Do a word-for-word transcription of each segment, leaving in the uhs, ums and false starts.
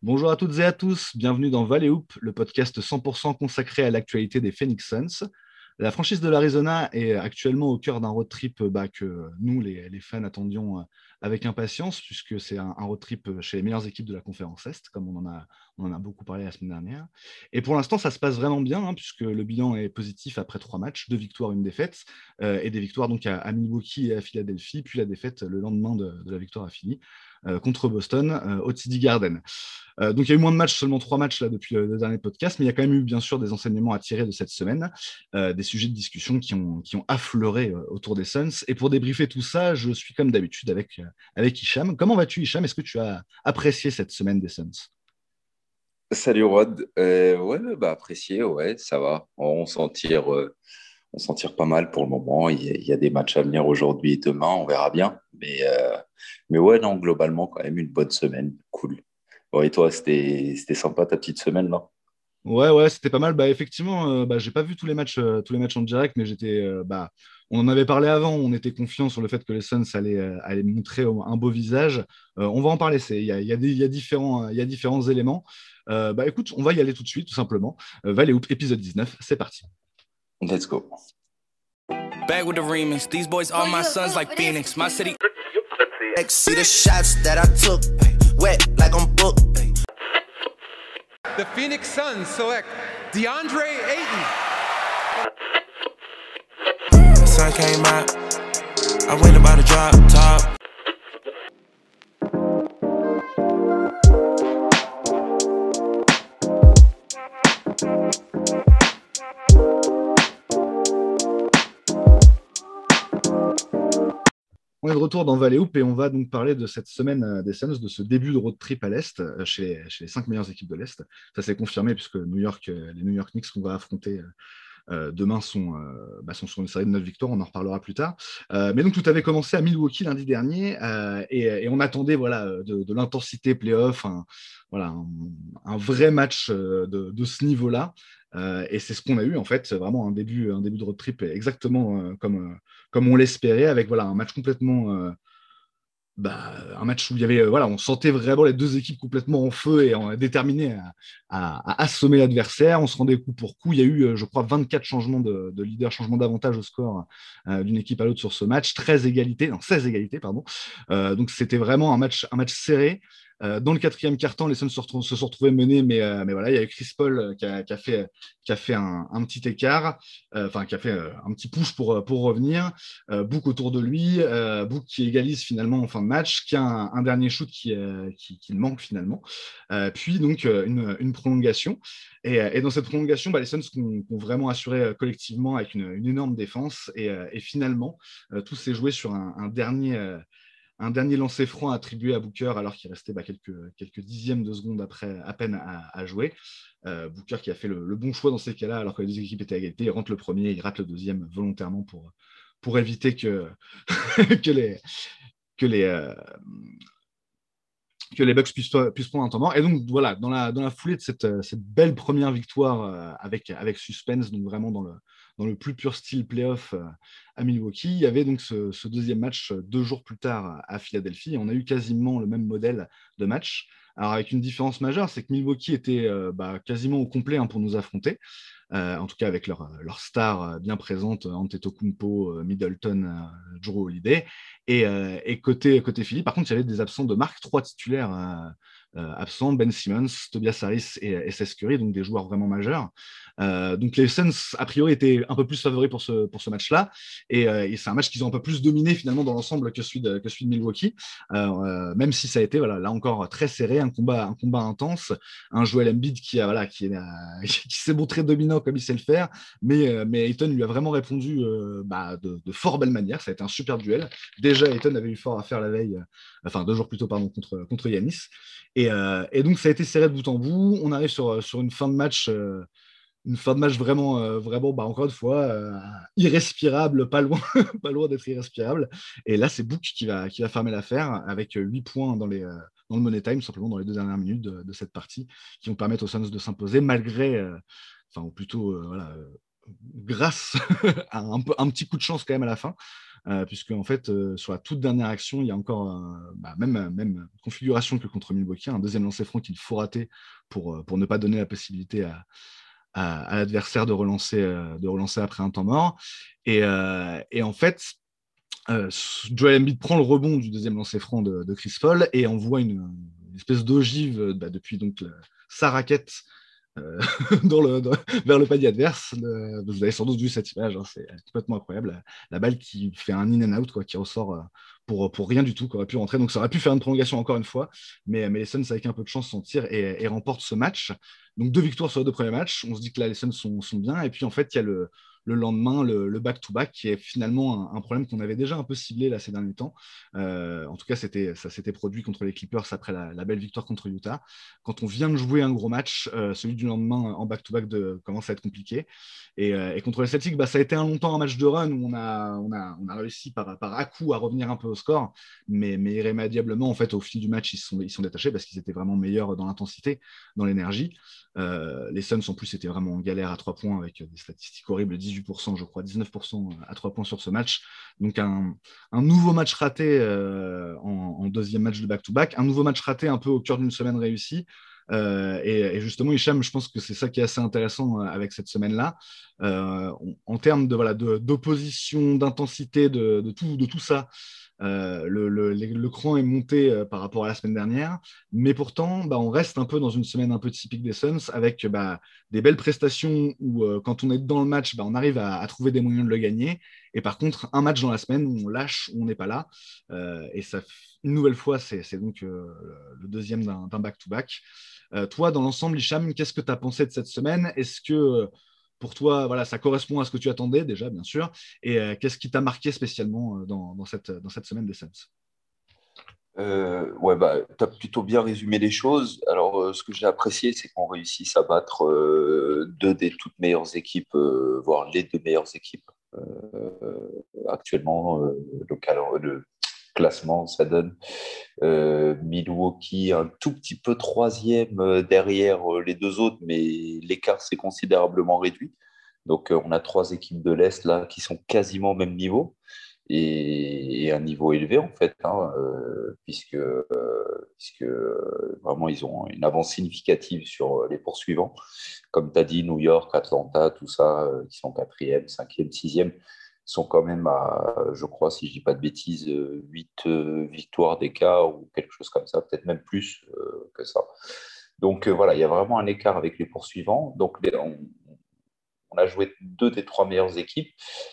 Bonjour à toutes et à tous, bienvenue dans Valley Hoop, le podcast cent pour cent consacré à l'actualité des Phoenix Suns. La franchise de l'Arizona est actuellement au cœur d'un road trip bah, que nous, les, les fans, attendions euh, avec impatience, puisque c'est un, un road trip chez les meilleures équipes de la conférence Est, comme on en a, on en a beaucoup parlé la semaine dernière. Et pour l'instant, ça se passe vraiment bien, hein, puisque le bilan est positif après trois matchs, deux victoires, une défaite, euh, et des victoires donc à, à Milwaukee et à Philadelphie, puis la défaite le lendemain de, de la victoire à Philly euh, contre Boston euh, au T D Garden. Euh, donc il y a eu moins de matchs, seulement trois matchs là, depuis le, le dernier podcast, mais il y a quand même eu bien sûr des enseignements à tirer de cette semaine, euh, des sujets de discussion qui ont, qui ont affleuré euh, autour des Suns. Et pour débriefer tout ça, je suis comme d'habitude avec, euh, avec Hicham. Comment vas-tu, Hicham? Est-ce que tu as apprécié cette semaine des Suns? Salut Rod. Euh, ouais, ouais, bah apprécié, ouais, ça va. On s'en tire, euh, on s'en tire pas mal pour le moment. Il y, a, il y a des matchs à venir aujourd'hui et demain, on verra bien. Mais, euh, mais ouais, non, globalement, quand même une bonne semaine. Cool. Bon, et toi, c'était, c'était sympa ta petite semaine là? Ouais, ouais, c'était pas mal. Bah, effectivement, euh, bah, j'ai pas vu tous les matchs, euh, tous les matchs en direct, mais j'étais, euh, bah, on en avait parlé avant. On était confiant sur le fait que les Suns allaient, euh, allaient montrer un beau visage. Euh, on va en parler. C'est, il y a, il y a des- il y a différents, il y a différents éléments. Euh, bah, écoute, on va y aller tout de suite, tout simplement. Euh, Valley Hoop, épisode dix-neuf, c'est parti. Let's go. Back with the remix. These boys are my sons like Phoenix. My city. See the shots that I took. Wet like I'm booked. The Phoenix Suns select DeAndre Ayton. Sun came out. I went about to drop top. On est de retour dans Valley Hoop et on va donc parler de cette semaine euh, des Suns, de ce début de road trip à l'Est, euh, chez les, chez les cinq meilleures équipes de l'Est. Ça s'est confirmé puisque New York, euh, les New York Knicks qu'on va affronter euh, euh, demain sont, euh, bah, sont sur une série de neuf victoires, on en reparlera plus tard. Euh, mais donc tout avait commencé à Milwaukee lundi dernier euh, et, et on attendait voilà, de, de l'intensité playoff, un, voilà, un, un vrai match euh, de, de ce niveau-là. Euh, et c'est ce qu'on a eu en fait, c'est vraiment un début, un début de road trip exactement euh, comme, euh, comme on l'espérait, avec voilà, un match complètement euh, bah, un match où il y avait, euh, voilà, on sentait vraiment les deux équipes complètement en feu et en, déterminées à, à, à assommer l'adversaire. On se rendait coup pour coup. Il y a eu, euh, je crois, vingt-quatre changements de, de leader, changements d'avantage au score euh, d'une équipe à l'autre sur ce match. treize égalités, non, seize égalités, pardon. Euh, donc c'était vraiment un match, un match serré. Euh, dans le quatrième quart-temps, les Suns se, retrou- se sont retrouvés menés, mais, euh, mais voilà, il y a eu Chris Paul euh, qui a, qui a fait, qui a fait un, un petit écart, euh, enfin, qui a fait euh, un petit push pour, pour revenir. Euh, Book autour de lui, euh, Book qui égalise finalement en fin de match, qui a un, un dernier shoot qui, euh, qui, qui manque finalement, euh, puis donc euh, une, une prolongation. Et, euh, et, dans cette prolongation, bah, les Suns ont, ont vraiment assuré euh, collectivement avec une, une, énorme défense. Et, euh, et finalement, euh, tout s'est joué sur un, un dernier. Euh, un dernier lancer franc attribué à Booker alors qu'il restait bah, quelques, quelques dixièmes de seconde après à peine à, à jouer. Euh, Booker qui a fait le, le, bon choix dans ces cas-là alors que les deux équipes étaient à égalité. Il rentre le premier, il rate le deuxième volontairement pour, pour éviter que, que les, que les, euh, que les Bucks puissent, puissent prendre un temps mort. Et donc, voilà, dans la, dans la foulée de cette, cette belle première victoire euh, avec, avec suspense, donc vraiment dans le, dans le plus pur style playoff euh, à Milwaukee, il y avait donc ce, ce deuxième match euh, deux jours plus tard à Philadelphie. Et on a eu quasiment le même modèle de match. Alors, avec une différence majeure, c'est que Milwaukee était euh, bah, quasiment au complet hein, pour nous affronter. Euh, en tout cas avec leur, leur star bien présente, Antetokounmpo, Middleton, euh, Jrue Holiday. Et, euh, et côté, côté Philly, par contre, il y avait des absents de marque, trois titulaires euh, euh, absents, Ben Simmons, Tobias Harris et S S Curry, donc des joueurs vraiment majeurs. Euh, donc les Suns, a priori, étaient un peu plus favoris pour ce, pour ce match-là. Et, euh, et c'est un match qu'ils ont un peu plus dominé finalement dans l'ensemble que celui de, que celui de Milwaukee, euh, même si ça a été voilà, là encore très serré, un combat, un combat intense, un Joel Embiid qui, a, voilà, qui, est, qui s'est montré dominant comme il sait le faire, mais, euh, mais Ayton lui a vraiment répondu euh, bah, de, de fort belle manière. Ça a été un super duel. Déjà, Ayton avait eu fort à faire la veille, euh, enfin deux jours plus tôt, pardon, contre, contre Yanis. Et, euh, et donc, ça a été serré de bout en bout. On arrive sur, sur une fin de match. Euh, une fin de match vraiment, euh, vraiment bah, encore une fois, euh, irrespirable, pas loin, pas loin d'être irrespirable. Et là, c'est Book qui va, qui va fermer l'affaire avec huit points dans, les, euh, dans le Money Time, simplement dans les deux dernières minutes de, de cette partie, qui vont permettre aux Suns de s'imposer, malgré, euh, enfin, ou plutôt, euh, voilà, euh, grâce à un, peu, un petit coup de chance quand même à la fin. euh, puisque en fait, euh, sur la toute dernière action, il y a encore euh, bah, même, même configuration que contre Milwaukee, un deuxième lancer franc qu'il faut rater pour, pour ne pas donner la possibilité à, à, à l'adversaire de relancer, euh, de relancer après un temps mort. Et, euh, et en fait, euh, Joel Embiid prend le rebond du deuxième lancer franc de, de Chris Paul et envoie une, une espèce d'ogive bah, depuis donc, le, sa raquette euh, dans le, dans, vers le panier adverse. Le, vous avez sans doute vu cette image, hein, c'est complètement incroyable. La, la balle qui fait un in and out, quoi, qui ressort euh, pour, pour rien du tout, qui aurait pu rentrer. Donc ça aurait pu faire une prolongation encore une fois, mais, mais les Suns, avec un peu de chance, s'en tirent et, et remportent ce match. Donc deux victoires sur les deux premiers matchs. On se dit que là, les Suns sont, sont bien. Et puis en fait, il y a le, le lendemain, le, le back-to-back, qui est finalement un, un problème qu'on avait déjà un peu ciblé là, ces derniers temps. Euh, en tout cas, c'était, ça s'était produit contre les Clippers après la, la belle victoire contre Utah. Quand on vient de jouer un gros match, euh, celui du lendemain en back-to-back de, commence à être compliqué. Et, euh, et contre les Celtics, bah, ça a été un longtemps un match de run où on a, on a, on a réussi par, par à-coup à revenir un peu au score, mais, mais irrémédiablement, en fait, au fil du match, ils se sont, ils sont détachés parce qu'ils étaient vraiment meilleurs dans l'intensité, dans l'énergie. Euh, les Suns, en plus, étaient vraiment en galère à trois points avec des statistiques horribles, dix-huit pour cent, je crois, dix-neuf pour cent à trois points sur ce match. Donc, un, un nouveau match raté euh, en, en deuxième match de back-to-back, un nouveau match raté un peu au cœur d'une semaine réussie. Euh, et, et justement, Hicham, je pense que c'est ça qui est assez intéressant euh, avec cette semaine-là. Euh, on, en termes de, voilà, de, d'opposition, d'intensité, de, de, tout, de tout ça, euh, le, le, le cran est monté euh, par rapport à la semaine dernière, mais pourtant, bah, on reste un peu dans une semaine un peu typique des Suns avec bah, des belles prestations où euh, quand on est dans le match, bah, on arrive à, à trouver des moyens de le gagner. Et par contre, un match dans la semaine où on lâche, où on n'est pas là. Euh, et ça, une nouvelle fois, c'est, c'est donc euh, le deuxième d'un, d'un back-to-back. Euh, toi, dans l'ensemble, Hicham, qu'est-ce que tu as pensé de cette semaine? Est-ce que pour toi, voilà, ça correspond à ce que tu attendais déjà, bien sûr. Et euh, qu'est-ce qui t'a marqué spécialement euh, dans, dans, cette, dans cette semaine des Suns? Euh, ouais, bah, tu as plutôt bien résumé les choses. Alors, euh, ce que j'ai apprécié, c'est qu'on réussisse à battre euh, deux des toutes meilleures équipes, euh, voire les deux meilleures équipes euh, actuellement. Euh, le, cal- le classement, ça donne euh, Milwaukee un tout petit peu troisième euh, derrière euh, les deux autres, mais l'écart s'est considérablement réduit. Donc, euh, on a trois équipes de l'Est là qui sont quasiment au même niveau et, et un niveau élevé en fait, hein, euh, puisque, euh, puisque euh, vraiment ils ont une avance significative sur euh, les poursuivants. Comme tu as dit, New York, Atlanta, tout ça, euh, qui sont quatrième, cinquième, sixième, sont quand même à, je crois, si je dis pas de bêtises, huit euh, victoires d'écart ou quelque chose comme ça, peut-être même plus euh, que ça. Donc euh, voilà, il y a vraiment un écart avec les poursuivants. Donc les, on, on a joué deux des trois meilleures équipes.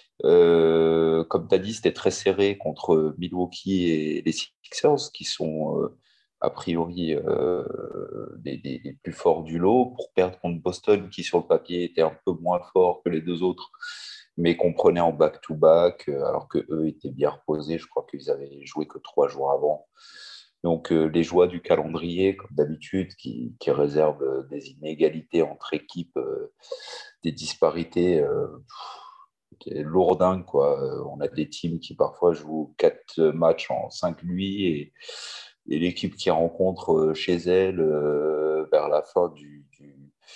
Euh, comme tu as dit, c'était très serré contre Milwaukee et les Sixers, qui sont euh, a priori euh, les, les, les, plus forts du lot, pour perdre contre Boston, qui sur le papier était un peu moins fort que les deux autres, mais qu'on prenait en back-to-back, alors qu'eux étaient bien reposés. Je crois qu'ils avaient joué que trois jours avant. Donc, euh, les joies du calendrier, comme d'habitude, qui, qui réservent des inégalités entre équipes, euh, des disparités. Euh, lourdingue, quoi. Euh, On a des teams qui parfois jouent quatre matchs en cinq nuits et, et l'équipe qui rencontre euh, chez elle euh, vers la fin du, du,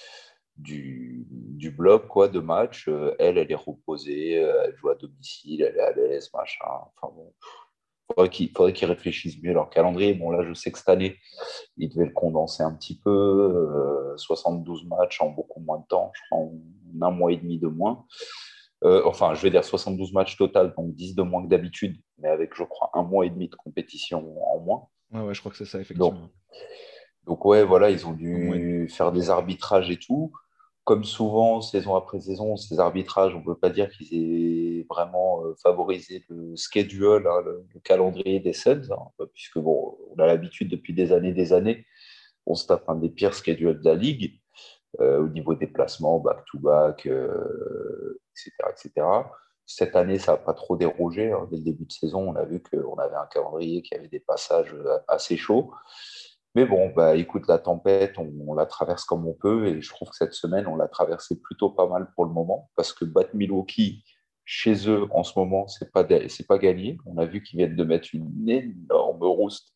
du, du bloc quoi, de match, euh, elle, elle est reposée, euh, elle joue à domicile, elle est à l'aise, machin. Enfin bon, faudrait qu'ils faudrait qu'ils réfléchissent mieux leur calendrier. Bon, là, je sais que cette année, ils devaient le condenser un petit peu, euh, soixante-douze matchs en beaucoup moins de temps, je crois en un mois et demi de moins. Euh, enfin, je vais dire soixante-douze matchs total, donc dix de moins que d'habitude, mais avec, je crois, un mois et demi de compétition en moins. Ouais, ouais, je crois que c'est ça, Donc, effectivement. donc ouais, voilà, ils ont Un mois et demi. dû faire des arbitrages et tout. Comme souvent, saison après saison, ces arbitrages, on ne peut pas dire qu'ils aient vraiment euh, favorisé le schedule, hein, le, le calendrier des Suns, hein, puisque bon, on a l'habitude depuis des années des années, on se tape un des pires schedules de la ligue. Euh, au niveau des placements, back-to-back, euh, et cetera, et cetera. Cette année, ça n'a pas trop dérogé. Hein. Dès le début de saison, on a vu qu'on avait un calendrier qui avait des passages assez chauds. Mais bon, bah, écoute, la tempête, on, on la traverse comme on peut. Et je trouve que cette semaine, on l'a traversée plutôt pas mal pour le moment. Parce que battre Milwaukee chez eux en ce moment, ce n'est pas, c'est pas gagné. On a vu qu'ils viennent de mettre une énorme rouste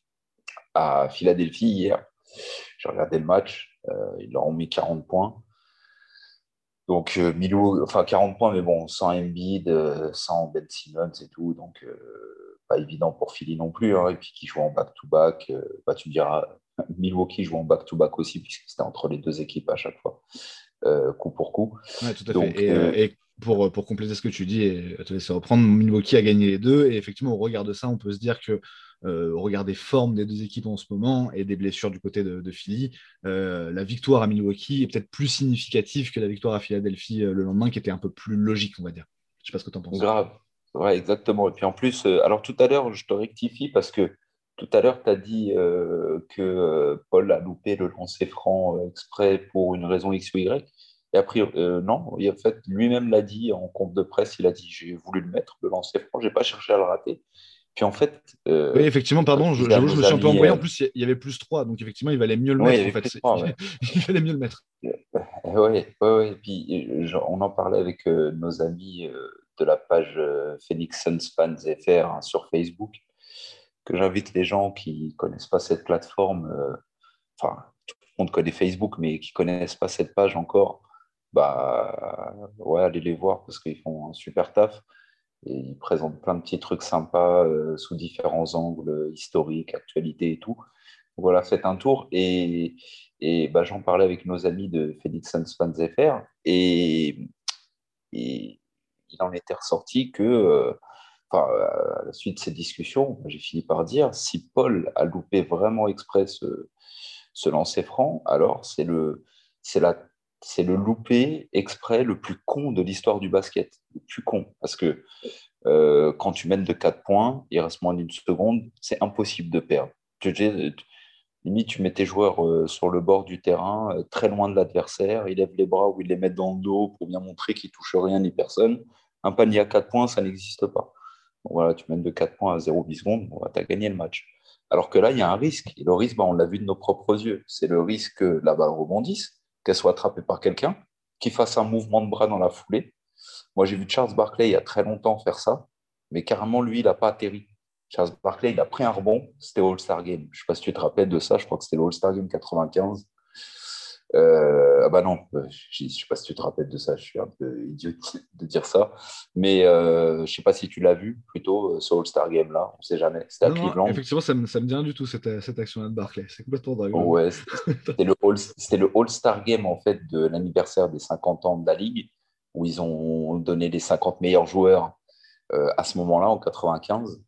à Philadelphie hier. J'ai regardé le match. Euh, ils leur ont mis quarante points. Donc, euh, Milou, enfin quarante points, mais bon, sans Embiid, euh, sans Ben Simmons et tout, donc euh, pas évident pour Philly non plus, hein, et puis qui joue en back-to-back, euh, bah, tu me diras, Milwaukee joue en back-to-back aussi, puisque c'était entre les deux équipes à chaque fois, euh, coup pour coup. Ouais, tout à fait. Donc, Et, euh, euh, et pour, pour compléter ce que tu dis et te laisser reprendre, Milwaukee a gagné les deux. Et effectivement, au regard de ça, on peut se dire que, euh, au regard des formes des deux équipes en ce moment et des blessures du côté de, de Philly, euh, la victoire à Milwaukee est peut-être plus significative que la victoire à Philadelphie euh, le lendemain, qui était un peu plus logique, on va dire. Je sais pas ce que tu en penses. grave, ouais, exactement. Et puis en plus, euh, alors tout à l'heure, je te rectifie parce que tout à l'heure, tu as dit euh, que euh, Paul a loupé le lancer franc euh, exprès pour une raison X ou Y. Et après, euh, non, et en fait, lui-même l'a dit en compte de presse, il a dit, j'ai voulu le mettre, le lancer franc, j'ai pas cherché à le rater. Puis en fait, Oui, euh, effectivement, comme pardon, je je- disais à j'avoue, je me nos suis un peu amis, embrouillé. En euh, plus, il y avait plus trois, donc effectivement, il valait mieux le oui, il y mettre, en avait fait. plus de C'est- points, ouais. Il valait mieux le mettre. Oui, ouais, ouais. Et puis, euh, genre, on en parlait avec euh, nos amis euh, de la page euh, Phoenix Suns Fans F R hein, sur Facebook, que j'invite les gens qui ne connaissent pas cette plateforme, euh, enfin, tout le monde connaît Facebook, mais qui ne connaissent pas cette page encore, bah, ouais, allez les voir parce qu'ils font un super taf et ils présentent plein de petits trucs sympas euh, sous différents angles, historiques, actualités et tout. Voilà, faites un tour. Et, et bah, j'en parlais avec nos amis de Phoenix Suns Fans F R et, et il en était ressorti que, euh, enfin, à la suite de ces discussions, j'ai fini par dire si Paul a loupé vraiment exprès ce, ce lancer franc, alors c'est le, c'est la, c'est le loupé exprès le plus con de l'histoire du basket. Le plus con. Parce que euh, quand tu mènes de quatre points, il reste moins d'une seconde, c'est impossible de perdre. Tu, tu- limite, tu mets tes joueurs euh, sur le bord du terrain, euh, très loin de l'adversaire, ils lèvent les bras ou ils les mettent dans le dos pour bien montrer qu'ils ne touchent rien ni personne. Un panier à quatre points, ça n'existe pas. Bon, voilà, tu mènes de quatre points à zéro secondes, bon, tu as gagné le match. Alors que là, il y a un risque. Et le risque, bah, on l'a vu de nos propres yeux. C'est le risque que la balle rebondisse, qu'elle soit attrapée par quelqu'un, qu'il fasse un mouvement de bras dans la foulée. Moi, j'ai vu Charles Barkley il y a très longtemps faire ça, mais carrément, lui, il n'a pas atterri. Charles Barkley, il a pris un rebond, c'était au All-Star Game. Je ne sais pas si tu te rappelles de ça, je crois que c'était le All-Star Game quatre-vingt-quinze. Euh, ah bah non, euh, je ne sais pas si tu te rappelles de ça, je suis un peu idiot de dire ça, mais euh, je ne sais pas si tu l'as vu plutôt, euh, ce All-Star Game-là, on ne sait jamais, c'était à Non, non, Cleveland. effectivement, ça me, ça me dit rien du tout, cette, cette action-là de Barclay. C'est complètement dingue, j'avoue. Ouais, c'était le All, c'était le All-Star Game en fait de l'anniversaire des cinquante ans de la Ligue, où ils ont donné les cinquante meilleurs joueurs euh, à ce moment-là, en quatre-vingt-quinze.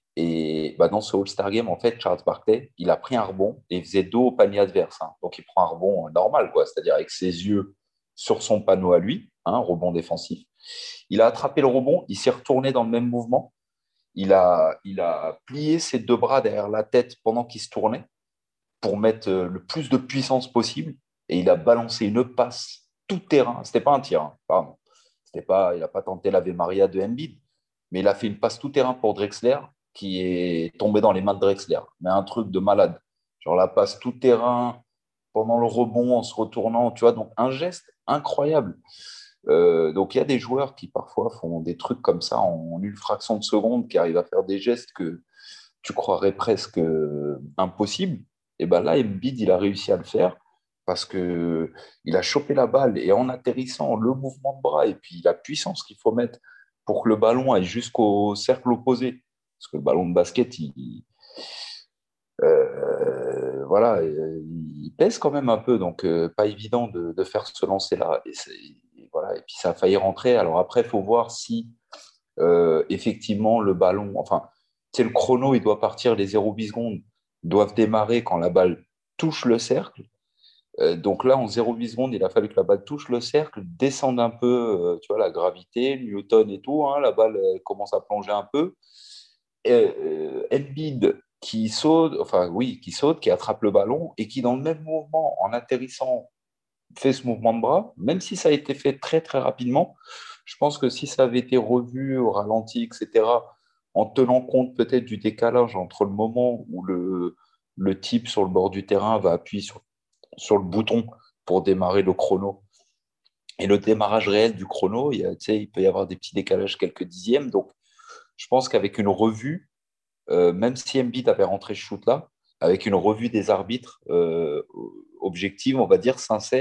Et bah, dans ce All-Star Game, en fait, Charles Barkley, il a pris un rebond et il faisait dos au panier adverse, hein. Donc, il prend un rebond normal, quoi, c'est-à-dire avec ses yeux sur son panneau à lui, hein, rebond défensif. Il a attrapé le rebond, il s'est retourné dans le même mouvement. Il a, il a plié ses deux bras derrière la tête pendant qu'il se tournait pour mettre euh, le plus de puissance possible. Et il a balancé une passe tout terrain. C'était pas un tir, hein, pardon. C'était pas, il n'a pas tenté l'Ave Maria de Embiid, mais il a fait une passe tout terrain pour Drexler qui est tombé dans les mains de Drexler. Mais un truc de malade. Genre la passe tout terrain pendant le rebond en se retournant, tu vois. Donc un geste incroyable. Euh, donc il y a des joueurs qui parfois font des trucs comme ça en une fraction de seconde, qui arrivent à faire des gestes que tu croirais presque euh, impossibles. Et ben là, Embiid, il a réussi à le faire parce que il a chopé la balle et en atterrissant, le mouvement de bras et puis la puissance qu'il faut mettre pour que le ballon aille jusqu'au cercle opposé. Parce que le ballon de basket, il, euh, voilà, il pèse quand même un peu, donc euh, pas évident de, de faire ce lancer-là. Et, c'est- et voilà, et puis ça a failli rentrer. Alors après, il faut voir si euh, effectivement le ballon, enfin, c'est le chrono, il doit partir les zéro virgule huit secondes, doivent démarrer quand la balle touche le cercle. Euh, donc là, en zéro virgule huit secondes, il a fallu que la balle touche le cercle, descende un peu, euh, tu vois, la gravité, Newton et tout, hein, la balle euh, commence à plonger un peu. Et, euh, Embiid qui saute, enfin oui, qui saute, qui attrape le ballon et qui, dans le même mouvement, en atterrissant, fait ce mouvement de bras, même si ça a été fait très très rapidement. Je pense que si ça avait été revu au ralenti, et cetera, en tenant compte peut-être du décalage entre le moment où le, le type sur le bord du terrain va appuyer sur, sur le bouton pour démarrer le chrono et le démarrage réel du chrono, il, y a, tu sais, il peut y avoir des petits décalages quelques dixièmes. Donc, je pense qu'avec une revue, euh, même si Embiid avait rentré ce shoot-là, avec une revue des arbitres euh, objective, on va dire sincère,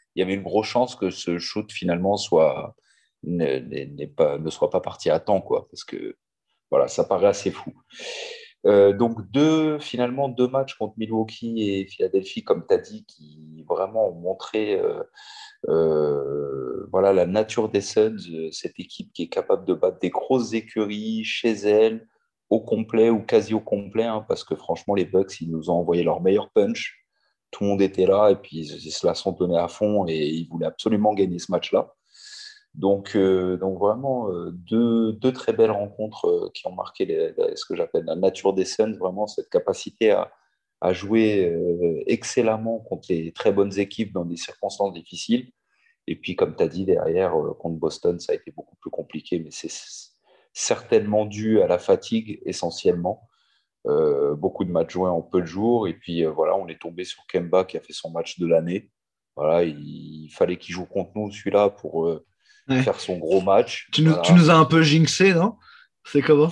il y avait une grosse chance que ce shoot finalement soit, ne, n'est pas, ne soit pas parti à temps, quoi, parce que voilà, ça paraît assez fou. Euh, donc, deux, finalement, deux matchs contre Milwaukee et Philadelphie, comme tu as dit, qui vraiment ont montré euh, euh, voilà, la nature des Suns, euh, cette équipe qui est capable de battre des grosses écuries chez elle, au complet ou quasi au complet, hein, parce que franchement, les Bucks, ils nous ont envoyé leur meilleur punch. Tout le monde était là et puis ils, ils se la sont donnés à fond et ils voulaient absolument gagner ce match-là. Donc, euh, donc vraiment, euh, deux, deux très belles rencontres euh, qui ont marqué les- les- ce que j'appelle la nature des Suns, vraiment cette capacité à, à jouer euh, excellemment contre les très bonnes équipes dans des circonstances difficiles. Et puis, comme tu as dit, derrière, euh, contre Boston, ça a été beaucoup plus compliqué, mais c'est c- certainement dû à la fatigue essentiellement. Euh, beaucoup de matchs joués en peu de jours. Et puis, euh, voilà, on est tombé sur Kemba qui a fait son match de l'année. Voilà, il, il fallait qu'il joue contre nous, celui-là, pour euh, Ouais. faire son gros match. Tu nous, tu Voilà. nous as un peu jinxé, non? C'est comment?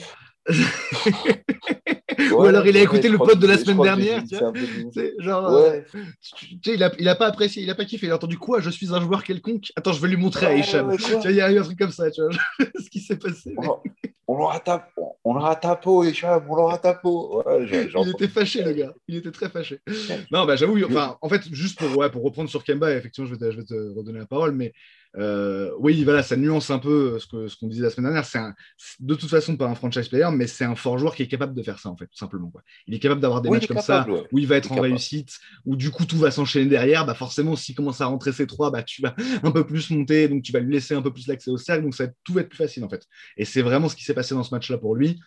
Ou Ouais, alors il a ouais, écouté je le crois que pod de la j'ai, je semaine crois que j'ai dernière, tu jinxé vois. un peu de ouf. C'est genre, euh, Ouais, tu sais, il a, il a pas apprécié, il a pas kiffé, il a entendu quoi? Je suis un joueur quelconque. Attends, je vais lui montrer à ouais, Hicham. ouais, Tu vois, quoi? il y a eu un truc comme ça, tu vois, ce qui s'est passé. On, Mais l'a- on l'aura ta, on l'aura ta peau, Hicham, on l'aura ta peau. Ouais, j'ai, j'ai il était entendu fâché, ça. le gars. Il était très fâché. Non, bah j'avoue, enfin, en fait, juste pour, ouais, pour reprendre sur Kemba, effectivement, je vais te, je vais te redonner la parole, mais euh, oui, voilà, ça nuance un peu ce que, ce qu'on disait la semaine dernière. C'est un, de toute façon pas un franchise player, mais c'est un fort joueur qui est capable de faire ça, en fait, tout simplement, quoi. Il est capable d'avoir des Oui, il matchs est comme ça capable, ouais. où il va Il est être en capable. réussite, où du coup tout va s'enchaîner derrière. Bah forcément, s'il commence à rentrer ses trois, bah tu vas un peu plus monter, donc tu vas lui laisser un peu plus l'accès au cercle, donc ça va tout va être plus facile, en fait. Et c'est vraiment ce qui s'est passé dans ce match-là pour lui.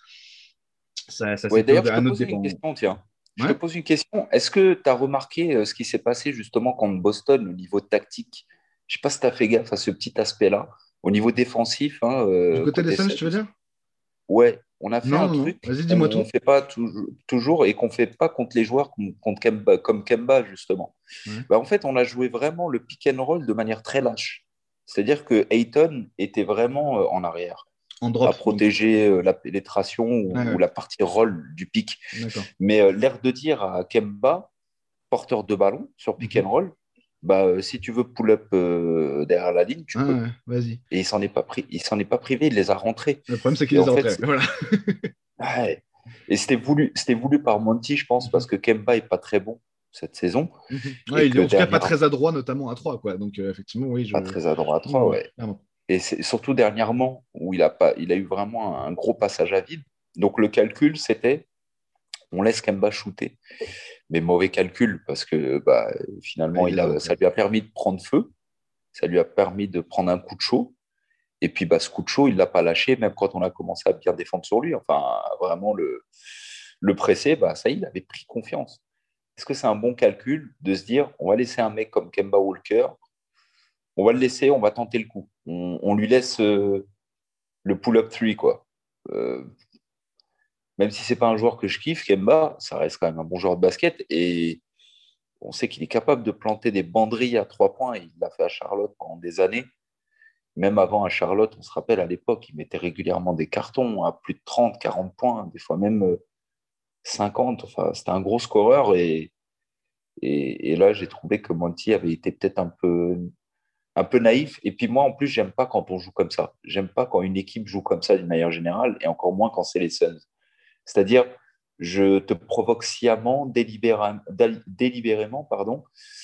Ça, ça s'est Ouais, fait d'ailleurs, je à te notre posais une dépend. question, tiens. Je te Ouais. pose une question. Est-ce que tu as remarqué euh, ce qui s'est passé justement contre Boston au niveau tactique? Je ne sais pas si tu as fait gaffe à ce petit aspect-là. Au niveau défensif, hein, Du euh, côté des côté Suns, tu veux Suns, dire? ouais, on a fait Non, un non, non. truc Vas-y, dis-moi qu'on ne tout. fait pas toujours, toujours et qu'on ne fait pas contre les joueurs comme, contre Kemba, comme Kemba, justement. Ouais. Bah, en fait, on a joué vraiment le pick and roll de manière très lâche. C'est-à-dire que Ayton était vraiment euh, en arrière En à drop, donc. protéger euh, la pénétration ou, Ouais, ou ouais. la partie roll du pick. D'accord. Mais euh, l'air de dire à Kemba, porteur de ballon sur pick Mhm. and roll, bah, euh, si tu veux pull-up euh, derrière la ligne, tu Ouais, peux. ouais, vas-y. Et il s'en est pas pris, il s'en est pas privé, il les a rentrés. Le problème, c'est qu'il Et les en a fait, entrés. c'est- Voilà. ouais. Et c'était voulu, c'était voulu par Monty, je pense, parce Mhm. que Kemba est pas très bon cette saison Mhm. et Ouais, il est que en tout cas pas dernièrement, très adroit, notamment à trois, quoi. Donc, euh, effectivement, oui, je. pas très adroit à trois, Mhm. ouais. Clairement. Et c'est surtout dernièrement où il a pas, il a eu vraiment un, un gros passage à vide. Donc le calcul, c'était on laisse Kemba shooter. Mais mauvais calcul parce que bah, Ah, finalement, il il les a a, ça entrés. lui a permis de prendre feu, ça lui a permis de prendre un coup de chaud. Et puis, bah, ce coup de chaud, il ne l'a pas lâché, même quand on a commencé à bien défendre sur lui. Enfin, vraiment le, le presser, bah, ça y est, il avait pris confiance. Est-ce que c'est un bon calcul de se dire, on va laisser un mec comme Kemba Walker, on va le laisser, on va tenter le coup. On, on lui laisse euh, le pull-up three, quoi. Euh, Même si c'est pas un joueur que je kiffe, Kemba, ça reste quand même un bon joueur de basket. Et on sait qu'il est capable de planter des banderilles à trois points. Il l'a fait à Charlotte pendant des années. Même avant à Charlotte, on se rappelle à l'époque, il mettait régulièrement des cartons à plus de trente, quarante points, des fois même euh, cinquante. Enfin, c'était un gros scoreur. Et, et, et là, j'ai trouvé que Monty avait été peut-être un peu, un peu naïf. Et puis moi, en plus, j'aime pas quand on joue comme ça. J'aime pas quand une équipe joue comme ça d'une manière générale, et encore moins quand c'est les Suns. C'est-à-dire, je te provoque sciemment, délibérément, délibérément pardon,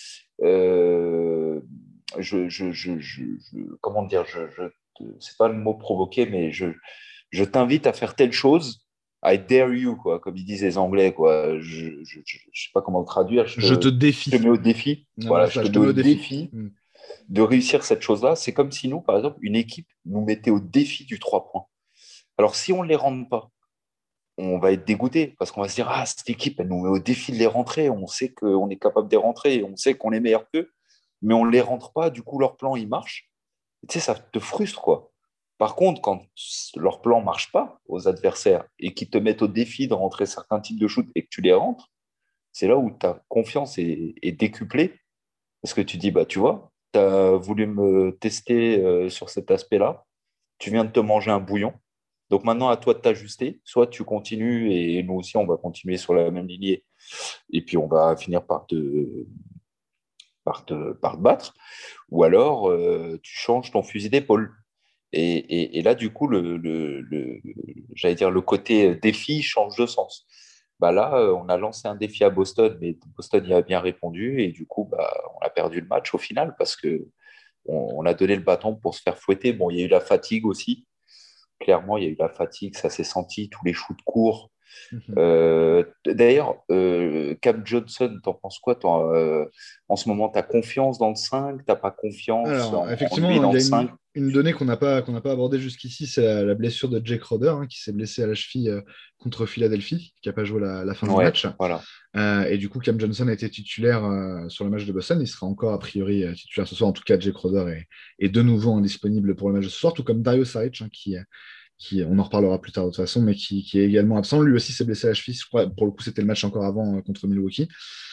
euh, je, je, je, je, je, comment dire, je, je, c'est pas le mot provoquer, mais je, je t'invite à faire telle chose. I dare you, quoi, comme ils disent les Anglais, quoi. Je, je, je, je sais pas comment le traduire. Je Je te te, je te défie. mets au défi. Voilà, Voilà, je ça, te je te mets mets au au défi. défi Mhm. de réussir cette chose-là. C'est comme si nous, par exemple, une équipe nous mettait au défi du trois points. Alors, si on ne les rend pas, on va être dégoûté parce qu'on va se dire, ah, cette équipe, elle nous met au défi de les rentrer. On sait qu'on est capable de les rentrer, on sait qu'on est meilleur qu'eux, mais on ne les rentre pas. Du coup, leur plan, il marche. Et tu sais, ça te frustre, quoi. Par contre, quand leur plan ne marche pas aux adversaires et qu'ils te mettent au défi de rentrer certains types de shoot et que tu les rentres, c'est là où ta confiance est, est décuplée. Parce que tu dis, bah, tu vois, tu as voulu me tester euh, sur cet aspect-là, tu viens de te manger un bouillon. Donc maintenant, à toi de t'ajuster. Soit tu continues et nous aussi, on va continuer sur la même lignée. Et puis, on va finir par te, par te, par te battre, ou alors euh, tu changes ton fusil d'épaule. Et, et, et là, du coup, le, le, le, j'allais dire, le côté défi change de sens. Bah là, euh, on a lancé un défi à Boston, mais Boston y a bien répondu, et du coup, bah, on a perdu le match au final parce que on, on a donné le bâton pour se faire fouetter. Bon, il y a eu la fatigue aussi. Clairement, il y a eu la fatigue, ça s'est senti, tous les shoots courts. Mhm. Euh, d'ailleurs, euh, Cam Johnson, t'en penses quoi? T'en, euh, en ce moment, t'as confiance dans le cinq? T'as pas confiance Alors, en, en lui effectivement, il dans y le a une, cinq? une donnée qu'on n'a pas, qu'on n'a pas abordée jusqu'ici, c'est la, la blessure de Jake Roder, hein, qui s'est blessé à la cheville euh, contre Philadelphie, qui n'a pas joué la, la fin du Ouais, match. voilà. Euh, et du coup, Cam Johnson a été titulaire euh, sur le match de Boston. Il sera encore a priori euh, titulaire ce soir. En tout cas, Jake Roder est, est de nouveau indisponible pour le match de ce soir, tout comme Dario Saric, hein, qui, qui, on en reparlera plus tard de toute façon, mais qui, qui est également absent. Lui aussi s'est blessé à la cheville. Je crois, pour le coup, c'était le match encore avant euh, contre Milwaukee.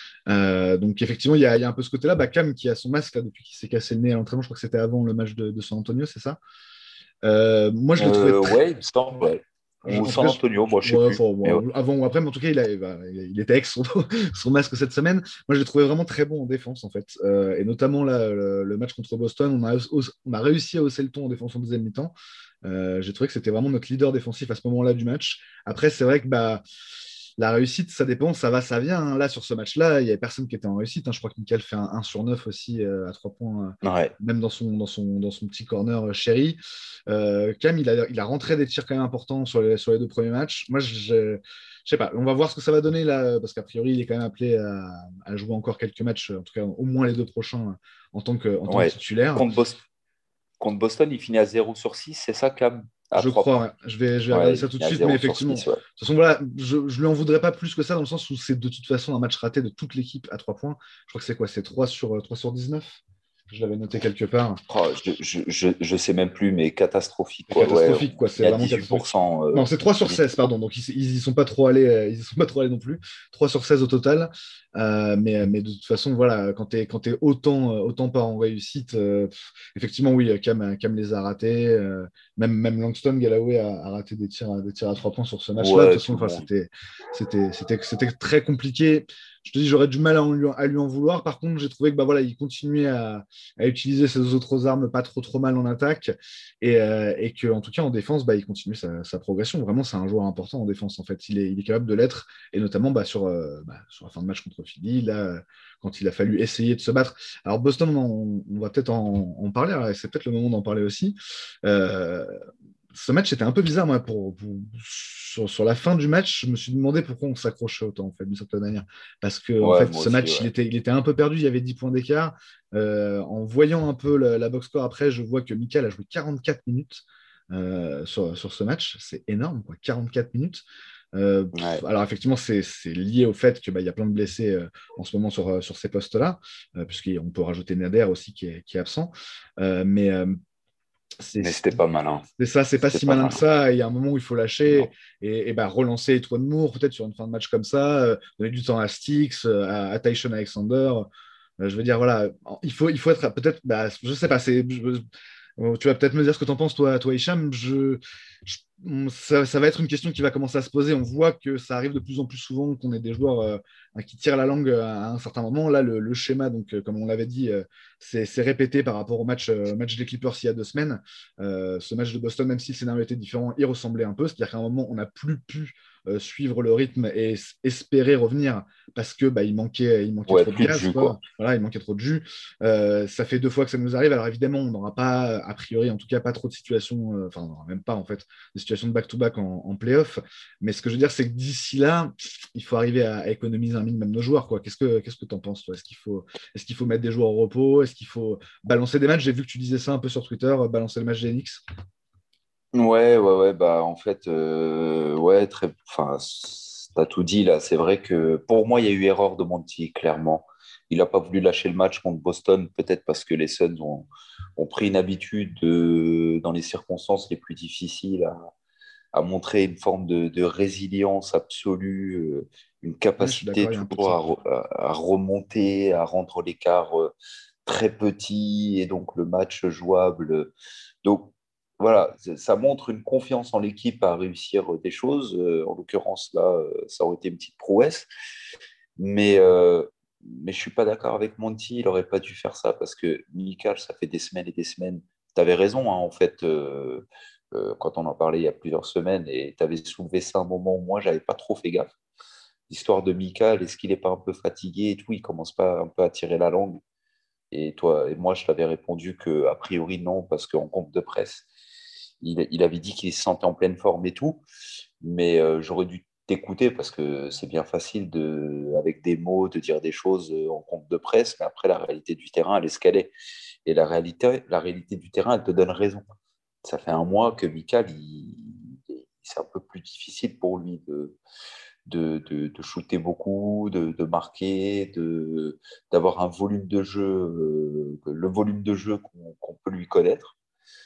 Euh, donc effectivement, il y, a, il y a un peu ce côté-là. Bah, Cam qui a son masque là, depuis qu'il s'est cassé le nez à l'entraînement, je crois que c'était avant le match de, de San Antonio, c'est ça. Euh, moi, je le trouvais Euh, très. ouais, il me semble, ouais. je- Ou en tout San cas, je- Antonio, moi, je sais ouais, plus. enfin, Mais ouais. bon, avant ou après, mais en tout cas, il, a- bah, il était avec son, son masque cette semaine. Moi, je l'ai trouvé vraiment très bon en défense, en fait. Euh, et notamment là, le, le match contre Boston, on a, on a réussi à hausser le ton en défense en deuxième mi-temps. Euh, j'ai trouvé que c'était vraiment notre leader défensif à ce moment-là du match. Après, c'est vrai que bah, la réussite, ça dépend, ça va, ça vient, hein. Là, sur ce match-là, il n'y avait personne qui était en réussite, hein. Je crois que Michael fait un un sur neuf aussi euh, à trois points, euh, Ouais. même dans son, dans son, dans son petit corner euh, chéri. Euh, Cam, il a, il a rentré des tirs quand même importants sur les, sur les deux premiers matchs. Moi, je, je sais pas, on va voir ce que ça va donner là, parce qu'a priori, il est quand même appelé à, à jouer encore quelques matchs, en tout cas au moins les deux prochains, en tant que, en tant que Ouais. titulaire. Contre Boston, contre Boston, il finit à zéro sur six, c'est ça, Cam? À Je trois crois, points. ouais. Je vais, je vais regarder Ouais, ça il tout de finit à suite, mais zéro sur effectivement, de six, ouais. toute façon, voilà, je ne lui en voudrais pas plus que ça, dans le sens où c'est de toute façon un match raté de toute l'équipe à trois points. Je crois que c'est quoi? C'est trois sur, trois sur dix-neuf. Je l'avais noté quelque part. Oh, je, je, je, je sais même plus, mais catastrophique, C'est quoi. Ouais, catastrophique, on quoi. C'est est à vraiment catastrophique. dix-huit pour cent. Non, Euh, c'est trois sur il est seize, pardon. Donc, ils, ils y sont pas trop allés, euh, ils y sont pas trop allés non plus. Trois sur seize au total. Euh, mais, mais de toute façon, voilà, quand tu es, quand t'es autant, euh, autant pas en réussite, euh, pff, effectivement, oui, Cam, Cam les a ratés. Euh, même, même Langston Galloway a, a raté des tirs, des tirs à trois points sur ce match-là. De toute Ouais, façon, tout le enfin, monde. c'était, c'était, c'était, c'était très compliqué. Je te dis, j'aurais du mal à, en lui, à lui en vouloir. Par contre, j'ai trouvé que bah, voilà, il continuait à, à utiliser ses autres armes pas trop, trop mal en attaque. Et, euh, et qu'en tout cas, en défense, bah, il continue sa, sa progression. Vraiment, c'est un joueur important en défense, en fait. Il est, il est capable de l'être, et notamment bah, sur, euh, bah, sur la fin de match contre Philly, là, quand il a fallu essayer de se battre. Alors, Boston, on, on va peut-être en, en parler, alors, c'est peut-être le moment d'en parler aussi. Euh, ce match était un peu bizarre, moi, pour, pour- sur, sur la fin du match, je me suis demandé pourquoi on s'accrochait autant, en fait, d'une certaine manière. Parce que, en Ouais, fait, moi ce aussi, match, il ouais. était, il était un peu perdu, il y avait dix points d'écart. Euh, en voyant un peu la, la box score après, je vois que Michael a joué quarante-quatre minutes euh, sur, sur ce match. C'est énorme, quoi, quarante-quatre minutes. Euh, pff, Ouais. alors effectivement, c'est c'est lié au fait qu'il bah, y a plein de blessés euh, en ce moment sur, euh, sur ces postes-là, euh, puisqu'on peut rajouter Nader aussi qui est, qui est absent. Euh, mais euh, c'est Mais c'était pas malin. c'est ça, c'est pas C'était si pas malin que malin. ça. Il y a un moment où il faut lâcher Non. et, et bah, relancer Etwan Moore, peut-être sur une fin de match comme ça, euh, donner du temps à Styx, euh, à, à Tyshon Alexander. Euh, je veux dire, voilà, il faut, il faut être peut-être, bah, je sais pas, c'est, je- euh, tu vas peut-être me dire ce que tu en penses, toi, toi Hicham. Je, je- on- ça, ça va être une question qui va commencer à se poser. On voit que ça arrive de plus en plus souvent qu'on ait des joueurs euh, qui tirent la langue à un certain moment. Là, le, le schéma, donc, euh, comme on l'avait dit, euh, c'est c'est répété par rapport au match, euh, match des Clippers il y a deux semaines. Euh, ce match de Boston, même si le scénario était différent, il ressemblait un peu. C'est-à-dire qu'à un moment, on n'a plus pu euh, suivre le rythme et s- espérer revenir parce que bah, il manquait, il manquait Ouais, trop de plus de gaz, jus, quoi. quoi. Voilà, il manquait trop de jus. Euh, ça fait deux fois que ça nous arrive. Alors évidemment, on n'aura pas, a priori, en tout cas, pas trop de situations, euh, enfin, on n'aura même pas en fait, des situations de back-to-back en, en playoff. Mais ce que je veux dire, c'est que d'ici là, il faut arriver à, à économiser un minimum nos joueurs, quoi. Qu'est-ce que qu'est-ce que tu en penses, toi? Est-ce qu'il faut, est-ce qu'il faut mettre des joueurs au repos? Est-ce qu'il faut balancer des matchs? J'ai vu que tu disais ça un peu sur Twitter, euh, balancer le match des Knicks. Ouais, ouais, ouais, bah en fait, euh, ouais, très, enfin, c- t'as tout dit là. C'est vrai que pour moi, il y a eu erreur de Monty, clairement. Il n'a pas voulu lâcher le match contre Boston, peut-être parce que les Suns ont, ont pris une habitude de, dans les circonstances les plus difficiles à, à montrer une forme de, de résilience absolue, euh, une Ouais, je suis capacité d'accord, il y a un peu de toujours ça. à, re- à- à remonter, à rendre l'écart euh, très petit et donc le match jouable. Donc voilà, c'est- ça montre une confiance en l'équipe à réussir des choses. Euh, en l'occurrence, là, euh, ça aurait été une petite prouesse. Mais, euh, mais je ne suis pas d'accord avec Monty, il n'aurait pas dû faire ça parce que Mikal, ça fait des semaines et des semaines. Tu avais raison, hein, en fait, euh, euh, quand on en parlait il y a plusieurs semaines et tu avais soulevé ça à un moment où moi, je n'avais pas trop fait gaffe. L'histoire de Mikal, est-ce qu'il n'est pas un peu fatigué et tout, il ne commence pas un peu à tirer la langue. Et toi et moi, je t'avais répondu qu'a priori non, parce qu'en compte de presse, il, il avait dit qu'il se sentait en pleine forme et tout. Mais euh, j'aurais dû t'écouter parce que c'est bien facile de, avec des mots, de dire des choses en compte de presse, mais après, la réalité du terrain, elle est ce qu'elle est. Et la réalité, la réalité du terrain, elle te donne raison. Ça fait un mois que Mikal, il, il, c'est un peu plus difficile pour lui de, de, de, de shooter beaucoup, de, de marquer, de, d'avoir un volume de jeu, euh, le volume de jeu qu'on, qu'on peut lui connaître.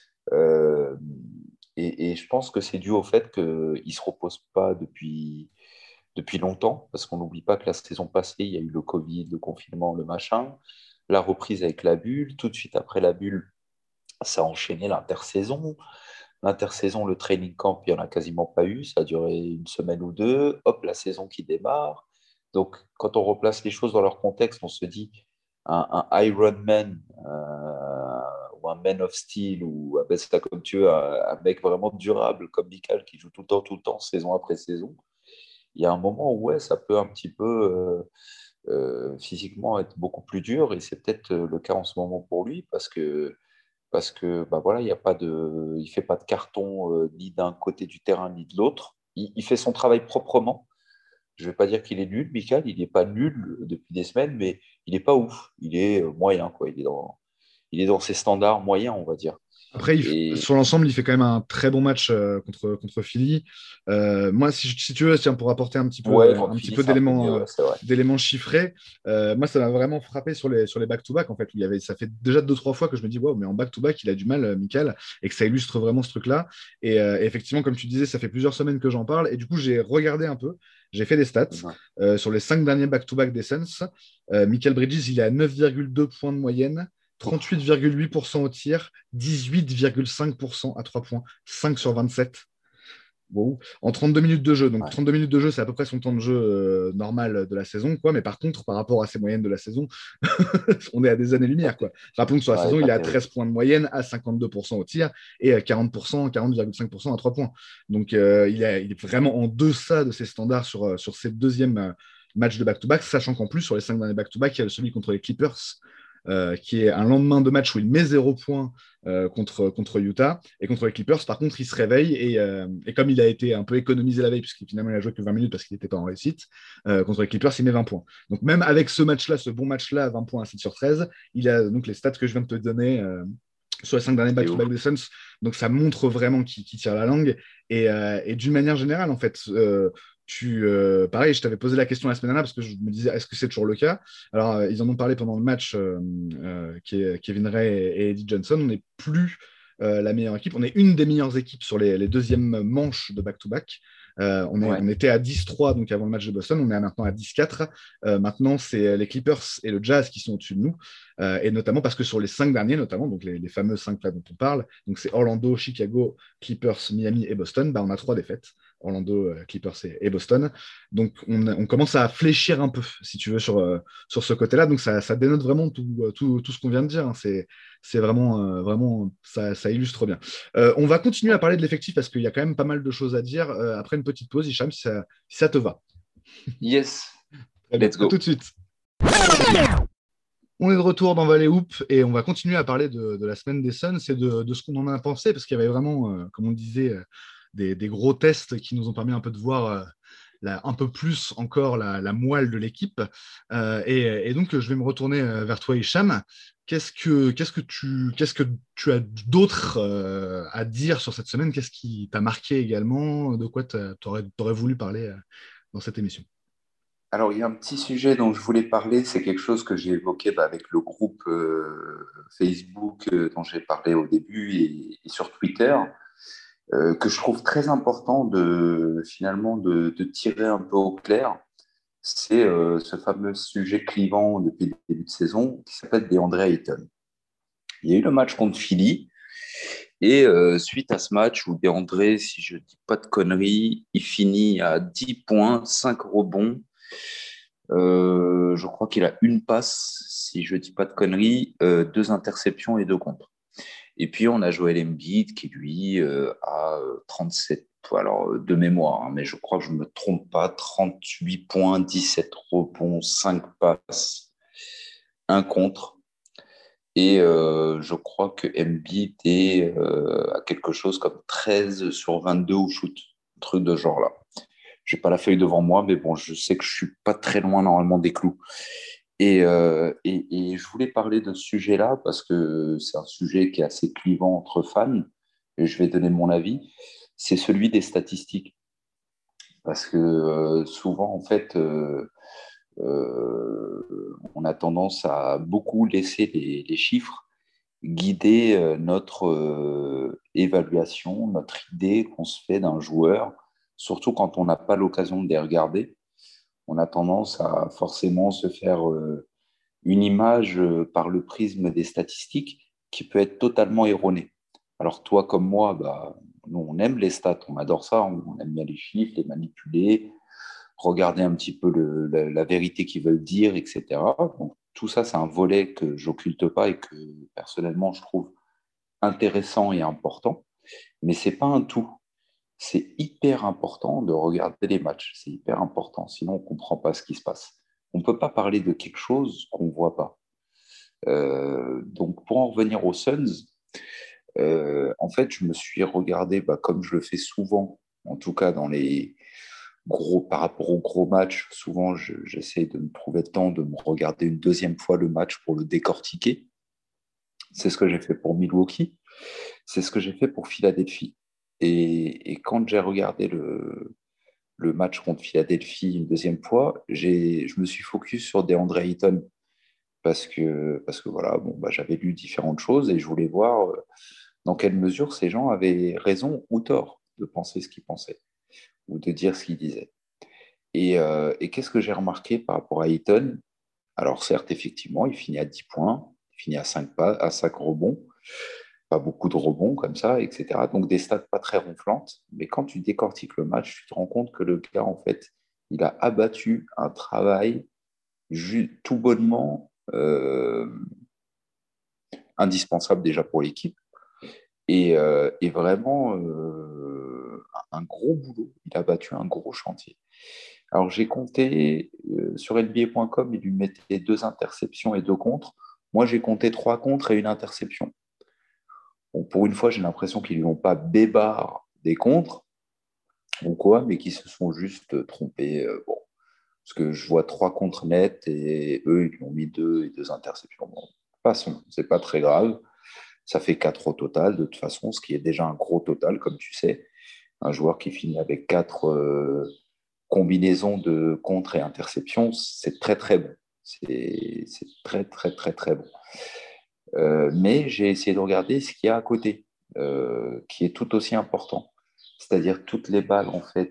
Euh, et, et je pense que c'est dû au fait qu'il ne se repose pas depuis, depuis longtemps, parce qu'on n'oublie pas que la saison passée, il y a eu le Covid, le confinement, le machin, la reprise avec la bulle, tout de suite après la bulle, ça a enchaîné l'intersaison. L'intersaison, le training camp, il n'y en a quasiment pas eu, ça a duré une semaine ou deux, hop, la saison qui démarre. Donc, quand on replace les choses dans leur contexte, on se dit un, un Iron Man, euh, ou un Man of Steel, ou appelle ça comme tu veux, un, un mec vraiment durable comme Mikal qui joue tout le temps, tout le temps, saison après saison. Il y a un moment où ouais, ça peut un petit peu euh, euh, physiquement être beaucoup plus dur, et c'est peut-être le cas en ce moment pour lui parce que parce que bah voilà, il y a pas de, il fait pas de carton euh, ni d'un côté du terrain ni de l'autre. Il, il fait son travail proprement. Je ne vais pas dire qu'il est nul, Mikal, il n'est pas nul depuis des semaines, mais il n'est pas ouf. Il est euh, moyen, quoi. Il est dans, il est dans ses standards moyens, on va dire. Après, il f- Et sur l'ensemble, il fait quand même un très bon match euh, contre, contre Philly. Euh, moi, si, si tu veux, tiens, pour apporter un petit peu, ouais, euh, contre un petit Philly, peu c'est un peu d'éléments, mieux, euh, ouais, c'est vrai. d'éléments chiffrés, euh, moi, ça m'a vraiment frappé sur les, sur les back-to-back. En fait, il y avait, ça fait déjà deux, trois fois que je me dis, wow, mais en back-to-back, il a du mal, euh, Michael, et que ça illustre vraiment ce truc-là. Et euh, effectivement, comme tu disais, ça fait plusieurs semaines que j'en parle. Et du coup, j'ai regardé un peu, j'ai fait des stats Ouais. euh, sur les cinq derniers back-to-back des Suns. Euh, Michael Bridges, il est à neuf virgule deux points de moyenne. trente-huit virgule huit pour cent au tir, dix-huit virgule cinq pour cent à trois points, cinq sur vingt-sept. Wow. En trente-deux minutes de jeu. Donc Ouais. trente-deux minutes de jeu, c'est à peu près son temps de jeu euh, normal de la saison, quoi. Mais par contre, par rapport à ses moyennes de la saison, on est à des années-lumière, quoi. Rappelons que sur la Ouais, saison, il pas est à terrible. treize points de moyenne, à cinquante-deux pour cent au tir et à quarante pour cent, quarante virgule cinq pour cent à trois points. Donc euh, il, est, il, est vraiment en deçà de ses standards sur, euh, sur ses deuxièmes euh, matchs de back-to-back, sachant qu'en plus, sur les cinq derniers back-to-back, il y a celui contre les Clippers, euh, qui est un lendemain de match où il met zéro point euh, contre, contre Utah. Et contre les Clippers, par contre, il se réveille et, euh, et comme il a été un peu économisé la veille, puisqu'il finalement il a joué que vingt minutes parce qu'il n'était pas en réussite, euh, contre les Clippers, il met vingt points. Donc même avec ce match-là, ce bon match-là, vingt points à sept sur treize, il a donc les stats que je viens de te donner. Euh, sur les cinq derniers C'est back-to-back ouf. des Suns. Donc ça montre vraiment qu'il qu tire la langue. Et, euh, et d'une manière générale, en fait, euh, tu, euh, pareil, je t'avais posé la question la semaine dernière parce que je me disais, est-ce que c'est toujours le cas? Alors, euh, ils en ont parlé pendant le match, euh, euh, qui est Kevin Ray et, et Eddie Johnson. On n'est plus euh, la meilleure équipe. On est une des meilleures équipes sur les, les deuxièmes manches de back-to-back. Euh, on, est, Ouais. on était à dix trois donc avant le match de Boston. On est à maintenant à dix quatre. Euh, maintenant, c'est les Clippers et le Jazz qui sont au-dessus de nous. Euh, et notamment parce que sur les cinq derniers, notamment, donc les, les fameux cinq là dont on parle, donc c'est Orlando, Chicago, Clippers, Miami et Boston, bah on a trois défaites. Orlando, euh, Clippers et, et Boston. Donc on, on, commence à fléchir un peu, si tu veux, sur, euh, sur ce côté-là. Donc ça, ça dénote vraiment tout, tout, tout ce qu'on vient de dire. Hein. C'est, c'est vraiment, euh, vraiment ça, ça illustre bien. Euh, on va continuer à parler de l'effectif parce qu'il y a quand même pas mal de choses à dire euh, après une petite pause, Hicham, si ça, si ça te va. Yes, Très bien, let's à tout go. de suite. On est de retour dans Valley Hoop et on va continuer à parler de, de la semaine des Suns et de, de ce qu'on en a pensé parce qu'il y avait vraiment, euh, comme on le disait, euh, des, des gros tests qui nous ont permis un peu de voir euh, la, un peu plus encore la, la moelle de l'équipe. Euh, et, et donc, je vais me retourner euh, vers toi, Hicham. Qu'est-ce que, qu'est-ce que, tu, qu'est-ce que tu as d'autre euh, à dire sur cette semaine? Qu'est-ce qui t'a marqué également? De quoi tu aurais voulu parler euh, dans cette émission? Alors, il y a un petit sujet dont je voulais parler, c'est quelque chose que j'ai évoqué bah, avec le groupe euh, Facebook euh, dont j'ai parlé au début et, et sur Twitter, euh, que je trouve très important de finalement de, de tirer un peu au clair. C'est euh, ce fameux sujet clivant depuis le début de saison qui s'appelle DeAndre Ayton. Il y a eu le match contre Philly et euh, suite à ce match où DeAndre, si je ne dis pas de conneries, il finit à dix points, cinq rebonds, Euh, je crois qu'il a une passe, si je ne dis pas de conneries, euh, deux interceptions et deux contres. Et puis, on a Joel Embiid qui, lui, euh, a trente-sept, alors de mémoire, hein, mais je crois que je ne me trompe pas, trente-huit points, dix-sept rebonds, cinq passes, un contre. Et euh, je crois que Embiid est euh, à quelque chose comme treize sur vingt-deux au shoot, un truc de genre là. Je n'ai pas la feuille devant moi, mais bon, je sais que je ne suis pas très loin normalement des clous. Et, euh, et, et je voulais parler de ce sujet-là parce que c'est un sujet qui est assez clivant entre fans, et je vais donner mon avis. C'est celui des statistiques. Parce que euh, souvent, en fait, euh, euh, on a tendance à beaucoup laisser les, les chiffres guider euh, notre euh, évaluation, notre idée qu'on se fait d'un joueur, surtout quand on n'a pas l'occasion de les regarder. On a tendance à forcément se faire euh, une image euh, par le prisme des statistiques qui peut être totalement erronée. Alors toi comme moi, bah, nous on aime les stats, on adore ça, on aime bien les chiffres, les manipuler, regarder un petit peu le, la, la vérité qu'ils veulent dire, et cetera. Donc, tout ça, c'est un volet que j'occulte pas et que personnellement je trouve intéressant et important, mais c'est pas un tout. C'est hyper important de regarder les matchs, c'est hyper important, sinon on comprend pas ce qui se passe. On peut pas parler de quelque chose qu'on voit pas. Euh, donc pour en revenir aux Suns, euh, en fait, je me suis regardé, bah, comme je le fais souvent, en tout cas dans les gros, par rapport aux gros matchs, souvent je, j'essaie de me trouver le temps de me regarder une deuxième fois le match pour le décortiquer. C'est ce que j'ai fait pour Milwaukee, c'est ce que j'ai fait pour Philadelphie. Et, et quand j'ai regardé le, le match contre Philadelphie une deuxième fois, j'ai, je me suis focus sur DeAndre Ayton parce que, parce que voilà, bon, bah, j'avais lu différentes choses et je voulais voir euh, dans quelle mesure ces gens avaient raison ou tort de penser ce qu'ils pensaient ou de dire ce qu'ils disaient. Et, euh, et qu'est-ce que j'ai remarqué par rapport à Ayton? Alors certes, effectivement, il finit à dix points, il finit à cinq pas, à cinq rebonds, pas beaucoup de rebonds comme ça, et cetera. Donc des stats pas très ronflantes. Mais quand tu décortiques le match, tu te rends compte que le gars, en fait, il a abattu un travail ju- tout bonnement euh, indispensable déjà pour l'équipe et, euh, et vraiment euh, un gros boulot. Il a battu un gros chantier. Alors j'ai compté euh, sur N B A point com, il lui mettait deux interceptions et deux contres. Moi j'ai compté trois contres et une interception. Bon, pour une fois, j'ai l'impression qu'ils ne lui ont pas bébard des contres, ou quoi, mais qu'ils se sont juste trompés. Euh, bon, parce que je vois trois contres nets et eux, ils lui ont mis deux et deux interceptions. Bon, passons, c'est pas très grave. Ça fait quatre au total, de toute façon, ce qui est déjà un gros total, comme tu sais. Un joueur qui finit avec quatre euh, combinaisons de contre et interceptions, c'est très, très bon. C'est c'est très, très, très, très bon. Euh, mais j'ai essayé de regarder ce qu'il y a à côté, euh, qui est tout aussi important. C'est-à-dire toutes les balles, en fait,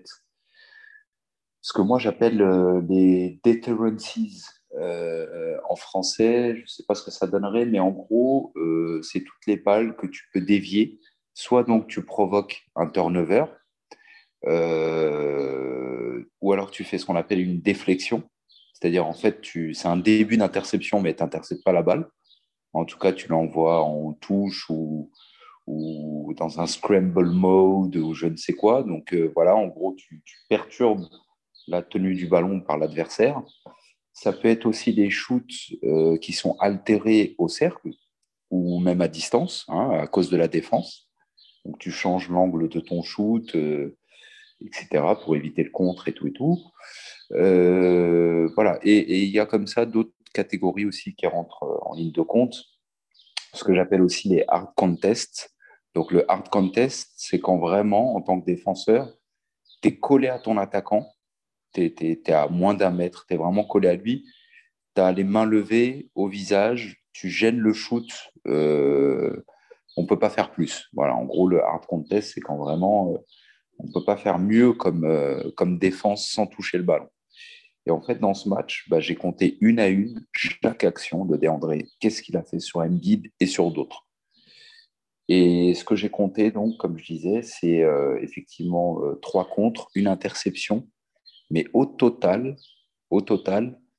ce que moi j'appelle euh, les deterrences euh, en français. Je ne sais pas ce que ça donnerait, mais en gros, euh, c'est toutes les balles que tu peux dévier. Soit donc tu provoques un turnover, euh, ou alors tu fais ce qu'on appelle une déflexion. C'est-à-dire, en fait, tu, c'est un début d'interception, mais tu n'interceptes pas la balle. En tout cas, tu l'envoies en touche ou, ou dans un scramble mode ou je ne sais quoi. Donc euh, voilà, en gros, tu, tu perturbes la tenue du ballon par l'adversaire. Ça peut être aussi des shoots euh, qui sont altérés au cercle ou même à distance, hein, à cause de la défense. Donc tu changes l'angle de ton shoot, euh, et cetera, pour éviter le contre et tout et tout. Euh, voilà. Et il y a comme ça d'autres catégories aussi qui rentrent en ligne de compte, ce que j'appelle aussi les hard contests. Donc le hard contest, c'est quand vraiment, en tant que défenseur, tu es collé à ton attaquant, tu es à moins d'un mètre, tu es vraiment collé à lui, tu as les mains levées au visage, tu gênes le shoot, euh, on ne peut pas faire plus. Voilà, en gros, le hard contest, c'est quand vraiment euh, on ne peut pas faire mieux comme, euh, comme défense sans toucher le ballon. Et en fait, dans ce match, bah, j'ai compté une à une chaque action de DeAndre. Qu'est-ce qu'il a fait sur Embiid et sur d'autres. Et ce que j'ai compté, donc, comme je disais, c'est euh, effectivement euh, trois contres, une interception. Mais au total, au total,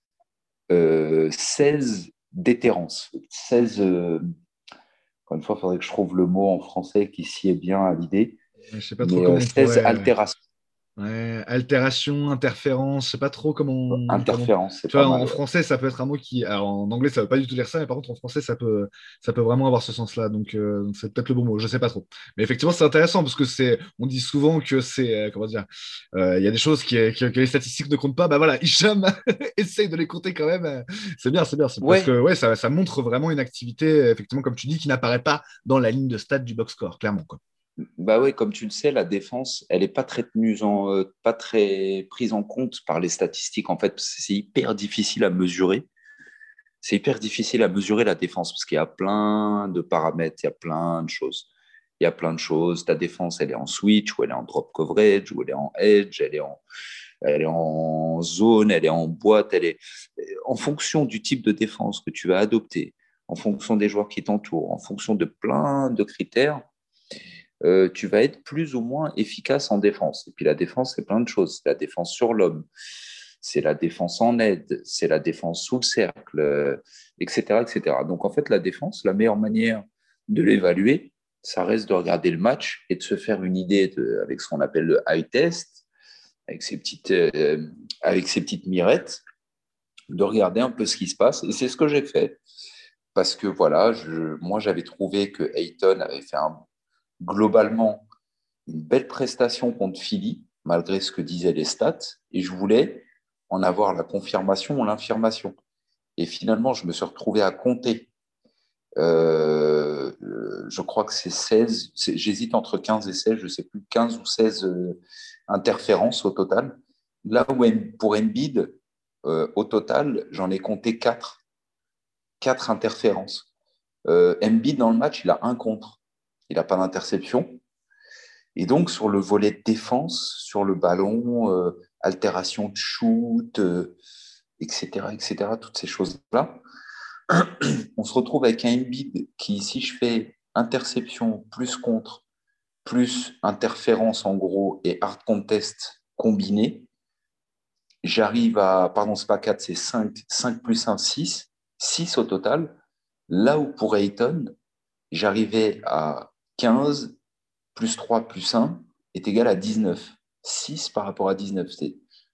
euh, seize déterrence. seize, euh, encore une fois, il faudrait que je trouve le mot en français qui sied bien à l'idée, Je sais pas trop mais euh, comment on seize pourrait. altérations. Ouais, altération, interférence, je sais pas trop comment, comment. Interférence, c'est Tu pas vois, mal. en Ouais. français, ça peut être un mot qui. Alors, en anglais, ça veut pas du tout dire ça, mais par contre, en français, ça peut, ça peut vraiment avoir ce sens-là. Donc, euh, donc c'est peut-être le bon mot, je sais pas trop. Mais effectivement, c'est intéressant parce que c'est. On dit souvent que c'est. euh, comment dire. euh, Il y a des choses qui, que, que les statistiques ne comptent pas. Bah voilà, Hicham essaye de les compter quand même. euh, C'est bien, c'est bien. C'est parce que Ouais, ouais, ça, ça montre vraiment une activité, effectivement, comme tu dis, qui n'apparaît pas dans la ligne de stats du box score, clairement, quoi. bah ouais, comme tu le sais, la défense, elle n'est pas très tenue en, euh, pas très prise en compte par les statistiques. En fait, c'est hyper difficile à mesurer. C'est hyper difficile à mesurer la défense parce qu'il y a plein de paramètres, il y a plein de choses. Il y a plein de choses. Ta défense, elle est en switch, ou elle est en drop coverage, ou elle est en edge, elle est en, elle est en zone, elle est en boîte. Elle est en fonction du type de défense que tu vas adopter, en fonction des joueurs qui t'entourent, en fonction de plein de critères. Euh, tu vas être plus ou moins efficace en défense. Et puis la défense, c'est plein de choses. C'est la défense sur l'homme, c'est la défense en aide, c'est la défense sous le cercle, euh, et cetera, et cetera. Donc en fait, la défense, la meilleure manière de l'évaluer, ça reste de regarder le match et de se faire une idée de, avec ce qu'on appelle le eye test, avec ces petites, euh, avec ces petites mirettes, de regarder un peu ce qui se passe. Et c'est ce que j'ai fait. Parce que voilà, je, moi j'avais trouvé que Ayton avait fait un, globalement une belle prestation contre Philly, malgré ce que disaient les stats, et je voulais en avoir la confirmation ou l'infirmation. Et finalement, je me suis retrouvé à compter. Euh, je crois que c'est seize, c'est, j'hésite entre quinze et seize, je ne sais plus, quinze ou seize euh, interférences au total. Là où pour Embiid, euh, au total, j'en ai compté quatre, quatre interférences. Euh, Embiid, dans le match, il a un contre. Il n'a pas d'interception. Et donc, sur le volet de défense, sur le ballon, euh, altération de shoot, euh, et cetera, et cetera, toutes ces choses-là, on se retrouve avec un Embiid qui, si je fais interception plus contre, plus interférence en gros et hard contest combiné, j'arrive à, pardon, c'est pas quatre, c'est cinq, cinq plus un, six, six au total. Là où pour Ayton, j'arrivais à quinze, plus trois, plus un est égal à dix-neuf. six par rapport à dix-neuf. C'est,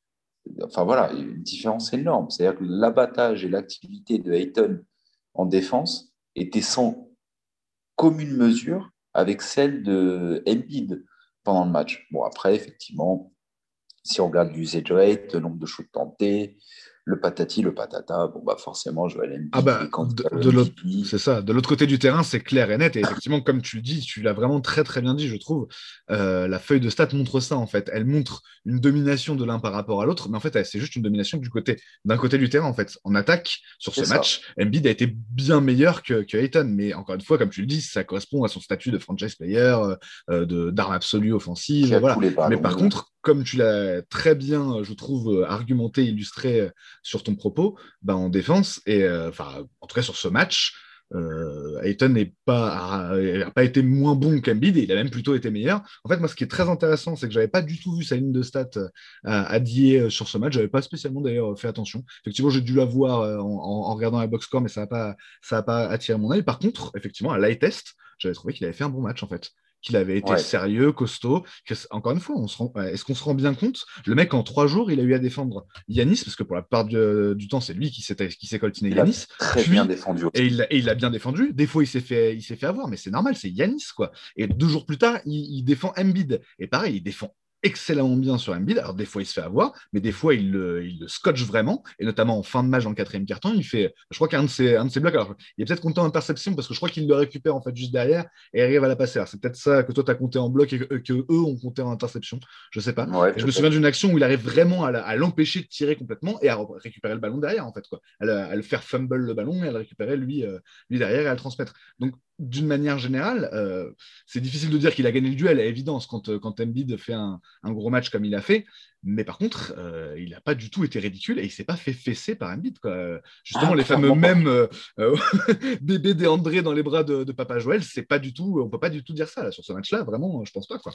enfin voilà, une différence énorme. C'est-à-dire que l'abattage et l'activité de Ayton en défense étaient sans commune mesure avec celle de Embiid pendant le match. Bon, après, effectivement, si on regarde l'usage rate, le nombre de shoots tentés, le patati, le patata, bon, bah forcément, Joel Ah Embiid, il est bah, de, candidat au de l'autre, M V P. c'est ça. De l'autre côté du terrain, c'est clair et net. Et effectivement, comme tu le dis, tu l'as vraiment très très bien dit, je trouve. Euh, la feuille de stats montre ça en fait. Elle montre une domination de l'un par rapport à l'autre, mais en fait, elle- c'est juste une domination du côté d'un côté du terrain en fait. En attaque, sur C'est ce ça. match, Embiid a été bien meilleur que, que Ayton. Mais encore une fois, comme tu le dis, ça correspond à son statut de franchise player, euh, de d'arme absolue Qui offensive, a tous voilà. les Mais par ballons. contre, comme tu l'as très bien, je trouve, argumenté, illustré euh, sur ton propos bah, en défense. Et euh, enfin, en tout cas sur ce match, euh, Ayton n'est pas, a, a pas été moins bon qu'Embiid et il a même plutôt été meilleur. En fait, moi, ce qui est très intéressant, c'est que j'avais pas du tout vu sa ligne de stats euh, à Dier sur ce match. J'avais pas spécialement d'ailleurs fait attention. Effectivement, j'ai dû la voir euh, en, en, regardant la box score, mais ça n'a pas, ça a pas attiré mon œil. Par contre, effectivement, à l'eye test, j'avais trouvé qu'il avait fait un bon match en fait, qu'il avait été Ouais. sérieux, costaud. Que, encore une fois, on se rend, est-ce qu'on se rend bien compte? Le mec, en trois jours, il a eu à défendre Yanis, parce que pour la plupart du, du temps, c'est lui qui s'est, qui s'est coltiné Il a Yanis. très bien Puis, défendu et aussi. il, et il a bien défendu. Des fois, il s'est fait, il s'est fait avoir, mais c'est normal, c'est Yanis, quoi. Et deux jours plus tard, il, il défend Embiid. Et pareil, il défend excellemment bien sur Embiid. Alors, des fois, il se fait avoir, mais des fois, il le, il le scotche vraiment. Et notamment en fin de match, dans le quatrième carton, il fait, je crois qu'un de ses, un de ses blocs, alors, il est peut-être compté en interception parce que je crois qu'il le récupère en fait juste derrière et arrive à la passer. Alors, c'est peut-être ça que toi, tu as compté en bloc et que, que, eux ont compté en interception. Je sais pas. Ouais, Et je me souviens peut-être. d'une action où il arrive vraiment à, la, à l'empêcher de tirer complètement et à récupérer le ballon derrière, en fait, quoi. À, le, à le faire fumble le ballon et à le récupérer lui, euh, lui derrière et à le transmettre. Donc, d'une manière générale, euh, c'est difficile de dire qu'il a gagné le duel à évidence quand, euh, quand Embiid fait un, un gros match comme il a fait. Mais par contre, euh, il n'a pas du tout été ridicule et il ne s'est pas fait fesser par Embiid, quoi. Justement, Ah, les fameux clairement pas. mêmes euh, euh, bébé d'André dans les bras de, de Papa Joël, c'est pas du tout, on peut pas du tout dire ça là, sur ce match-là. Vraiment, je pense pas, quoi.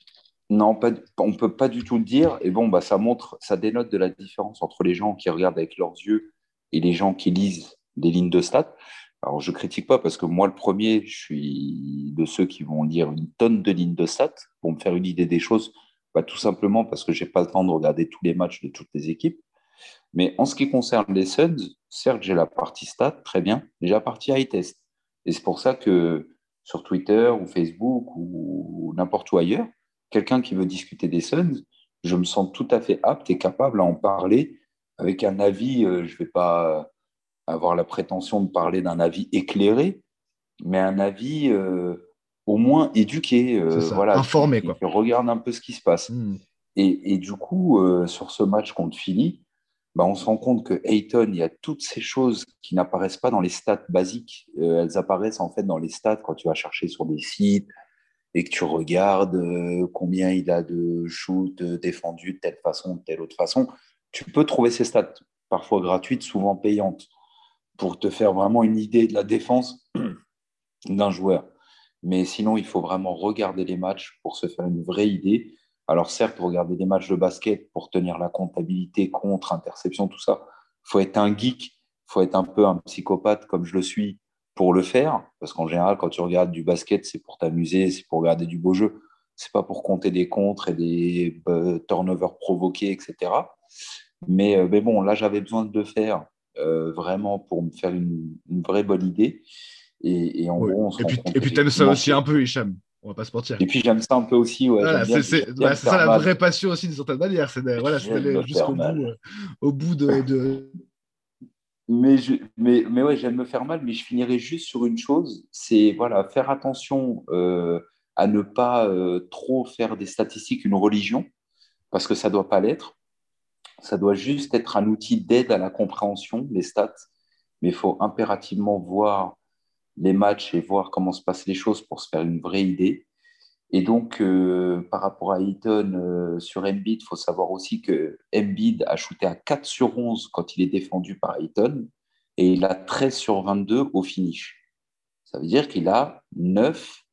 Non, pas, on ne peut pas du tout le dire. Et bon, bah, ça montre, ça dénote de la différence entre les gens qui regardent avec leurs yeux et les gens qui lisent des lignes de stats. Alors, je ne critique pas parce que moi, le premier, je suis de ceux qui vont lire une tonne de lignes de stats pour me faire une idée des choses, bah, tout simplement parce que je n'ai pas le temps de regarder tous les matchs de toutes les équipes. Mais en ce qui concerne les Suns, certes, j'ai la partie stats, très bien, mais j'ai la partie eye test. Et c'est pour ça que sur Twitter ou Facebook ou n'importe où ailleurs, quelqu'un qui veut discuter des Suns, je me sens tout à fait apte et capable à en parler avec un avis. Euh, je ne vais pas avoir la prétention de parler d'un avis éclairé, mais un avis euh, au moins éduqué, C'est euh, ça, voilà, informé, qui, quoi. qui regarde un peu ce qui se passe. Mm. Et, et du coup, euh, sur ce match contre Philly, bah, on se rend compte que Ayton, il y a toutes ces choses qui n'apparaissent pas dans les stats basiques. Euh, elles apparaissent en fait dans les stats quand tu vas chercher sur des sites et que tu regardes euh, combien il a de shoots euh, défendus de telle façon, de telle autre façon. Tu peux trouver ces stats, parfois gratuites, souvent payantes, pour te faire vraiment une idée de la défense d'un joueur. Mais sinon, il faut vraiment regarder les matchs pour se faire une vraie idée. Alors certes, regarder des matchs de basket pour tenir la comptabilité, contre, interception, tout ça, il faut être un geek, il faut être un peu un psychopathe comme je le suis pour le faire. Parce qu'en général, quand tu regardes du basket, c'est pour t'amuser, c'est pour regarder du beau jeu. C'est pas pour compter des contres et des euh, turnovers provoqués, et cetera. Mais, euh, mais bon, là, j'avais besoin de le faire euh, vraiment pour me faire une, une vraie bonne idée. Et, et en Oui. gros, on se Et rend puis, compte et puis t'aimes ça effectivement aussi que... un peu, Hicham. On va pas se mentir. Et puis j'aime ça un peu aussi, ouais, Voilà, j'aime bien, c'est j'aime c'est- bien bah, me c'est ça faire la mal. vraie passion aussi d'une certaine manière. C'est de- voilà, c'est J'aime d'aller me faire jusqu'au bout, mal. euh, au bout de, de... Mais, je, mais, mais ouais, j'aime me faire mal, mais je finirai juste sur une chose, c'est voilà, faire attention euh, à ne pas euh, trop faire des statistiques une religion, parce que ça ne doit pas l'être. Ça doit juste être un outil d'aide à la compréhension des stats, mais il faut impérativement voir les matchs et voir comment se passent les choses pour se faire une vraie idée. Et donc, euh, par rapport à Ayton euh, sur Embiid, il faut savoir aussi que Embiid a shooté à quatre sur onze quand il est défendu par Ayton et il a treize sur vingt-deux au finish. Ça veut dire qu'il a neuf,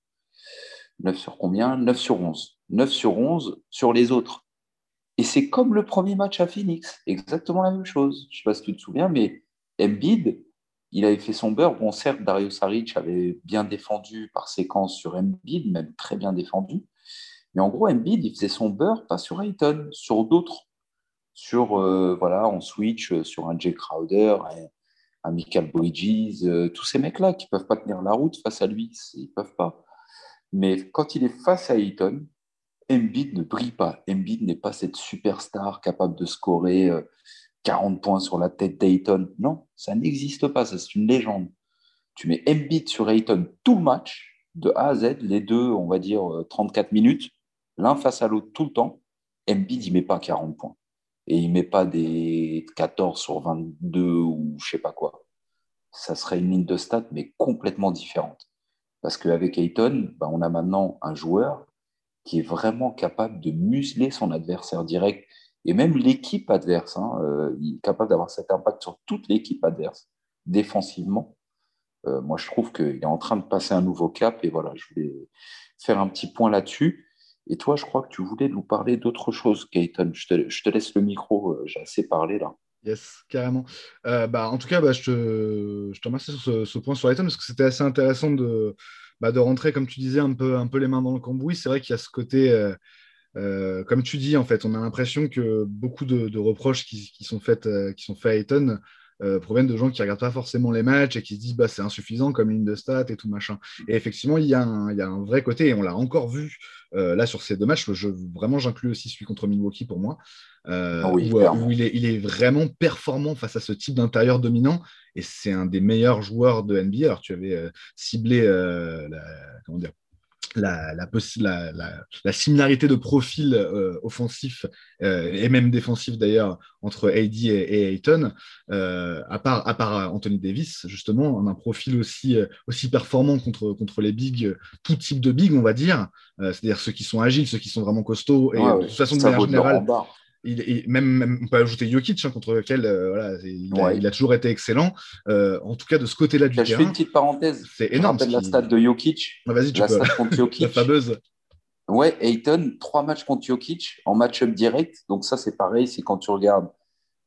neuf sur combien? neuf sur onze. neuf sur onze sur les autres. Et c'est comme le premier match à Phoenix, exactement la même chose. Je ne sais pas si tu te souviens, mais Embiid, il avait fait son beurre. Bon, certes, Dario Saric avait bien défendu par séquence sur Embiid, même très bien défendu. Mais en gros, Embiid, il faisait son beurre pas sur Ayton, sur d'autres. Sur, euh, voilà, on switch euh, sur un Jay Crowder, un, un Michael Bridges, euh, tous ces mecs-là qui ne peuvent pas tenir la route face à lui. Ils ne peuvent pas. Mais quand il est face à Ayton, Embiid ne brille pas. Embiid n'est pas cette superstar capable de scorer euh, quarante points sur la tête d'Ayton. Non, ça n'existe pas. Ça, c'est une légende. Tu mets Embiid sur Ayton tout le match, de A à Z, les deux, on va dire, euh, trente-quatre minutes, l'un face à l'autre tout le temps. Embiid, il ne met pas quarante points. Et il ne met pas des quatorze sur vingt-deux ou je ne sais pas quoi. Ça serait une ligne de stats, mais complètement différente. Parce qu'avec Ayton, bah, on a maintenant un joueur qui est vraiment capable de museler son adversaire direct et même l'équipe adverse. Hein, euh, il est capable d'avoir cet impact sur toute l'équipe adverse défensivement. Euh, moi, je trouve qu'il est en train de passer un nouveau cap et voilà, je voulais faire un petit point là-dessus. Et toi, je crois que tu voulais nous parler d'autre chose, Gaëtan. Je te, je te laisse le micro, euh, j'ai assez parlé là. Yes, carrément. Euh, bah, en tout cas, bah, je te, je te remercie sur ce, ce point sur Ayton parce que c'était assez intéressant de, bah, de rentrer, comme tu disais, un peu, un peu les mains dans le cambouis. C'est vrai qu'il y a ce côté, euh, euh, comme tu dis, en fait, on a l'impression que beaucoup de, de reproches qui, qui sont faites, euh, qui sont faits à Ayton euh, proviennent de gens qui ne regardent pas forcément les matchs et qui se disent bah, c'est insuffisant comme ligne de stats et tout machin. Et effectivement, il y a un, il y a un vrai côté, et on l'a encore vu euh, là sur ces deux matchs. Je, vraiment, j'inclus aussi celui contre Milwaukee pour moi. Euh, Oui, où, euh, où clairement. il, est, il est vraiment performant face à ce type d'intérieur dominant et c'est un des meilleurs joueurs de N B A. Alors tu avais euh, ciblé euh, la, comment dire, la, la, la, la, la similarité de profil euh, offensif euh, et même défensif d'ailleurs entre A D et, et Ayton, euh, à, part, à part Anthony Davis, justement, on a un profil aussi, euh, aussi performant contre, contre les bigs, tout type de bigs, on va dire, euh, c'est-à-dire ceux qui sont agiles, ceux qui sont vraiment costauds, et Ouais, de ouais. toute façon, de Ça manière vaut de l'or en générale, barre. il, il, même, même, on peut ajouter Jokic, hein, contre lequel euh, voilà, il, a, Ouais. il a toujours été excellent. Euh, en tout cas, de ce côté-là du Je fais une terrain, petite parenthèse. c'est Je énorme ce rappelle la stat qui. de Jokic. Ah, vas-y, tu La peux. stat contre La Jokic. fameuse. Ouais, Ayton, trois matchs contre Jokic en match-up direct. Donc ça, c'est pareil. C'est quand tu regardes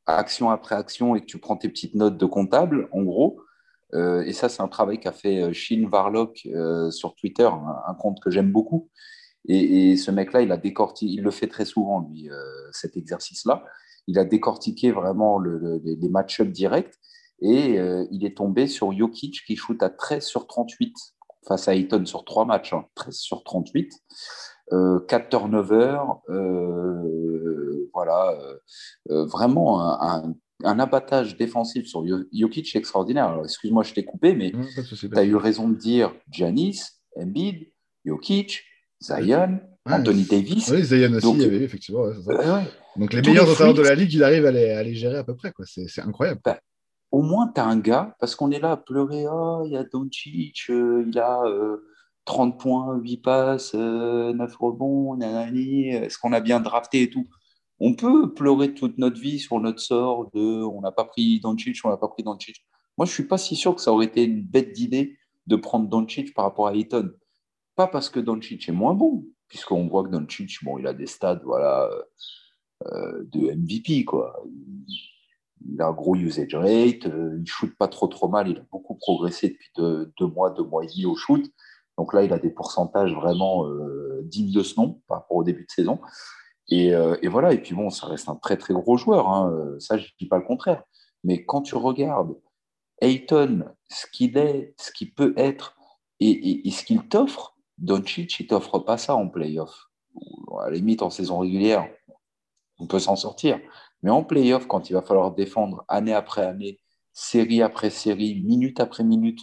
action après action et que tu prends tes petites notes de comptable, en gros. Euh, et ça, c'est un travail qu'a fait Shane Warlock euh, sur Twitter, un, un compte que j'aime beaucoup. Et, et ce mec-là, il a décortiqué, il le fait très souvent, lui, euh, cet exercice-là. Il a décortiqué vraiment le, le, les match-ups directs et euh, il est tombé sur Jokic qui shoot à treize sur trente-huit face à Ayton sur trois matchs, hein, treize sur trente-huit, euh, quatre turnovers, euh, voilà, euh, euh, vraiment un, un, un abattage défensif sur Jokic extraordinaire. Alors, excuse-moi, je t'ai coupé, mais Non, pas de souci, pas tu de as eu souci. raison de dire Giannis, Embiid, Jokic, Ouais. Zion, Ouais, Anthony Davis. oui, Zion aussi, il y Donc, avait eu, effectivement, ouais, c'est ça. euh, ouais, Donc les tous meilleurs les auteurs de freaks, la ligue, il arrive à les, à les gérer à peu près, quoi. C'est, c'est incroyable, quoi. bah, au moins, tu as un gars, parce qu'on est là à pleurer, oh, il y a Doncic, euh, il a euh, trente points, huit passes, euh, neuf rebonds, nanani, est-ce qu'on a bien drafté et tout. On peut pleurer toute notre vie sur notre sort de on n'a pas pris Doncic, on n'a pas pris Doncic. Moi, je suis pas si sûr que ça aurait été une bête d'idée de prendre Doncic par rapport à Ayton. Pas parce que Doncic est moins bon, puisqu'on voit que Doncic, bon, il a des stats, voilà, euh, de M V P, quoi. Il, il a un gros usage rate, euh, il shoot pas trop trop mal, il a beaucoup progressé depuis deux, deux mois, deux mois et demi au shoot. Donc là, il a des pourcentages vraiment euh, dignes de ce nom par rapport au début de saison. Et, euh, et voilà, et puis bon, ça reste un très très gros joueur, hein. Ça, je ne dis pas le contraire. Mais quand tu regardes Ayton, ce qu'il est, ce qu'il peut être et, et, et ce qu'il t'offre, Doncic, il ne t'offre pas ça en playoff. À la limite, en saison régulière, on peut s'en sortir. Mais en playoff, quand il va falloir défendre année après année, série après série, minute après minute,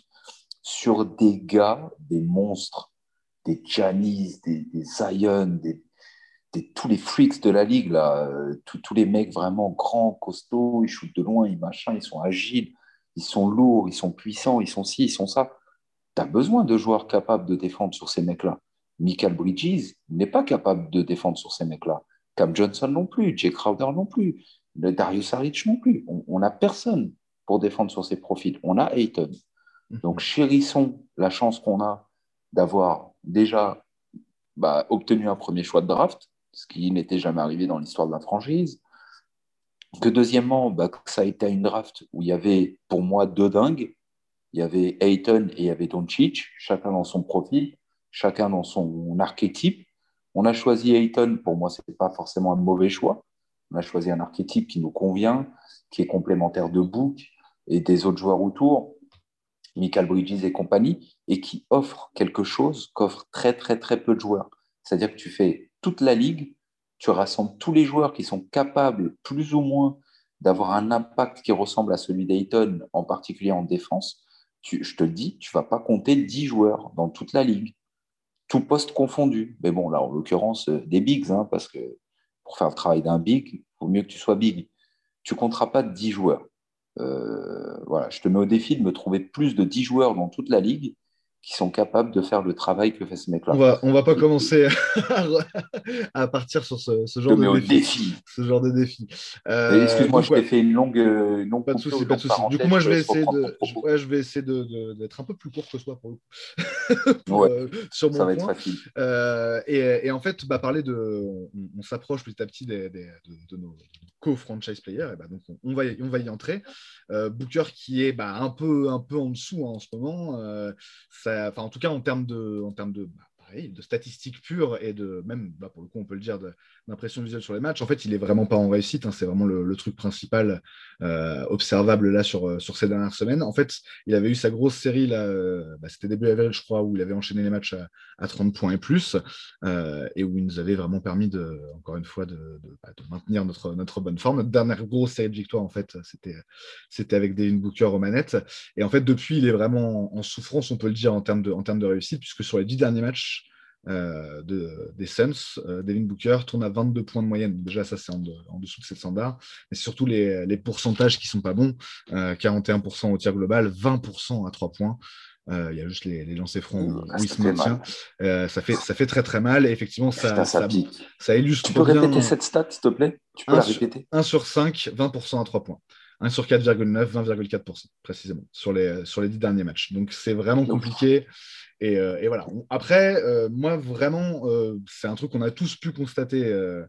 sur des gars, des monstres, des Giannis, des, des Zion, des, des, tous les freaks de la ligue, là, euh, tous, tous les mecs vraiment grands, costauds, ils shootent de loin, ils machin, ils sont agiles, ils sont lourds, ils sont puissants, ils sont ci, ils sont ça. Tu as besoin de joueurs capables de défendre sur ces mecs-là. Michael Bridges n'est pas capable de défendre sur ces mecs-là. Cam Johnson non plus, Jay Crowder non plus, Darius Saric non plus. On n'a personne pour défendre sur ces profils. On a Ayton. Donc chérissons la chance qu'on a d'avoir déjà bah, obtenu un premier choix de draft, ce qui n'était jamais arrivé dans l'histoire de la franchise. Que deuxièmement, bah, que ça a été une draft où il y avait pour moi deux dingues. Il y avait Ayton et il y avait Doncic, chacun dans son profil, chacun dans son archétype. On a choisi Ayton, pour moi, ce n'est pas forcément un mauvais choix. On a choisi un archétype qui nous convient, qui est complémentaire de Book et des autres joueurs autour, Michael Bridges et compagnie, et qui offre quelque chose qu'offrent très, très, très peu de joueurs. C'est-à-dire que tu fais toute la ligue, tu rassembles tous les joueurs qui sont capables, plus ou moins, d'avoir un impact qui ressemble à celui d'Ayton, en particulier en défense. Tu, je te le dis, tu ne vas pas compter dix joueurs dans toute la ligue, tout poste confondu. Mais bon, là, en l'occurrence, des bigs, hein, parce que pour faire le travail d'un big, il vaut mieux que tu sois big. Tu ne compteras pas dix joueurs. Euh, voilà, je te mets au défi de me trouver plus de dix joueurs dans toute la ligue qui sont capables de faire le travail que fait ce On mec-là. va, on va pas Et, commencer à, à partir sur ce, ce je te genre de mets au défi. défi. Ce genre de défi. Et Euh, excuse-moi, donc, je t'ai ouais. fait une longue, une longue Pas de coupure, souci, une pas de longue souci. Du coup, parenthèse. moi, Je je te vais laisse essayer reprendre ton de, je, propos. ouais, je vais essayer de, de- d'être un peu plus court que toi pour, le coup, pour, Ouais, euh, sur ça mon va être point. facile. Euh, et, et en fait, bah, parler de, on, on s'approche petit à petit des, des- de, de nos co-franchise players. Et bah, donc, on, on va y, on va y entrer. Euh, Booker qui est bah, un peu, un peu en dessous hein, en ce moment. Euh, ça, enfin, en tout cas, en termes de, en termes de bah, pareil, de statistiques pures et de même, bah, pour le coup, on peut le dire, de, d'impression visuelle sur les matchs. En fait, il est vraiment pas en réussite. Hein, c'est vraiment le, le truc principal euh, observable là sur, sur ces dernières semaines. En fait, il avait eu sa grosse série là, euh, bah, c'était début avril, je crois, où il avait enchaîné les matchs à, à trente points et plus, euh, et où il nous avait vraiment permis de, encore une fois, de, de, bah, de maintenir notre, notre bonne forme. Notre dernière grosse série de victoires, en fait, c'était, c'était avec Devin Booker aux manettes. Et en fait, depuis, il est vraiment en, en souffrance, on peut le dire, en termes de, en termes de réussite, puisque sur les dix derniers matchs, euh, de, des Suns, euh, Devin Booker tourne à vingt-deux points de moyenne. Déjà, ça, c'est en, de, en dessous de ses standards. Mais c'est surtout les, les pourcentages qui sont pas bons. Euh, quarante et un pour cent au tir global, vingt pour cent à trois points. Euh, il y a juste les, les lancers francs où, Ah, où il ça se fait maintient. mal. Euh, ça, fait, ça fait très très mal. Et effectivement, ça, Putain, ça ça, pique. ça Tu illustre peux répéter bien cette stat, s'il te plaît? Tu peux un la sur, répéter? un sur cinq, vingt pour cent à trois points. un sur quatre virgule neuf, vingt virgule quatre pour cent précisément sur les, sur les dix derniers matchs. Donc c'est vraiment Donc, compliqué. Et, euh, et voilà. Après, euh, moi, vraiment, euh, c'est un truc qu'on a tous pu constater euh,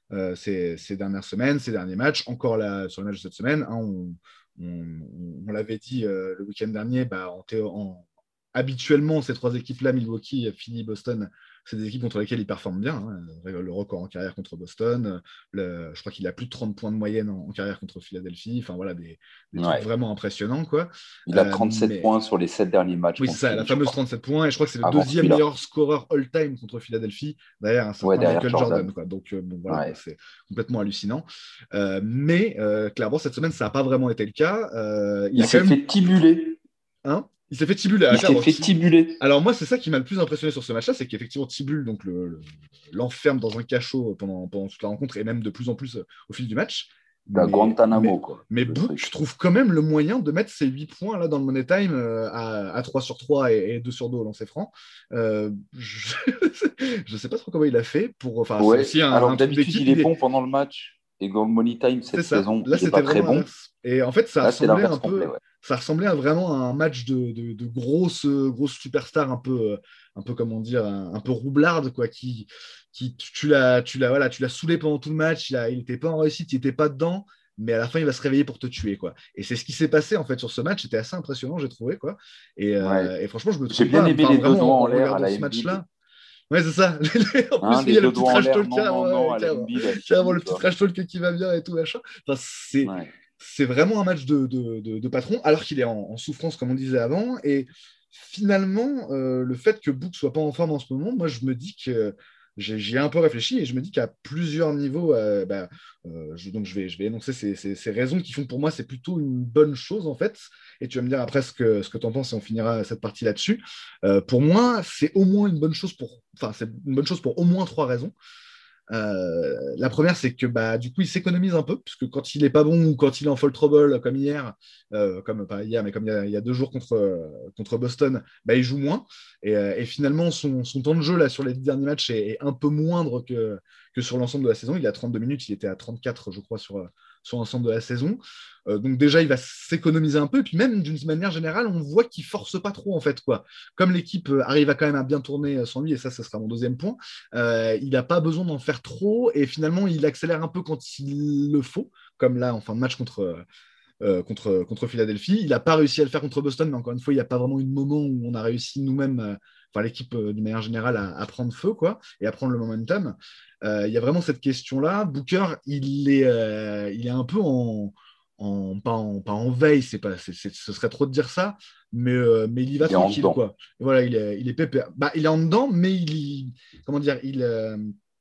euh, ces, ces dernières semaines, ces derniers matchs. Encore là, sur le match de cette semaine, hein, on, on, on l'avait dit euh, le week-end dernier, bah, en, théo- en, habituellement, ces trois équipes-là, Milwaukee, Philly, Boston, c'est des équipes contre lesquelles il performe bien. Hein. Le record en carrière contre Boston, le, je crois qu'il a plus de trente points de moyenne en, en carrière contre Philadelphie. Enfin voilà, des, des trucs Ouais. vraiment impressionnants, quoi. Il a Euh, trente-sept mais... points sur les sept derniers matchs Oui, contre c'est ça, la Philly, je fameuse crois. trente-sept points. Et je crois que c'est le Avant deuxième celui-là. meilleur scoreur all-time contre Philadelphie, derrière un certain Ouais, derrière Michael Jordan. Jordan. Quoi. Donc, euh, bon, voilà, Ouais. quoi, c'est complètement hallucinant. Euh, mais euh, clairement, cette semaine, ça n'a pas vraiment été le cas. Euh, il Il a s'est quand même... fait tibuler. Hein il s'est fait tibuler. Il s'est fait Ti- tibuler. Alors moi, c'est ça qui m'a le plus impressionné sur ce match-là, c'est qu'effectivement Tibul donc le, le- l'enferme dans un cachot pendant, pendant toute la rencontre et même de plus en plus euh, au fil du match. La Mais, Guantanamo, mais, quoi. mais le Book truc. trouve quand même le moyen de mettre ces huit points là dans le Money Time euh, à, à trois sur trois et, et deux sur deux au lancer franc. Euh, je ne sais pas trop comment il a fait pour. Enfin, c'est Ouais. aussi un, Alors un truc d'habitude, d'équipe. il est il est- bon pendant le match. Et Go Money Time, C'est cette ça. saison, Là, il n'est pas c'était très vraiment bon. l'inverse. Et en fait, ça Là, c'est ressemblait l'inverse un peu. complet, ouais. Ça ressemblait à vraiment à un match de, de, de grosses, grosses superstars un peu, un peu comment dire, un, un peu roublarde, quoi, qui, qui tu l'as, tu l'as, voilà, tu l'as saoulé pendant tout le match, il a, il n'était pas en réussite, il n'était pas dedans, mais à la fin, il va se réveiller pour te tuer, quoi. Et c'est ce qui s'est passé, en fait, sur ce match, c'était assez impressionnant, j'ai trouvé, quoi. Et, Ouais. euh, et franchement, je me J'ai trompe bien pas, aimé enfin, les deux doigts vraiment, en en l'air à regardant la ce Embiid. match-là. Ouais, c'est ça. En Hein, plus, il les y a le deux petit doigts en trash l'air, talk, non, carrément, non, non, ouais, à carrément. l'Embiid, à Carrément, Philly, le tu petit vois. trash talk qui va bien et tout, machin. Enfin, c'est, Ouais. c'est vraiment un match de, de, de, de patron, alors qu'il est en, en souffrance, comme on disait avant. Et finalement, euh, le fait que Book soit pas en forme en ce moment, moi, je me dis que j'ai, j'y ai un peu réfléchi et je me dis qu'à plusieurs niveaux, euh, bah, euh, je, donc je vais, je vais énoncer ces, ces, ces raisons qui font que pour moi, c'est plutôt une bonne chose, en fait. Et tu vas me dire après ce que, ce que tu en penses et on finira cette partie là-dessus. Euh, pour moi, c'est au moins une bonne chose pour, enfin, c'est une bonne chose pour au moins trois raisons. Euh, la première, c'est que bah, du coup, il s'économise un peu, puisque quand il est pas bon ou quand il est en fall trouble, comme hier, euh, comme pas hier, mais comme il y a, il y a deux jours contre, euh, contre Boston, bah, il joue moins. Et, euh, et finalement, son, son, temps de jeu là, sur les dix derniers matchs est, est un peu moindre que, que sur l'ensemble de la saison. Il a trente-deux minutes, il était à trente-quatre, je crois, sur, sur l'ensemble de la saison. Euh, donc déjà, il va s'économiser un peu. Et puis même, d'une manière générale, on voit qu'il force pas trop, en fait, quoi. Comme l'équipe arrive à quand même à bien tourner sans lui, et ça, ce sera mon deuxième point, euh, il n'a pas besoin d'en faire trop. Et finalement, il accélère un peu quand il le faut, comme là, en fin de match contre... Euh, contre, contre Philadelphie. Il n'a pas réussi à le faire contre Boston, mais encore une fois, il n'y a pas vraiment eu de moment où on a réussi nous-mêmes, euh, enfin l'équipe euh, d'une manière générale, à, à prendre feu, quoi, et à prendre le momentum. Euh, il y a vraiment cette question-là. Booker, il est, euh, il est un peu en, en, pas, en pas en veille, c'est pas, c'est, c'est, ce serait trop de dire ça, mais, euh, mais il y va Il est en tranquille, dedans. quoi. Et voilà, il est, il est pépère. Bah, il est en dedans, mais il, il comment dire, il euh,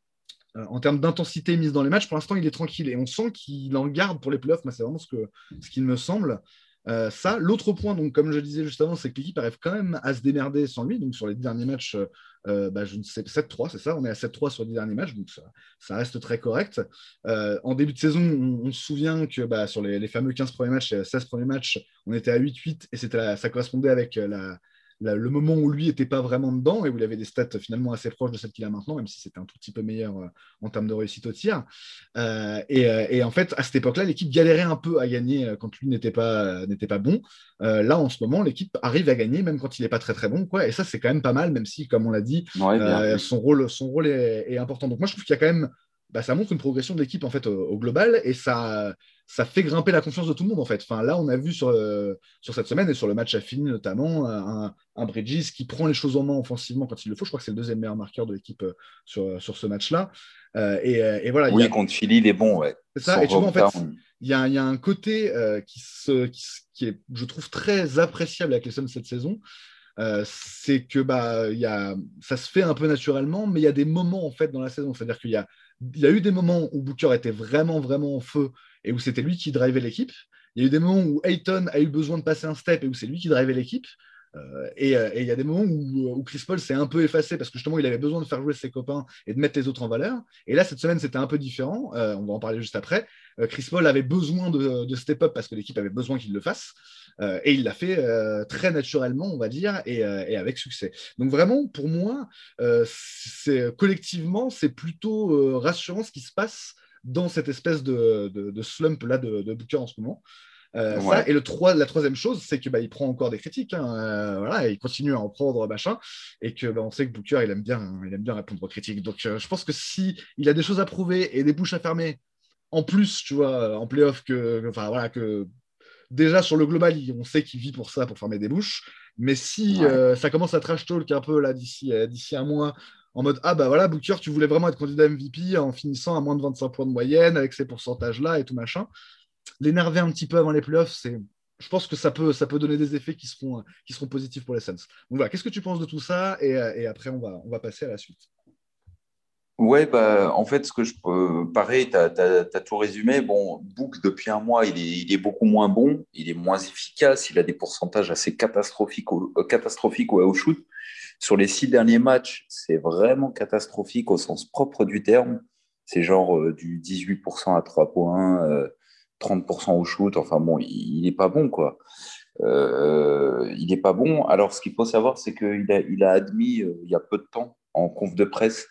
en termes d'intensité mise dans les matchs, pour l'instant, il est tranquille et on sent qu'il en garde pour les playoffs. Moi, c'est vraiment ce, que, ce qu'il me semble. Euh, ça, l'autre point, donc, comme je disais juste avant, c'est que l'équipe arrive quand même à se démerder sans lui. Donc, sur les derniers matchs, euh, bah, je ne sais, sept trois, c'est ça. On est à sept trois sur les derniers matchs, donc ça, ça reste très correct. Euh, en début de saison, on, on se souvient que bah, sur les, les fameux quinze premiers matchs et seize premiers matchs, on était à huit huit et c'était la, ça correspondait avec la. La, le moment où lui n'était pas vraiment dedans et où il avait des stats finalement assez proches de celles qu'il a maintenant, même si c'était un tout petit peu meilleur euh, en termes de réussite au tir. Euh, et, euh, et en fait, à cette époque-là, l'équipe galérait un peu à gagner euh, quand lui n'était pas, euh, n'était pas bon. Euh, là, en ce moment, l'équipe arrive à gagner même quand il n'est pas très très bon, quoi. Et ça, c'est quand même pas mal, même si, comme on l'a dit, Ouais, bien euh, vu. son rôle, son rôle est, est important. Donc moi, je trouve qu'il y a quand même bah, ça montre une progression de l'équipe en fait au, au global et ça, ça fait grimper la confiance de tout le monde en fait. Enfin, là, on a vu sur, euh, sur cette semaine et sur le match à fini notamment un, un Bridges qui prend les choses en main offensivement quand il le faut. Je crois que c'est le deuxième meilleur marqueur de l'équipe euh, sur, sur ce match-là. Euh, et, et voilà. Oui, Y a... contre Philly, il est bon, ouais. C'est ça. Son Et tu vois, en fait, hometown. il y a, y a un côté euh, qui, se, qui, qui est, je trouve, très appréciable avec les Suns cette saison. Euh, c'est que bah, y a, ça se fait un peu naturellement, mais il y a des moments en fait dans la saison. C'est-à-dire qu'il y a, il y a eu des moments où Booker était vraiment, vraiment en feu et où c'était lui qui drivait l'équipe. Il y a eu des moments où Ayton a eu besoin de passer un step et où c'est lui qui drivait l'équipe. Euh, et il y a des moments où, où Chris Paul s'est un peu effacé parce que justement il avait besoin de faire jouer ses copains et de mettre les autres en valeur. Et là, cette semaine, c'était un peu différent. Euh, on va en parler juste après. Euh, Chris Paul avait besoin de, de step up parce que l'équipe avait besoin qu'il le fasse. Euh, et il l'a fait euh, très naturellement, on va dire, et, euh, et avec succès. Donc vraiment, pour moi, euh, c'est, collectivement, c'est plutôt euh, rassurant ce qui se passe dans cette espèce de, de, de slump-là de, de Booker en ce moment. Euh, Ouais. ça, et le trois, la troisième chose, c'est que bah, il prend encore des critiques, hein, euh, voilà, et il continue à en prendre, machin, et que bah, on sait que Booker, il aime bien, il aime bien répondre aux critiques. Donc, euh, je pense que si il a des choses à prouver et des bouches à fermer, en plus, tu vois, en playoff, que, enfin voilà, que déjà sur le global, on sait qu'il vit pour ça, pour fermer des bouches. Mais si Ouais. euh, ça commence à trash talk un peu là d'ici euh, d'ici un mois, en mode ah bah voilà, Booker, tu voulais vraiment être candidat M V P en finissant à moins de vingt-cinq points de moyenne avec ces pourcentages-là et tout machin. L'énerver un petit peu avant les playoffs, c'est, je pense que ça peut, ça peut donner des effets qui seront, qui seront positifs pour les Suns. Donc voilà, qu'est-ce que tu penses de tout ça et, euh, et après on va, on va passer à la suite. Ouais, bah, en fait, ce que je peux. Pareil, tu as tout résumé. Bon, Book, depuis un mois, il est, il est beaucoup moins bon, il est moins efficace, il a des pourcentages assez catastrophiques au, euh, catastrophiques ouais, au shoot. Sur les six derniers matchs, c'est vraiment catastrophique au sens propre du terme. C'est genre euh, du dix-huit pour cent à trois points, euh, trente pour cent au shoot. Enfin bon, il n'est pas bon, quoi. Euh, il n'est pas bon. Alors, ce qu'il faut savoir, c'est qu'il a, il a admis euh, il y a peu de temps en conf de presse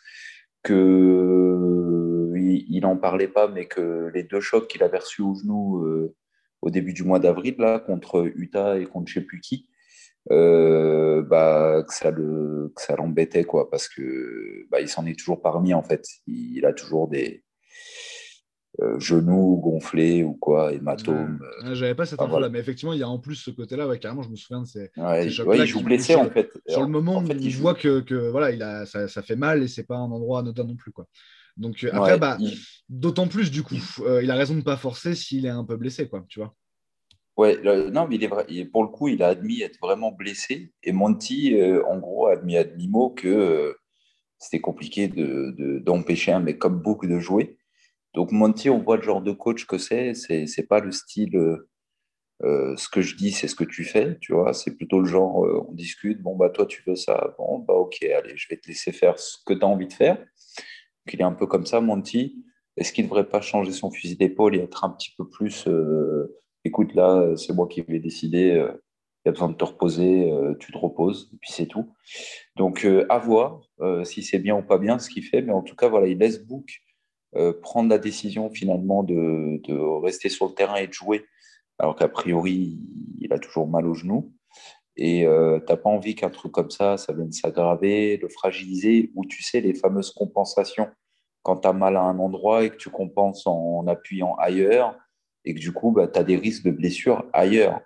que il, il en parlait pas, mais que les deux chocs qu'il avait reçus au genou euh, au début du mois d'avril, là, contre Utah et contre je sais plus qui, euh, bah, que ça le, que ça l'embêtait, quoi, parce que bah, il s'en est toujours pas remis, en fait. Il, il a toujours des euh, genoux gonflés ou quoi, Ouais. hématomes. Ouais, j'avais pas cette Enfin, info-là, voilà. mais effectivement, il y a en plus ce côté-là, ouais, carrément, je me souviens de ces, ces Ouais, ouais, chocs-là il joue qui, où blessé, sur en le, fait. sur le moment En où fait, on il voit joue. que, que voilà, il a, ça, ça fait mal et c'est pas un endroit anodin non plus, quoi. Donc euh, après, Ouais, bah, il, d'autant plus du coup, il- euh, il a raison de pas forcer s'il est un peu blessé, quoi, tu vois. Ouais, le- non, mais il est vrai, il- pour le coup, il a admis être vraiment blessé. Et Monty, euh, en gros, a admis à demi-mot que euh, c'était compliqué de, de- d'empêcher un mec comme Book de jouer. Donc, Monty, on voit le genre de coach que c'est. C'est, c'est pas le style, euh, euh, ce que je dis, c'est ce que tu fais, tu vois. C'est plutôt le genre, euh, on discute, bon, bah, toi, tu veux ça. Bon, bah, ok, allez, je vais te laisser faire ce que tu as envie de faire. Donc, il est un peu comme ça, Monty. Est-ce qu'il ne devrait pas changer son fusil d'épaule et être un petit peu plus, euh, écoute, là, c'est moi qui vais décider, euh, il y a besoin de te reposer, euh, tu te reposes, et puis c'est tout. Donc, euh, à voir euh, si c'est bien ou pas bien ce qu'il fait, mais en tout cas, voilà, il laisse Book euh, prendre la décision finalement de, de rester sur le terrain et de jouer, alors qu'a priori, il a toujours mal au genou. Et euh, t'as pas envie qu'un truc comme ça, ça vienne s'aggraver, le fragiliser, ou tu sais, les fameuses compensations quand tu as mal à un endroit et que tu compenses en, en appuyant ailleurs, et que du coup, bah, tu as des risques de blessures ailleurs.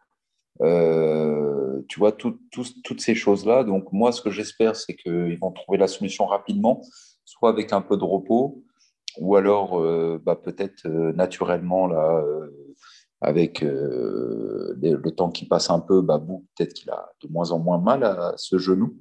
Euh, tu vois, tout- tout- toutes ces choses-là. Donc, moi, ce que j'espère, c'est qu'ils vont trouver la solution rapidement, soit avec un peu de repos, ou alors euh, bah, peut-être euh, naturellement, là, euh, avec euh, les- le temps qui passe un peu, bah, Bou, peut-être qu'il a de moins en moins mal à ce genou.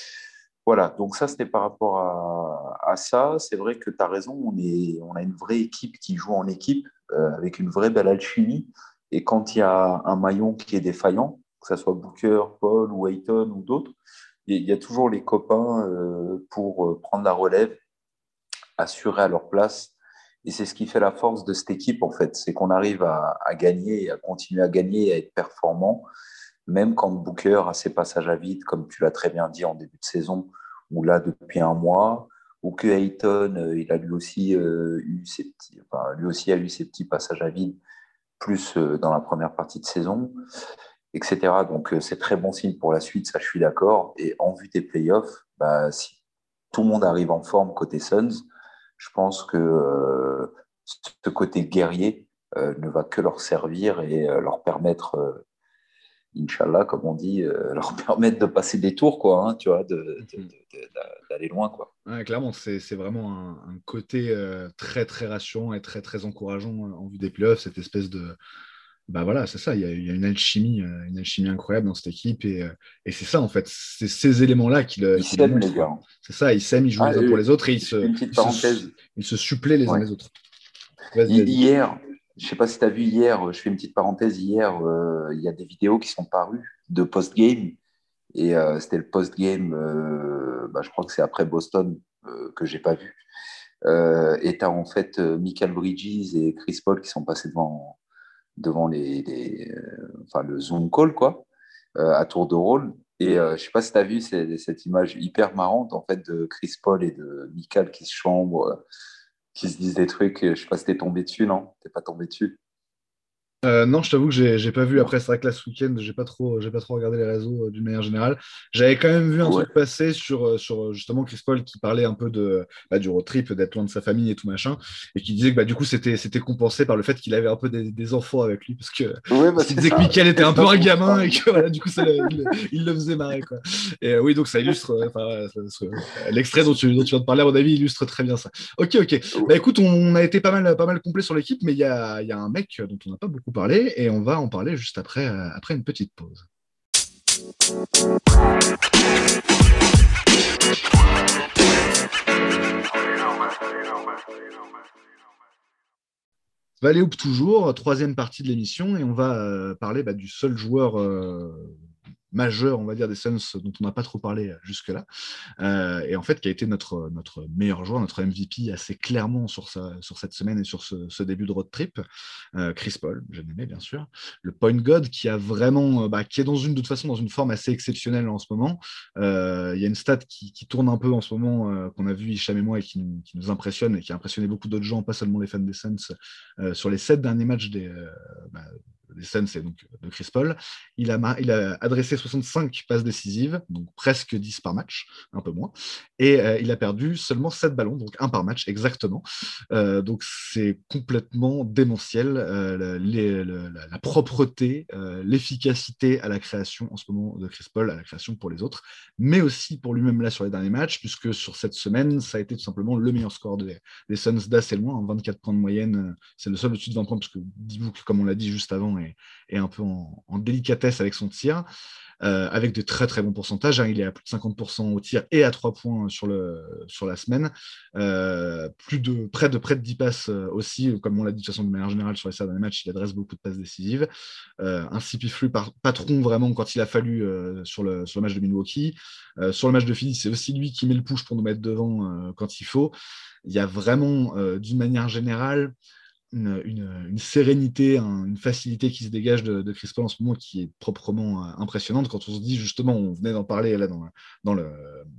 Voilà, donc ça, c'était par rapport à, à ça. C'est vrai que tu as raison, on est, on a une vraie équipe qui joue en équipe, euh, avec une vraie belle alchimie. Et quand il y a un maillon qui est défaillant, que ce soit Booker, Paul ou Ayton ou d'autres, il y a toujours les copains euh, pour euh, prendre la relève, assurer à leur place. Et c'est ce qui fait la force de cette équipe, en fait. C'est qu'on arrive à, à gagner et à continuer à gagner et à être performant, même quand Booker a ses passages à vide, comme tu l'as très bien dit en début de saison, ou là depuis un mois, ou que Ayton, euh, il a lui aussi, euh, eu ses petits, enfin, lui aussi a eu ses petits passages à vide, plus euh, dans la première partie de saison, et cetera. Donc euh, c'est très bon signe pour la suite, ça je suis d'accord. Et en vue des playoffs, bah, si tout le monde arrive en forme côté Suns, je pense que euh, ce côté guerrier euh, ne va que leur servir et euh, leur permettre, euh, Inch'Allah, comme on dit, euh, leur permettre de passer des tours, quoi, hein, tu vois, de, de- Mhm. de- de- d'aller loin, quoi. Ouais, clairement, c'est c'est vraiment un, un côté euh, très très rassurant et très très encourageant euh, en vue des playoffs, cette espèce de, bah voilà, c'est ça, il y a, il y a une alchimie, euh, une alchimie incroyable dans cette équipe et, euh, et c'est ça en fait, c'est ces éléments-là qui le, Ils qui le s'aiment, les montrent, quoi. gars. C'est ça, ils s'aiment, ils jouent Ah, les uns pour euh, les autres et ils je fais se, une petite ils se, parenthèse. ils se suppléent les uns Ouais. les autres. Vas-y, Hi- vas-y. Hier, je sais pas si tu as vu hier, je fais une petite parenthèse, hier, euh, il y a des vidéos qui sont parues de post-game. Et euh, c'était le post-game, euh, bah, je crois que c'est après Boston euh, que j'ai pas vu. Euh, et tu as en fait euh, Michael Bridges et Chris Paul qui sont passés devant, devant les, les, euh, enfin, le Zoom call, quoi, euh, à tour de rôle. Et euh, je sais pas si tu as vu c'est- cette image hyper marrante en fait, de Chris Paul et de Michael qui se chambrent, euh, qui se disent des trucs. Je sais pas si t'es tombé dessus, non? T'es pas tombé dessus? Euh, non, je t'avoue que j'ai j'ai pas vu. Après, c'est vrai que là, ce week-end, j'ai pas trop, j'ai pas trop regardé les réseaux euh, d'une manière générale. J'avais quand même vu un Ouais, truc passer sur, euh, sur euh, justement Chris Paul qui parlait un peu de, bah, du road trip, d'être loin de sa famille et tout machin, et qui disait que bah, du coup, c'était c'était compensé par le fait qu'il avait un peu des, des enfants avec lui, parce que ouais bah, parce qu'il c'est disait que ça. Michael était C'est un peu ça un pour gamin ça. et que voilà, du coup, ça, le- il, il le faisait marrer, quoi. Et euh, oui, donc ça illustre, euh, enfin, voilà, ça- ça- l'extrait dont tu, dont tu viens de parler, à mon avis, illustre très bien ça. Ok, ok. Bah écoute, on a été pas mal, pas mal complet sur l'équipe, mais il y a, il y a un mec dont on n'a pas beaucoup parlé et on va en parler juste après, euh, après une petite pause. Valley Hoop toujours, troisième partie de l'émission, et on va euh, parler bah, du seul joueur euh, majeur, on va dire, des Suns dont on n'a pas trop parlé jusque-là, euh, et en fait qui a été notre, notre meilleur joueur, notre M V P assez clairement sur, sa, sur cette semaine et sur ce, ce début de road trip, euh, Chris Paul, je l'aimais bien sûr, le point god qui a vraiment, euh, bah, qui est dans une, de toute façon dans une forme assez exceptionnelle en ce moment. Euh, Il y a une stat qui, qui, tourne un peu en ce moment, euh, qu'on a vu Hicham et moi et qui nous, qui nous impressionne et qui a impressionné beaucoup d'autres gens, pas seulement les fans des Suns, euh, sur les sept derniers matchs des, euh, bah, des Suns et donc de Chris Paul. Il a, il a adressé soixante-cinq passes décisives, donc presque dix par match, un peu moins. Et euh, il a perdu seulement sept ballons, donc un par match exactement. Euh, donc c'est complètement démentiel. Euh, les, le, la, la, propreté, euh, l'efficacité à la création en ce moment de Chris Paul, à la création pour les autres, mais aussi pour lui-même là sur les derniers matchs, puisque sur cette semaine, ça a été tout simplement le meilleur score des, des Suns d'assez loin, hein, vingt-quatre points de moyenne. C'est le seul au-dessus de vingt points, parce que D-Book, comme on l'a dit juste avant, est, est un peu en, en délicatesse avec son tir. Euh, avec de très très bons pourcentages. Hein. Il est à plus de cinquante pour cent au tir et à trois points sur, le, sur la semaine. Euh, plus de, près, de, près de dix passes aussi, comme on l'a dit de toute façon de manière générale sur les derniers matchs, il adresse beaucoup de passes décisives. Euh, un Sipiflu par, patron vraiment quand il a fallu euh, sur, le, sur le match de Milwaukee. Euh, sur le match de Philly, c'est aussi lui qui met le push pour nous mettre devant euh, quand il faut. Il y a vraiment, euh, d'une manière générale, Une, une, une, sérénité, un, une facilité qui se dégage de, de Chris Paul en ce moment qui est proprement euh, impressionnante. Quand on se dit justement, on venait d'en parler là dans, dans le,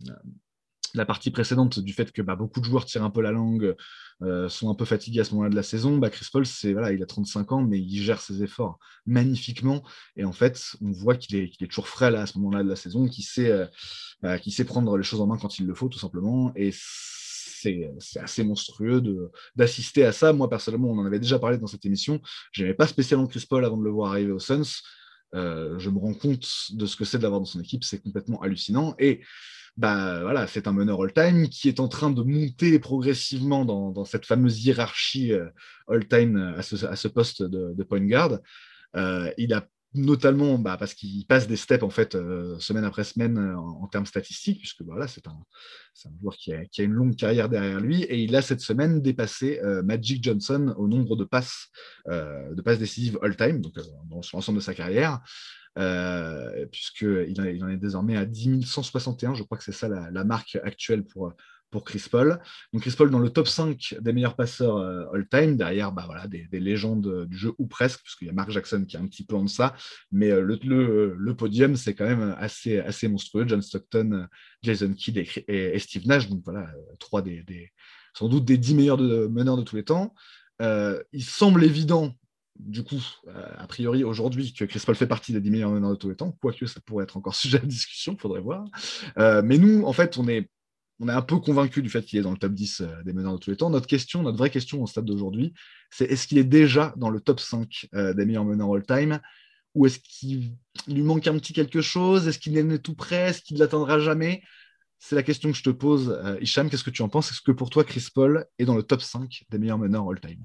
la partie précédente du fait que bah, beaucoup de joueurs tirent un peu la langue, euh, sont un peu fatigués à ce moment-là de la saison. Bah, Chris Paul, c'est, voilà, il a trente-cinq ans, mais il gère ses efforts magnifiquement. Et en fait, on voit qu'il est, qu'il est toujours frais là, à ce moment-là de la saison, qu'il sait, euh, bah, qu'il sait prendre les choses en main quand il le faut, tout simplement. Et c'est, c'est assez monstrueux de, d'assister à ça. Moi, personnellement, on en avait déjà parlé dans cette émission. Je n'aimais pas spécialement Chris Paul avant de le voir arriver aux Suns. Euh, je me rends compte de ce que c'est de l'avoir dans son équipe. C'est complètement hallucinant. Et bah, voilà, c'est un meneur all-time qui est en train de monter progressivement dans, dans cette fameuse hiérarchie euh, all-time à ce, à ce poste de, de point guard. Euh, il a notamment, bah, parce qu'il passe des steps en fait euh, semaine après semaine euh, en, en termes statistiques, puisque voilà, c'est un, c'est un joueur qui a, qui a une longue carrière derrière lui, et il a cette semaine dépassé euh, Magic Johnson au nombre de passes, euh, de passes décisives all-time, donc euh, dans, sur l'ensemble de sa carrière. Euh, puisqu'il il en est désormais à dix mille cent soixante et un, je crois que c'est ça la, la marque actuelle pour, pour Chris Paul. Donc Chris Paul dans le top cinq des meilleurs passeurs euh, all-time, derrière bah, voilà, des, des légendes du jeu ou presque, puisqu'il y a Mark Jackson qui est un petit peu en deçà, mais euh, le, le, le podium c'est quand même assez, assez monstrueux. John Stockton, Jason Kidd et, et, et Steve Nash, donc voilà, trois des, des, sans doute des dix meilleurs de, meneurs de tous les temps. Euh, il semble évident du coup, euh, a priori, aujourd'hui, que Chris Paul fait partie des dix meilleurs meneurs de tous les temps, quoique ça pourrait être encore sujet à discussion, il faudrait voir. Euh, mais nous, en fait, on est, on est un peu convaincus du fait qu'il est dans le top dix euh, des meneurs de tous les temps. Notre question, notre vraie question au stade d'aujourd'hui, c'est est-ce qu'il est déjà dans le top cinq euh, des meilleurs meneurs all-time, ou est-ce qu'il lui manque un petit quelque chose? Est-ce qu'il est tout près? Est-ce qu'il ne l'atteindra jamais? C'est la question que je te pose. Euh, Hicham, qu'est-ce que tu en penses? Est-ce que pour toi, Chris Paul est dans le top cinq des meilleurs meneurs all-time?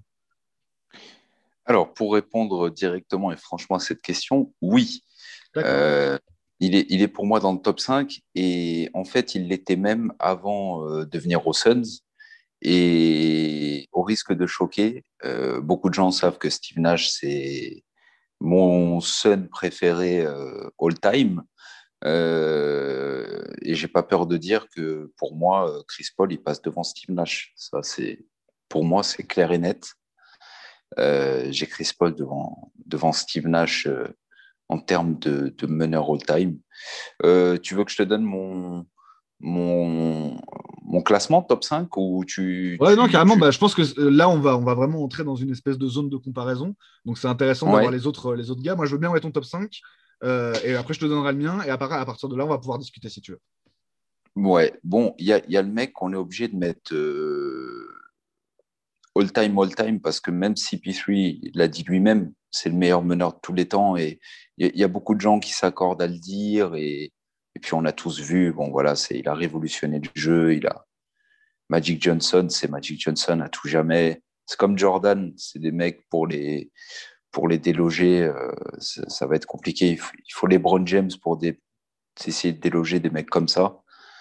Alors, pour répondre directement et franchement à cette question, oui. D'accord. Euh, il est, il est pour moi dans le top cinq et en fait, il l'était même avant euh, de venir aux Suns. Et au risque de choquer, euh, beaucoup de gens savent que Steve Nash, c'est mon Sun préféré euh, all-time. Euh, et j'ai pas peur de dire que pour moi, Chris Paul, il passe devant Steve Nash. Ça, c'est, pour moi, c'est clair et net. Euh, j'ai Chris Paul devant, devant Steve Nash euh, en termes de, de meneur all-time. Euh, tu veux que je te donne mon, mon, mon classement top cinq ou tu, Ouais, non, tu, carrément, tu... bah, je pense que euh, là, on va, on va vraiment entrer dans une espèce de zone de comparaison. Donc, c'est intéressant d'avoir Ouais, les autres, les autres gars. Moi, je veux bien ouais, ton top cinq. Euh, et après, je te donnerai le mien. Et après, à partir de là, on va pouvoir discuter si tu veux. ouais. Bon, il y a, il y a le mec qu'on est obligé de mettre euh, all-time, all-time, parce que même C P trois, il l'a dit lui-même, c'est le meilleur meneur de tous les temps. Et il y, a il y a beaucoup de gens qui s'accordent à le dire. Et, et puis, on a tous vu, bon, voilà, c'est, il a révolutionné le jeu. Il a Magic Johnson, c'est Magic Johnson à tout jamais. C'est comme Jordan, c'est des mecs pour les, pour les déloger, euh, ça, ça va être compliqué. Il faut, il faut les LeBron James pour des, essayer de déloger des mecs comme ça.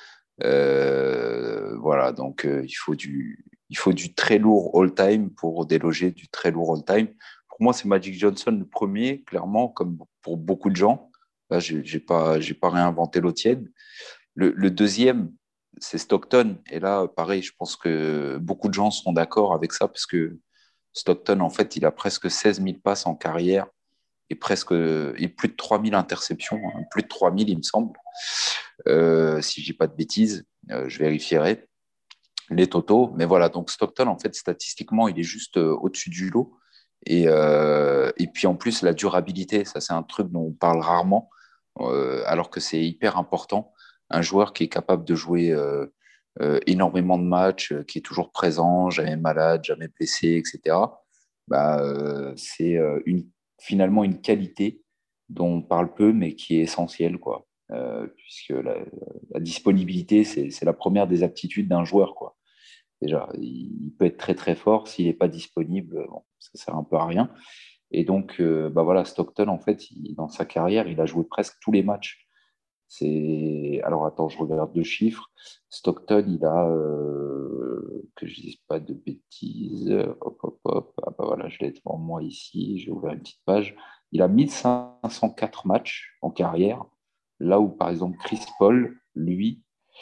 Euh, voilà, donc euh, il, faut du, il faut du très lourd all-time pour déloger du très lourd all-time. Pour moi, c'est Magic Johnson le premier, clairement, comme pour beaucoup de gens. Là, je n'ai pas, j'ai pas réinventé l'eau tiède. Le, le deuxième, c'est Stockton. Et là, pareil, je pense que beaucoup de gens seront d'accord avec ça, parce que Stockton, en fait, il a presque seize mille passes en carrière et presque et plus de trois mille interceptions, hein, plus de trois mille, il me semble. Euh, si je dis pas de bêtises, euh, je vérifierai les totaux. Mais voilà, donc Stockton, en fait, statistiquement, il est juste euh, au-dessus du lot. Et, euh, et puis en plus, la durabilité, ça c'est un truc dont on parle rarement, euh, alors que c'est hyper important. Un joueur qui est capable de jouer euh, euh, énormément de matchs, euh, qui est toujours présent, jamais malade, jamais blessé, et cetera. Bah, euh, c'est euh, une, finalement une qualité dont on parle peu, mais qui est essentielle, quoi. Euh, puisque la, la disponibilité, c'est, c'est la première des aptitudes d'un joueur, quoi. Déjà, il peut être très très fort, s'il n'est pas disponible, bon, ça sert un peu à rien. Et donc, euh, bah voilà, Stockton, en fait, il- dans sa carrière, il a joué presque tous les matchs. C'est... Alors, attends, je regarde deux chiffres. Stockton, il a, euh, que je ne dise pas de bêtises, hop, hop, hop, ah bah voilà, je l'ai devant moi ici, j'ai ouvert une petite page. Il a mille cinq cent quatre matchs en carrière, là où, par exemple, Chris Paul, lui,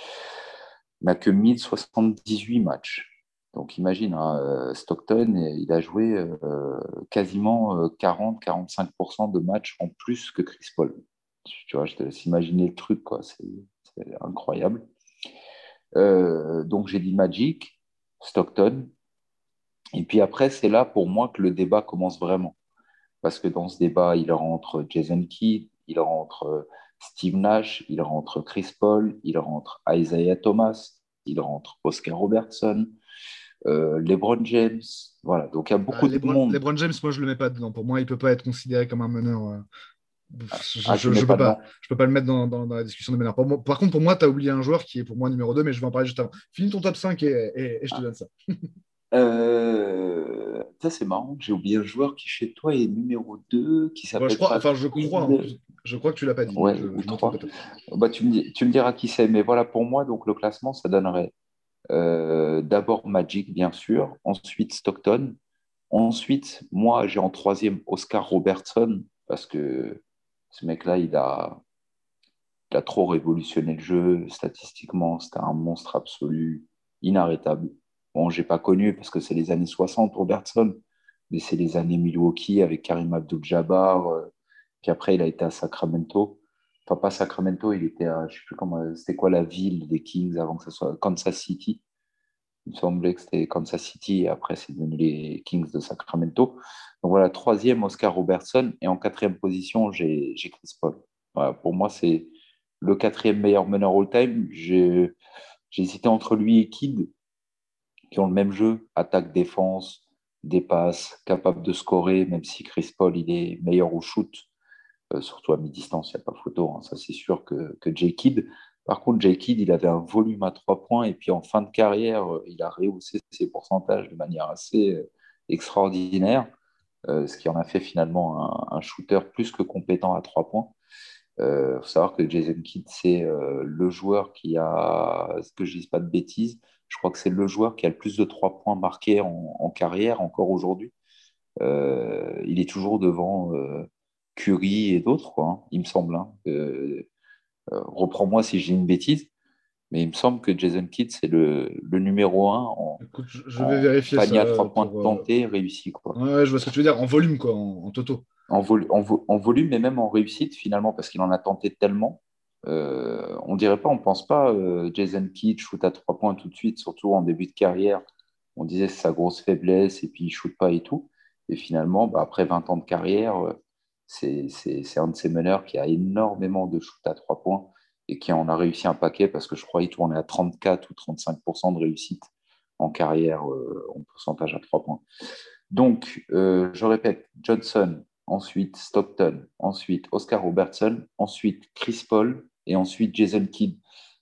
n'a que mille soixante-dix-huit matchs. Donc imagine, hein, euh, Stockton, il a joué euh, quasiment euh, quarante à quarante-cinq pour cent de matchs en plus que Chris Paul. Tu, tu vois, je te laisse imaginer le truc, quoi. C'est, c'est incroyable. Euh, donc j'ai dit Magic, Stockton. Et puis après, c'est là pour moi que le débat commence vraiment. Parce que dans ce débat, il rentre Jason Kidd, il rentre euh, Steve Nash, il rentre Chris Paul, il rentre Isaiah Thomas, il rentre Oscar Robertson, euh, LeBron James. Voilà, donc il y a Bah, beaucoup de LeBron, monde. LeBron James, moi, je le mets pas dedans. Pour moi, il peut pas être considéré comme un meneur. euh, Je, Ah, tu je, ne mets je peux pas pas, dedans? je peux pas le mettre dans, dans- dans la discussion des meneurs. Pour moi- par contre, pour moi, tu as oublié un joueur qui est pour moi numéro deux, mais je vais en parler juste avant. Finis ton top cinq et, et- et je te donne ça. Euh, ça, c'est marrant. J'ai oublié un joueur qui, chez toi, est numéro deux, qui Bon, je s'appelle crois, enfin, Patrick je crois, hein, Reed. je crois que tu l'as pas dit, mais Ouais, je, ou je me trompe trois. peut-être. Bah, tu me dis- tu me diras qui c'est. Mais voilà, pour moi, donc, le classement, ça donnerait euh, d'abord Magic, bien sûr. Ensuite, Stockton. Ensuite, moi, j'ai en troisième Oscar Robertson, parce que ce mec-là, il a, il a trop révolutionné le jeu. Statistiquement, c'était un monstre absolu, inarrêtable. Bon, j'ai pas connu parce que c'est les années soixante, Robertson, mais c'est les années Milwaukee avec Karim Abdul-Jabbar. euh, Puis après, il a été à Sacramento. Enfin, pas Sacramento, il était à, je sais plus comment, c'était quoi la ville des Kings avant que ce soit Kansas City. Il me semblait que c'était Kansas City et après, c'est devenu les Kings de Sacramento. Donc voilà, troisième, Oscar Robertson. Et en quatrième position, j'ai j'ai Chris Paul. Voilà, pour moi, c'est le quatrième meilleur meneur all-time. J'ai j'ai hésité entre lui et Kidd, qui ont le même jeu, attaque, défense, des passes, capable de scorer, même si Chris Paul, il est meilleur au shoot, euh, surtout à mi-distance, il n'y a pas photo, hein, ça c'est sûr que, que Jay Kidd. Par contre, Jay Kidd, il avait un volume à trois points et puis en fin de carrière, euh, il a rehaussé ses pourcentages de manière assez euh, extraordinaire, euh, ce qui en a fait finalement un, un shooter plus que compétent à trois points. Il euh, faut savoir que Jason Kidd, c'est euh, le joueur qui a, ce que je ne dise pas de bêtises, je crois que c'est le joueur qui a le plus de trois points marqués en, en carrière encore aujourd'hui. Euh, il est toujours devant euh, Curry et d'autres, quoi, hein, il me semble. Hein. Euh, euh, reprends-moi si j'ai une bêtise, mais il me semble que Jason Kidd, c'est le, le numéro un en, Écoute, je, je vais en vérifier ça panier à euh, trois points pour. euh, tentés réussi, quoi. Ouais, ouais, je vois ce que tu veux dire. En volume, quoi, en, en toto. En, vol- en, vo- en volume, mais même en réussite, finalement, parce qu'il en a tenté tellement. euh, on dirait pas, on pense pas euh, Jason Kidd shoot à trois points tout de suite, surtout en début de carrière. On disait c'est sa grosse faiblesse et puis il shoot pas et tout. Et finalement, bah, après vingt ans de carrière, euh, c'est, c'est, c'est un de ces meneurs qui a énormément de shoot à trois points et qui en a réussi un paquet parce que je crois qu'il tournait à trente-quatre ou trente-cinq pour cent de réussite en carrière euh, en pourcentage à trois points. Donc, euh, je répète, Johnson, ensuite Stockton, ensuite Oscar Robertson, ensuite Chris Paul et ensuite Jason Kidd.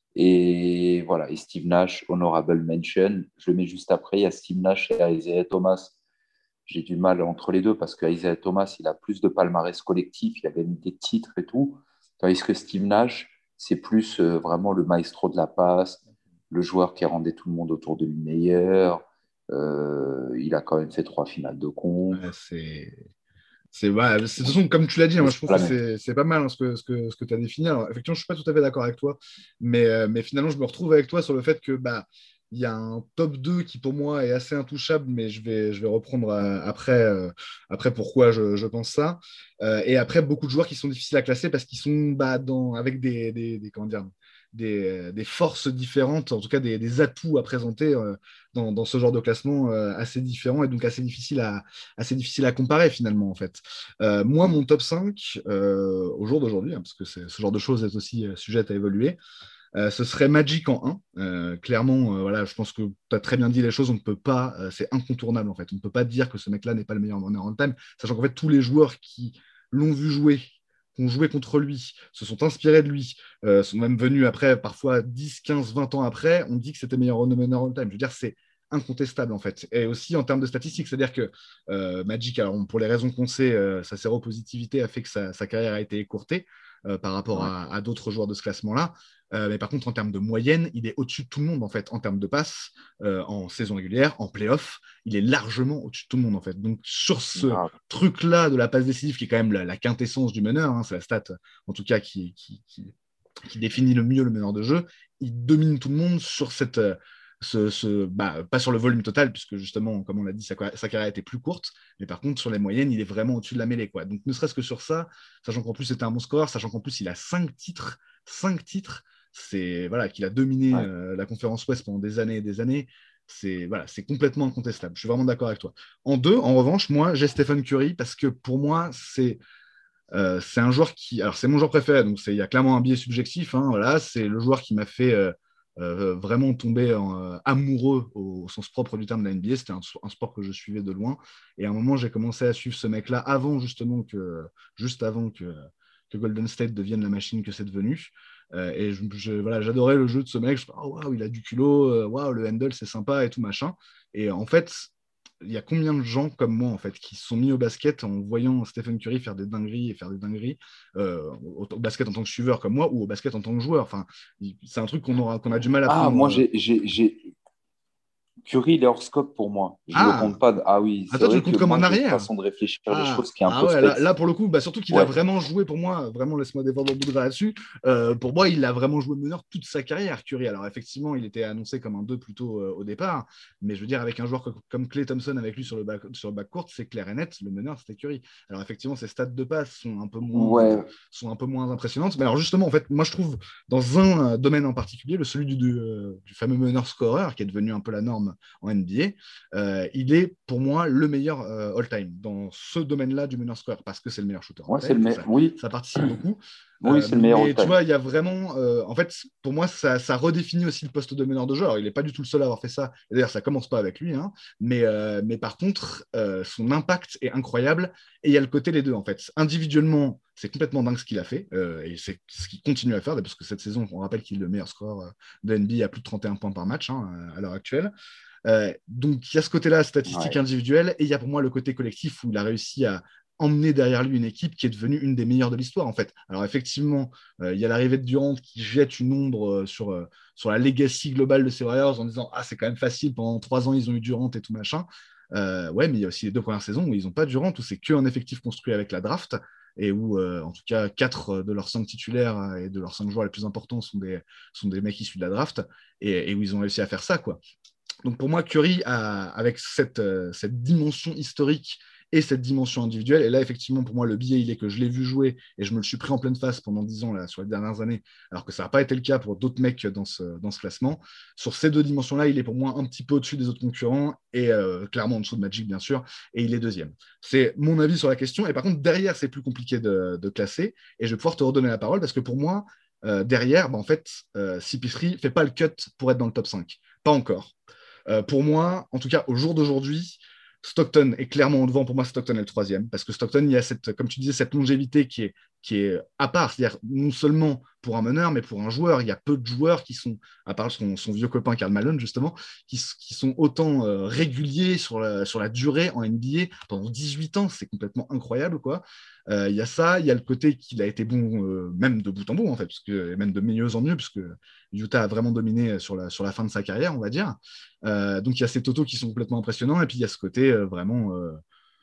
Et voilà, et Steve Nash, honorable mention. Je le mets juste après. Il y a Steve Nash et Isaiah Thomas. J'ai du mal entre les deux parce que Isaiah Thomas, il a plus de palmarès collectif, il a gagné des titres et tout. Tandis que Steve Nash, c'est plus euh, vraiment le maestro de la passe, le joueur qui rendait tout le monde autour de lui meilleur. Euh, il a quand même fait trois finales de conf. Ouais, c'est... C'est, ouais, c'est, de toute façon, comme tu l'as dit, hein, moi, je trouve que c'est, c'est pas mal hein, ce que, ce que, ce que tu as défini. Alors, effectivement, je ne suis pas tout à fait d'accord avec toi, mais, euh, mais finalement, je me retrouve avec toi sur le fait que bah, il y a un top deux qui, pour moi, est assez intouchable, mais je vais, je vais reprendre euh, après, euh, après pourquoi je, je pense ça. Euh, et après, beaucoup de joueurs qui sont difficiles à classer parce qu'ils sont bah, dans, avec des, des, des, comment dire, des, des forces différentes, en tout cas des, des atouts à présenter euh, dans, dans ce genre de classement euh, assez différents et donc assez difficile à, assez difficile à comparer finalement en fait. Euh, moi, mon top cinq, euh, au jour d'aujourd'hui, hein, parce que c'est, ce genre de choses est aussi euh, sujet à évoluer, euh, ce serait Magic en un. Euh, clairement, euh, voilà, je pense que tu as très bien dit les choses, on ne peut pas, euh, c'est incontournable en fait, on ne peut pas dire que ce mec-là n'est pas le meilleur runner on time, sachant qu'en fait, tous les joueurs qui l'ont vu jouer, qui ont joué contre lui, se sont inspirés de lui, euh, sont même venus après, parfois dix, quinze, vingt ans après, on dit que c'était meilleur runner on time. Je veux dire, c'est incontestable en fait. Et aussi en termes de statistiques, c'est-à-dire que euh, Magic, alors, pour les raisons qu'on sait, euh, sa séropositivité a fait que sa, sa carrière a été écourtée euh, par rapport Ouais. à, à d'autres joueurs de ce classement-là. Euh, mais par contre, en termes de moyenne, il est au-dessus de tout le monde en fait, en termes de passes, euh, en saison régulière, en playoff, il est largement au-dessus de tout le monde en fait. Donc sur ce Grave. truc-là de la passe décisive, qui est quand même la, la quintessence du meneur, hein, c'est la stat en tout cas qui, qui, qui, qui définit le mieux le meneur de jeu, il domine tout le monde sur cette, euh, ce, ce, bah, pas sur le volume total, puisque justement, comme on l'a dit, sa, sa carrière était plus courte, mais par contre, sur les moyennes, il est vraiment au-dessus de la mêlée, quoi. Donc, ne serait-ce que sur ça, sachant qu'en plus, c'était un bon score, sachant qu'en plus, il a cinq titres, cinq titres, c'est, voilà, qu'il a dominé Ouais. euh, la conférence Ouest pendant des années et des années, c'est, voilà, c'est complètement incontestable. Je suis vraiment d'accord avec toi. En deux, en revanche, moi, j'ai Stephen Curry, parce que pour moi, c'est euh, c'est un joueur qui, alors c'est mon joueur préféré, donc il y a clairement un biais subjectif. Hein, voilà, c'est le joueur qui m'a fait euh, euh, vraiment tomber en, euh, amoureux au, au sens propre du terme de la N B A. C'était un, un sport que je suivais de loin. Et à un moment, j'ai commencé à suivre ce mec-là avant justement que, juste avant que, que Golden State devienne la machine que c'est devenu. Euh, et je, je, voilà, j'adorais le jeu de ce mec. Je me oh, waouh, il a du culot, waouh, le handle, c'est sympa et tout machin. Et en fait, il y a combien de gens comme moi en fait qui se sont mis au basket en voyant Stephen Curry faire des dingueries et faire des dingueries euh, au, au basket en tant que suiveur comme moi ou au basket en tant que joueur. Enfin, c'est un truc qu'on aura qu'on a du mal à Ah, prendre. moi, j'ai, j'ai, j'ai... Curry, il est hors scope pour moi. Je le Ah, compte pas. Ah oui, ah c'est toi tu le vrai que comptes comme moi, en j'ai une arrière. façon de réfléchir les Ah, choses qui est un ah peu ouais, là, là spéciale. pour le coup, bah, surtout qu'il a Ouais. vraiment joué pour moi, vraiment laisse-moi défendre mon bout de gras là-dessus. Euh, pour moi, il a vraiment joué meneur toute sa carrière, Curry. Alors effectivement, il était annoncé comme un deux plutôt euh, au départ, mais je veux dire, avec un joueur comme, comme Klay Thompson avec lui sur le back, sur le backcourt, c'est clair et net, le meneur c'était Curry. Alors effectivement, ses stats de passe sont un peu moins, euh, Ouais. sont un peu moins impressionnantes, mais alors justement, en fait, moi je trouve dans un euh, domaine en particulier, le celui du, du, euh, du fameux meneur scoreur qui est devenu un peu la norme en N B A, euh, il est pour moi le meilleur euh, all-time dans ce domaine-là du meneur scoreur parce que c'est le meilleur shooter Ouais, c'est all-time, le ça, meilleur. Oui. ça participe beaucoup. Oui, Euh, c'est le meilleur mais tu all-time. vois, il y a vraiment, euh, en fait, pour moi, ça, ça redéfinit aussi le poste de meneur de jeu. Alors, il n'est pas du tout le seul à avoir fait ça. Et d'ailleurs, ça commence pas avec lui, hein. mais, euh, mais par contre, euh, son impact est incroyable. Et il y a le côté les deux, en fait. Individuellement, c'est complètement dingue ce qu'il a fait. Euh, et c'est ce qu'il continue à faire, parce que cette saison, on rappelle qu'il est le meilleur scoreur de N B A à plus de trente et un points par match hein, à l'heure actuelle. Euh, donc il y a ce côté-là, statistique Ouais. individuelle, et il y a pour moi le côté collectif où il a réussi à emmener derrière lui une équipe qui est devenue une des meilleures de l'histoire en fait. Alors effectivement, euh, il y a l'arrivée de Durant qui jette une ombre euh, sur, euh, sur la legacy globale de ces Warriors en disant ah c'est quand même facile, pendant trois ans ils ont eu Durant et tout machin. Euh, ouais, mais il y a aussi les deux premières saisons où ils n'ont pas Durant, où c'est qu'un effectif construit avec la draft et où euh, en tout cas quatre de leurs cinq titulaires et de leurs cinq joueurs les plus importants sont des, sont des mecs issus de la draft et, et où ils ont réussi à faire ça quoi. Donc pour moi, Curry, a, avec cette, euh, cette dimension historique et cette dimension individuelle. Et là, effectivement, pour moi, le biais, il est que je l'ai vu jouer et je me le suis pris en pleine face pendant dix ans là, sur les dernières années, alors que ça n'a pas été le cas pour d'autres mecs dans ce, dans ce classement. Sur ces deux dimensions-là, il est pour moi un petit peu au-dessus des autres concurrents et euh, clairement en dessous de Magic, bien sûr, et il est deuxième. C'est mon avis sur la question. Et par contre, derrière, c'est plus compliqué de, de classer et je vais pouvoir te redonner la parole parce que pour moi, euh, derrière, bah, en fait, euh, C P trois ne fait pas le cut pour être dans le top cinq. Pas encore. Euh, pour moi, en tout cas, au jour d'aujourd'hui, Stockton est clairement au devant. Pour moi, Stockton est le troisième. Parce que Stockton, il y a cette, comme tu disais, cette longévité qui est, qui est à part. C'est-à-dire, non seulement pour un meneur, mais pour un joueur. Il y a peu de joueurs qui sont, à part son, son vieux copain Karl Malone, justement, qui, qui sont autant euh, réguliers sur la, sur la durée en N B A pendant dix-huit ans. C'est complètement incroyable, quoi. Euh, il y a ça. Il y a le côté qu'il a été bon, euh, même de bout en bout, en fait, parce que, même de mieux en mieux, puisque Utah a vraiment dominé sur la, sur la fin de sa carrière, on va dire. Euh, donc, il y a ces totaux qui sont complètement impressionnants. Et puis, il y a ce côté euh, vraiment euh,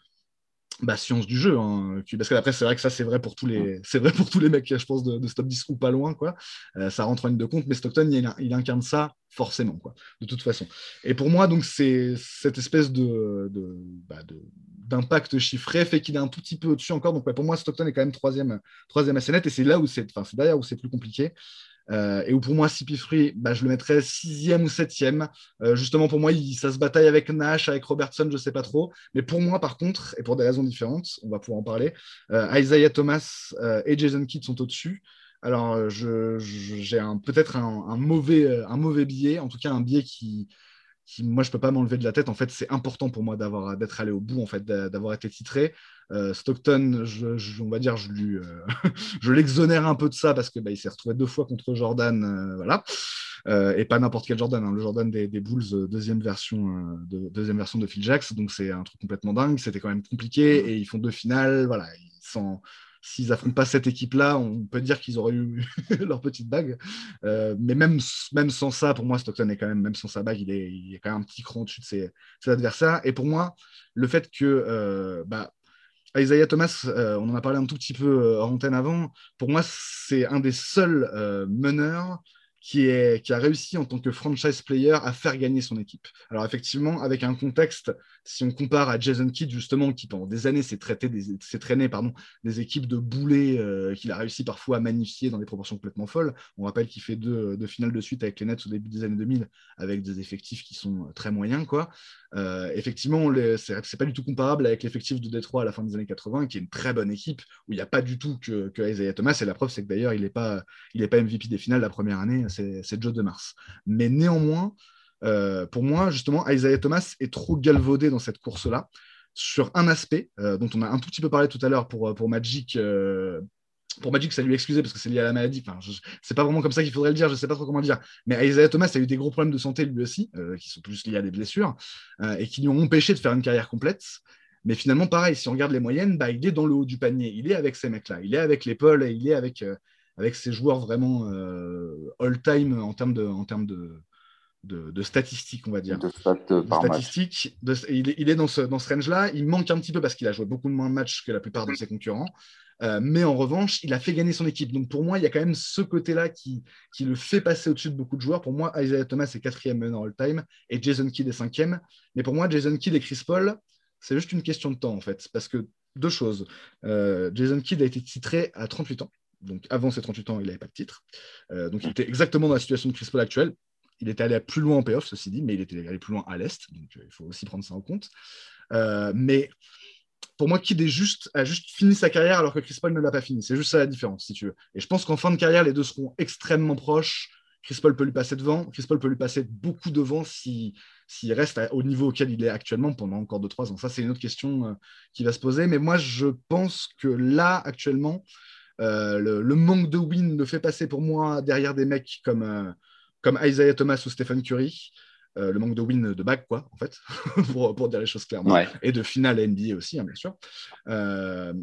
bah, science du jeu. Hein. Parce que après, c'est vrai que ça, c'est vrai pour tous les, c'est vrai pour tous les mecs, je pense, de, de ce top dix ou pas loin. Quoi. Euh, ça rentre en ligne de compte. Mais Stockton, il, il incarne ça forcément, quoi, de toute façon. Et pour moi, donc, c'est cette espèce de, de, bah, de, d'impact chiffré fait qu'il est un tout petit peu au-dessus encore. Donc, ouais, pour moi, Stockton est quand même troisième, troisième assez net. Et c'est là où c'est, enfin, c'est derrière où c'est plus compliqué. Euh, et où pour moi, C P trois, bah, je le mettrais sixième ou septième. Euh, justement, pour moi, il, ça se bataille avec Nash, avec Robertson, je ne sais pas trop. Mais pour moi, par contre, et pour des raisons différentes, on va pouvoir en parler, euh, Isaiah Thomas euh, et Jason Kidd sont au-dessus. Alors, je, je, j'ai un, peut-être un, un, mauvais, un mauvais biais, en tout cas un biais qui, qui moi, je ne peux pas m'enlever de la tête. En fait, c'est important pour moi d'avoir, d'être allé au bout, en fait, d'avoir été titré. Euh, Stockton, je, je, on va dire, je, lui, euh, je l'exonère un peu de ça parce que bah, il s'est retrouvé deux fois contre Jordan, euh, voilà, euh, et pas n'importe quel Jordan, hein, le Jordan des, des Bulls, deuxième version, euh, de, deuxième version de Phil Jackson, donc c'est un truc complètement dingue. C'était quand même compliqué et ils font deux finales, voilà. Ils sont, s'ils affrontent pas cette équipe-là, on peut dire qu'ils auraient eu leur petite bague. Euh, mais même, même sans ça, pour moi, Stockton est quand même, même sans sa bague, il est, il est quand même un petit cran au-dessus de ses, ses adversaires. Et pour moi, le fait que euh, bah, Isaiah Thomas, euh, on en a parlé un tout petit peu euh, en antenne avant, pour moi, c'est un des seuls euh, meneurs qui, est, qui a réussi en tant que franchise player à faire gagner son équipe. Alors effectivement, avec un contexte, si on compare à Jason Kidd, justement, qui pendant des années s'est, traité des, s'est traîné pardon, des équipes de boulets euh, qu'il a réussi parfois à magnifier dans des proportions complètement folles. On rappelle qu'il fait deux, deux finales de suite avec les Nets au début des années deux mille, avec des effectifs qui sont très moyens, quoi. Euh, effectivement, les, c'est, c'est pas du tout comparable avec l'effectif de Détroit à la fin des années quatre-vingts, qui est une très bonne équipe, où il n'y a pas du tout que, que Isaiah Thomas, et la preuve, c'est que d'ailleurs, il n'est pas, il est pas M V P des finales la première année, c'est, c'est Joe DeMars. Mais néanmoins, euh, pour moi, justement, Isaiah Thomas est trop galvaudé dans cette course-là, sur un aspect, euh, dont on a un tout petit peu parlé tout à l'heure pour, pour Magic, euh, pour Magic, ça lui excusait parce que c'est lié à la maladie. Enfin, je, c'est pas vraiment comme ça qu'il faudrait le dire, je sais pas trop comment le dire. Mais Isaiah Thomas a eu des gros problèmes de santé lui aussi, euh, qui sont plus liés à des blessures, euh, et qui lui ont empêché de faire une carrière complète. Mais finalement, pareil, si on regarde les moyennes, bah, il est dans le haut du panier. Il est avec ces mecs-là. Il est avec les Paul et il est avec, euh, avec ces joueurs vraiment euh, all-time en termes de, en termes de, de, de statistiques, on va dire. De stats de par statistiques. De, il, est, il est dans ce, dans ce range-là. Il manque un petit peu parce qu'il a joué beaucoup moins de matchs que la plupart de ses concurrents. Euh, mais en revanche, il a fait gagner son équipe. Donc pour moi, il y a quand même ce côté-là qui, qui le fait passer au-dessus de beaucoup de joueurs. Pour moi, Isaiah Thomas est quatrième meneur all-time et Jason Kidd est cinquième. Mais pour moi, Jason Kidd et Chris Paul, c'est juste une question de temps, en fait. Parce que deux choses. Euh, Jason Kidd a été titré à trente-huit ans. Donc avant ses trente-huit ans, il n'avait pas de titre. Euh, donc il était exactement dans la situation de Chris Paul actuelle. Il était allé plus loin en playoff, ceci dit, mais il était allé plus loin à l'Est. Donc euh, il faut aussi prendre ça en compte. Euh, mais pour moi, Kidd est juste, a juste fini sa carrière alors que Chris Paul ne l'a pas fini. C'est juste ça la différence, si tu veux. Et je pense qu'en fin de carrière, les deux seront extrêmement proches. Chris Paul peut lui passer devant. Chris Paul peut lui passer beaucoup devant si, s'il reste à, au niveau auquel il est actuellement pendant encore deux trois ans. Ça, c'est une autre question euh, qui va se poser. Mais moi, je pense que là, actuellement, euh, le, le manque de win le fait passer pour moi derrière des mecs comme, euh, comme Isaiah Thomas ou Stephen Curry. Euh, le manque de win de bague, quoi, en fait, pour, pour dire les choses clairement, ouais. Et de finale N B A aussi, hein, bien sûr. Euh,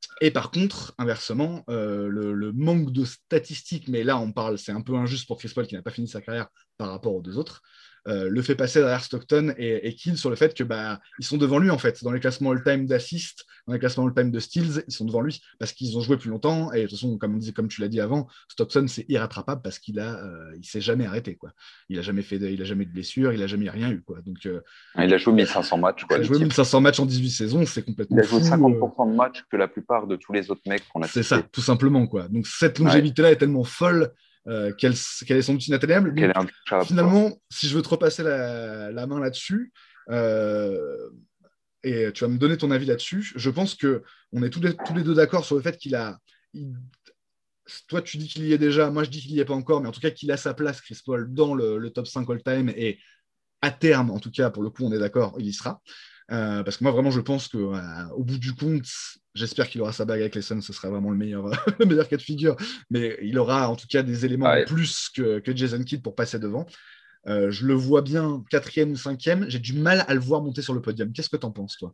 Et par contre, inversement, euh, le, le manque de statistiques, mais là on parle, c'est un peu injuste pour Chris Paul qui n'a pas fini sa carrière par rapport aux deux autres, euh, le fait passer derrière Stockton et, et Kidd sur le fait que bah, ils sont devant lui en fait. Dans les classements all-time d'assists, dans les classements all-time de steals, ils sont devant lui parce qu'ils ont joué plus longtemps. Et de toute façon, comme, on dit, comme tu l'as dit avant, Stockton c'est irrattrapable parce qu'il a, euh, il s'est jamais arrêté quoi. Il a jamais fait, de, il a jamais de blessure, il a jamais rien eu quoi. Donc euh, il a joué mille cinq cents matchs. Quoi, il a joué mille cinq cents matchs en dix-huit saisons, c'est complètement fou. Il a joué fou, cinquante pour cent de matchs que la plupart de tous les autres mecs qu'on a c'est cités. ça, tout simplement quoi. Donc cette longévité là ouais. est tellement folle. Euh, qu'elle, qu'elle est sans doute inatteignable. Donc, est finalement, quoi. Si je veux te repasser la, la main là-dessus, euh, et tu vas me donner ton avis là-dessus, je pense qu'on est tous les, tous les deux d'accord sur le fait qu'il a... Il, toi, tu dis qu'il y est déjà, moi je dis qu'il n'y est pas encore, mais en tout cas qu'il a sa place, Chris Paul, dans le, le top cinq all-time, et à terme, en tout cas, pour le coup, on est d'accord, il y sera. Euh, parce que moi, vraiment, je pense qu'au euh, bout du compte, j'espère qu'il aura sa bague avec les Suns, ce sera vraiment le meilleur, le meilleur cas de figure, mais il aura en tout cas des éléments ah ouais. en plus que, que Jason Kidd pour passer devant. Euh, je le vois bien quatrième ou cinquième, j'ai du mal à le voir monter sur le podium. Qu'est-ce que tu en penses, toi?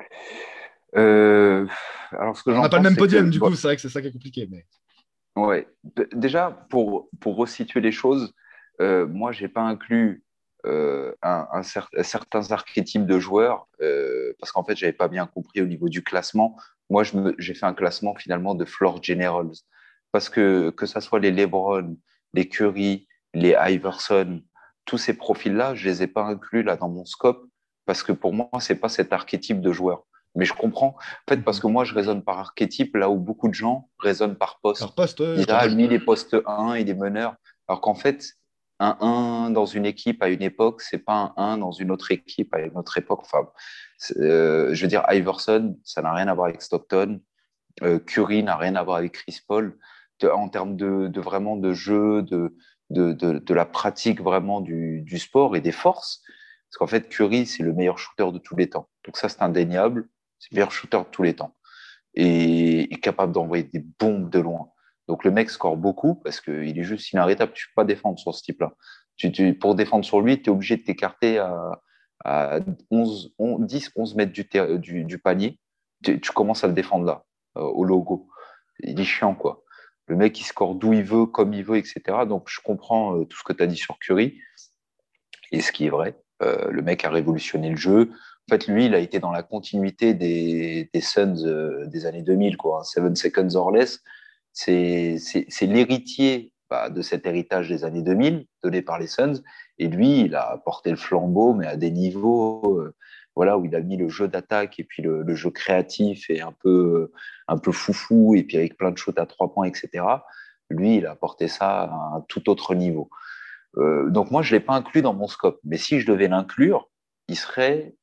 euh, alors, ce que On n'a pas le même podium, que... du coup, c'est vrai que c'est ça qui est compliqué. Mais... Ouais. Déjà, pour, pour resituer les choses, euh, moi, je n'ai pas inclus Euh, un, un, cer- certains archétypes de joueurs euh, parce qu'en fait, je n'avais pas bien compris au niveau du classement. Moi, je me, j'ai fait un classement finalement de floor generals parce que que ça soit les LeBron, les Curry, les Iverson, tous ces profils-là, je ne les ai pas inclus là dans mon scope parce que pour moi, ce n'est pas cet archétype de joueur. Mais je comprends, en fait, parce que moi, je raisonne par archétype là où beaucoup de gens raisonnent par poste. Par poste, ouais, ils disent, ah, lui, il est poste un, il est meneur. Alors qu'en fait, un un dans une équipe à une époque, c'est pas un un dans une autre équipe à une autre époque. Enfin, euh, je veux dire, Iverson, ça n'a rien à voir avec Stockton. Euh, Curry n'a rien à voir avec Chris Paul. De, en termes de, de vraiment de jeu, de, de, de, de la pratique vraiment du, du sport et des forces. Parce qu'en fait, Curry, c'est le meilleur shooter de tous les temps. Donc ça, c'est indéniable. C'est le meilleur shooter de tous les temps. Et est capable d'envoyer des bombes de loin. Donc, le mec score beaucoup parce qu'il est juste inarrêtable. Tu ne peux pas défendre sur ce type-là. Tu, tu, pour défendre sur lui, tu es obligé de t'écarter à, à onze, onze, dix, onze mètres du, ter- du, du panier. Tu, tu commences à le défendre là, euh, au logo. Il est chiant, quoi. Le mec, il score d'où il veut, comme il veut, et cetera. Donc, je comprends euh, tout ce que tu as dit sur Curry. Et ce qui est vrai, euh, le mec a révolutionné le jeu. En fait, lui, il a été dans la continuité des, des Suns euh, des années deux mille, quoi. Seven seconds or less. C'est, c'est, c'est l'héritier bah, de cet héritage des années deux mille donné par les Suns. Et lui, il a porté le flambeau, mais à des niveaux euh, voilà, où il a mis le jeu d'attaque et puis le, le jeu créatif et un peu, un peu foufou, et puis avec plein de shoots à trois points, et cetera. Lui, il a porté ça à un tout autre niveau. Euh, donc moi, je ne l'ai pas inclus dans mon scope. Mais si je devais l'inclure, il serait,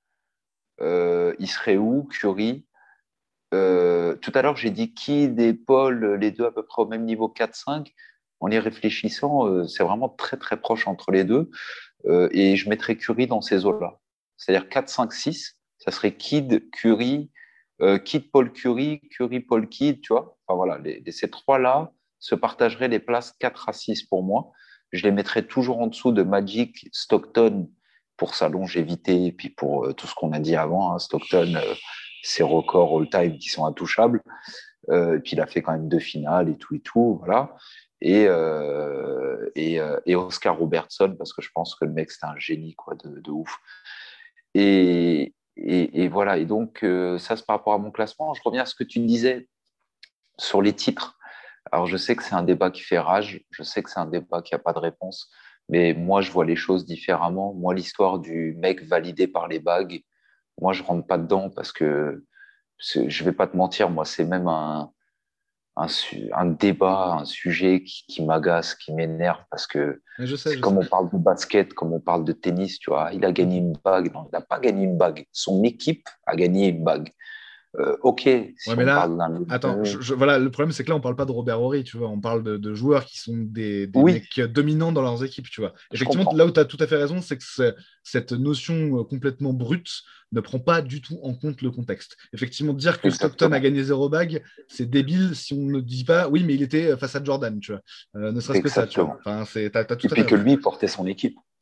euh, il serait où, Curry? Euh, tout à l'heure, j'ai dit Kidd et Paul, les deux à peu près au même niveau, quatre cinq. En y réfléchissant, euh, c'est vraiment très très proche entre les deux. Euh, et je mettrais Curry dans ces eaux-là. C'est-à-dire quatre cinq six, ça serait Kidd, Curry, euh, Kidd, Paul, Curry, Curry, Paul, Kidd, tu vois. Enfin voilà, les, les, ces trois-là se partageraient les places quatre à six pour moi. Je les mettrais toujours en dessous de Magic, Stockton pour sa longévité et puis pour euh, tout ce qu'on a dit avant. Hein. Stockton, euh, ses records all-time qui sont intouchables. Euh, et puis il a fait quand même deux finales et tout et tout, voilà. Et, euh, et, euh, et Oscar Robertson, parce que je pense que le mec, c'est un génie, quoi, de, de ouf. Et, et, et voilà. Et donc, euh, ça, c'est par rapport à mon classement. Je reviens à ce que tu disais sur les titres. Alors, je sais que c'est un débat qui fait rage. Je sais que c'est un débat qui n'a pas de réponse. Mais moi, je vois les choses différemment. Moi, l'histoire du mec validé par les bagues, moi, je ne rentre pas dedans parce que je ne vais pas te mentir. Moi, c'est même un, un, un débat, un sujet qui, qui m'agace, qui m'énerve parce que je sais, c'est je comme sais. on parle de basket, comme on parle de tennis, tu vois. Il a gagné une bague. Non, il n'a pas gagné une bague. Son équipe a gagné une bague. Euh, ok, si ouais, mais on là, parle d'un... attends, je, je, voilà, le problème c'est que là on parle pas de Robert Horry, tu vois, on parle de, de joueurs qui sont des, des oui. mecs dominants dans leurs équipes, tu vois. Effectivement, là où tu as tout à fait raison, c'est que c'est, cette notion complètement brute ne prend pas du tout en compte le contexte. Effectivement, dire que Exactement. Stockton a gagné zéro bague, c'est débile si on ne dit pas, oui, mais il était face à Jordan, tu vois. Euh, ne serait-ce Exactement. que ça, tu vois. Enfin, c'est, t'as, t'as tout Et à puis fait que raison. lui portait son équipe.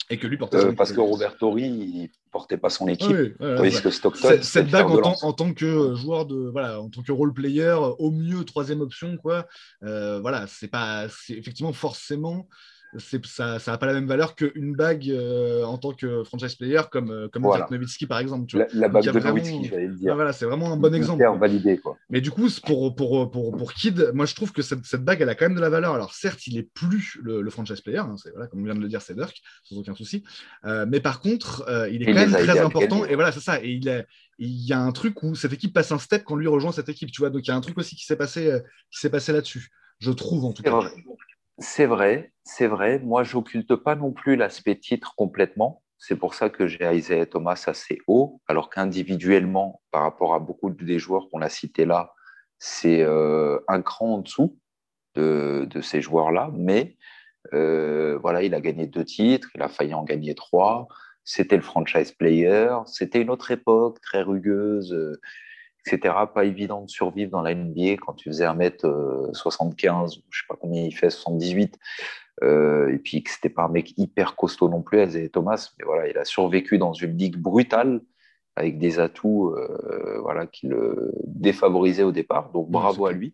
Et que lui portait son Euh, équipe. parce que Robert Torrey, il ne portait pas son équipe. Oui, ouais, Tandis ouais. que Stockton, Cette, c'était cette le bague fer en de tant, lance. en tant que joueur de voilà, en tant que role player, au mieux troisième option, quoi. Euh, voilà, c'est pas, c'est effectivement forcément, c'est ça, ça a pas la même valeur qu'une bague euh, en tant que franchise player comme euh, comme Dirk Voilà. Nowitzki par exemple, tu vois. La, la Donc il y bague a de vraiment, Nowitzki, j'allais le ouais, dire. voilà, c'est vraiment un bon exemple, Hyper quoi. validé, quoi. Mais du coup, pour, pour, pour, pour Kidd, moi je trouve que cette, cette bague, elle a quand même de la valeur. Alors certes, il est plus le, le franchise player, hein, c'est, voilà, comme on vient de le dire, c'est Dirk, sans aucun souci. Euh, mais par contre, euh, il est Et il quand même les a aidés très à le important. gagner. Et voilà, c'est ça. Et il, a, il y a un truc où cette équipe passe un step quand lui rejoint cette équipe, tu vois. Donc il y a un truc aussi qui s'est passé, euh, qui s'est passé là-dessus, je trouve en tout C'est cas. vrai. C'est vrai, c'est vrai. Moi, j'occulte pas non plus l'aspect titre complètement. C'est pour ça que j'ai Isaiah Thomas assez haut, alors qu'individuellement, par rapport à beaucoup des joueurs qu'on a cités là, c'est euh, un cran en dessous de, de ces joueurs-là. Mais euh, voilà, il a gagné deux titres, il a failli en gagner trois. C'était le franchise player. C'était une autre époque très rugueuse, euh, et cetera. Pas évident de survivre dans la N B A quand tu faisais un mètre soixante-quinze, je ne sais pas combien il fait, soixante-dix-huit. Euh, et puis que c'était pas un mec hyper costaud non plus, Isaiah Thomas, mais voilà, il a survécu dans une ligue brutale avec des atouts euh, voilà, qui le défavorisaient au départ. Donc Ouais, bravo à lui.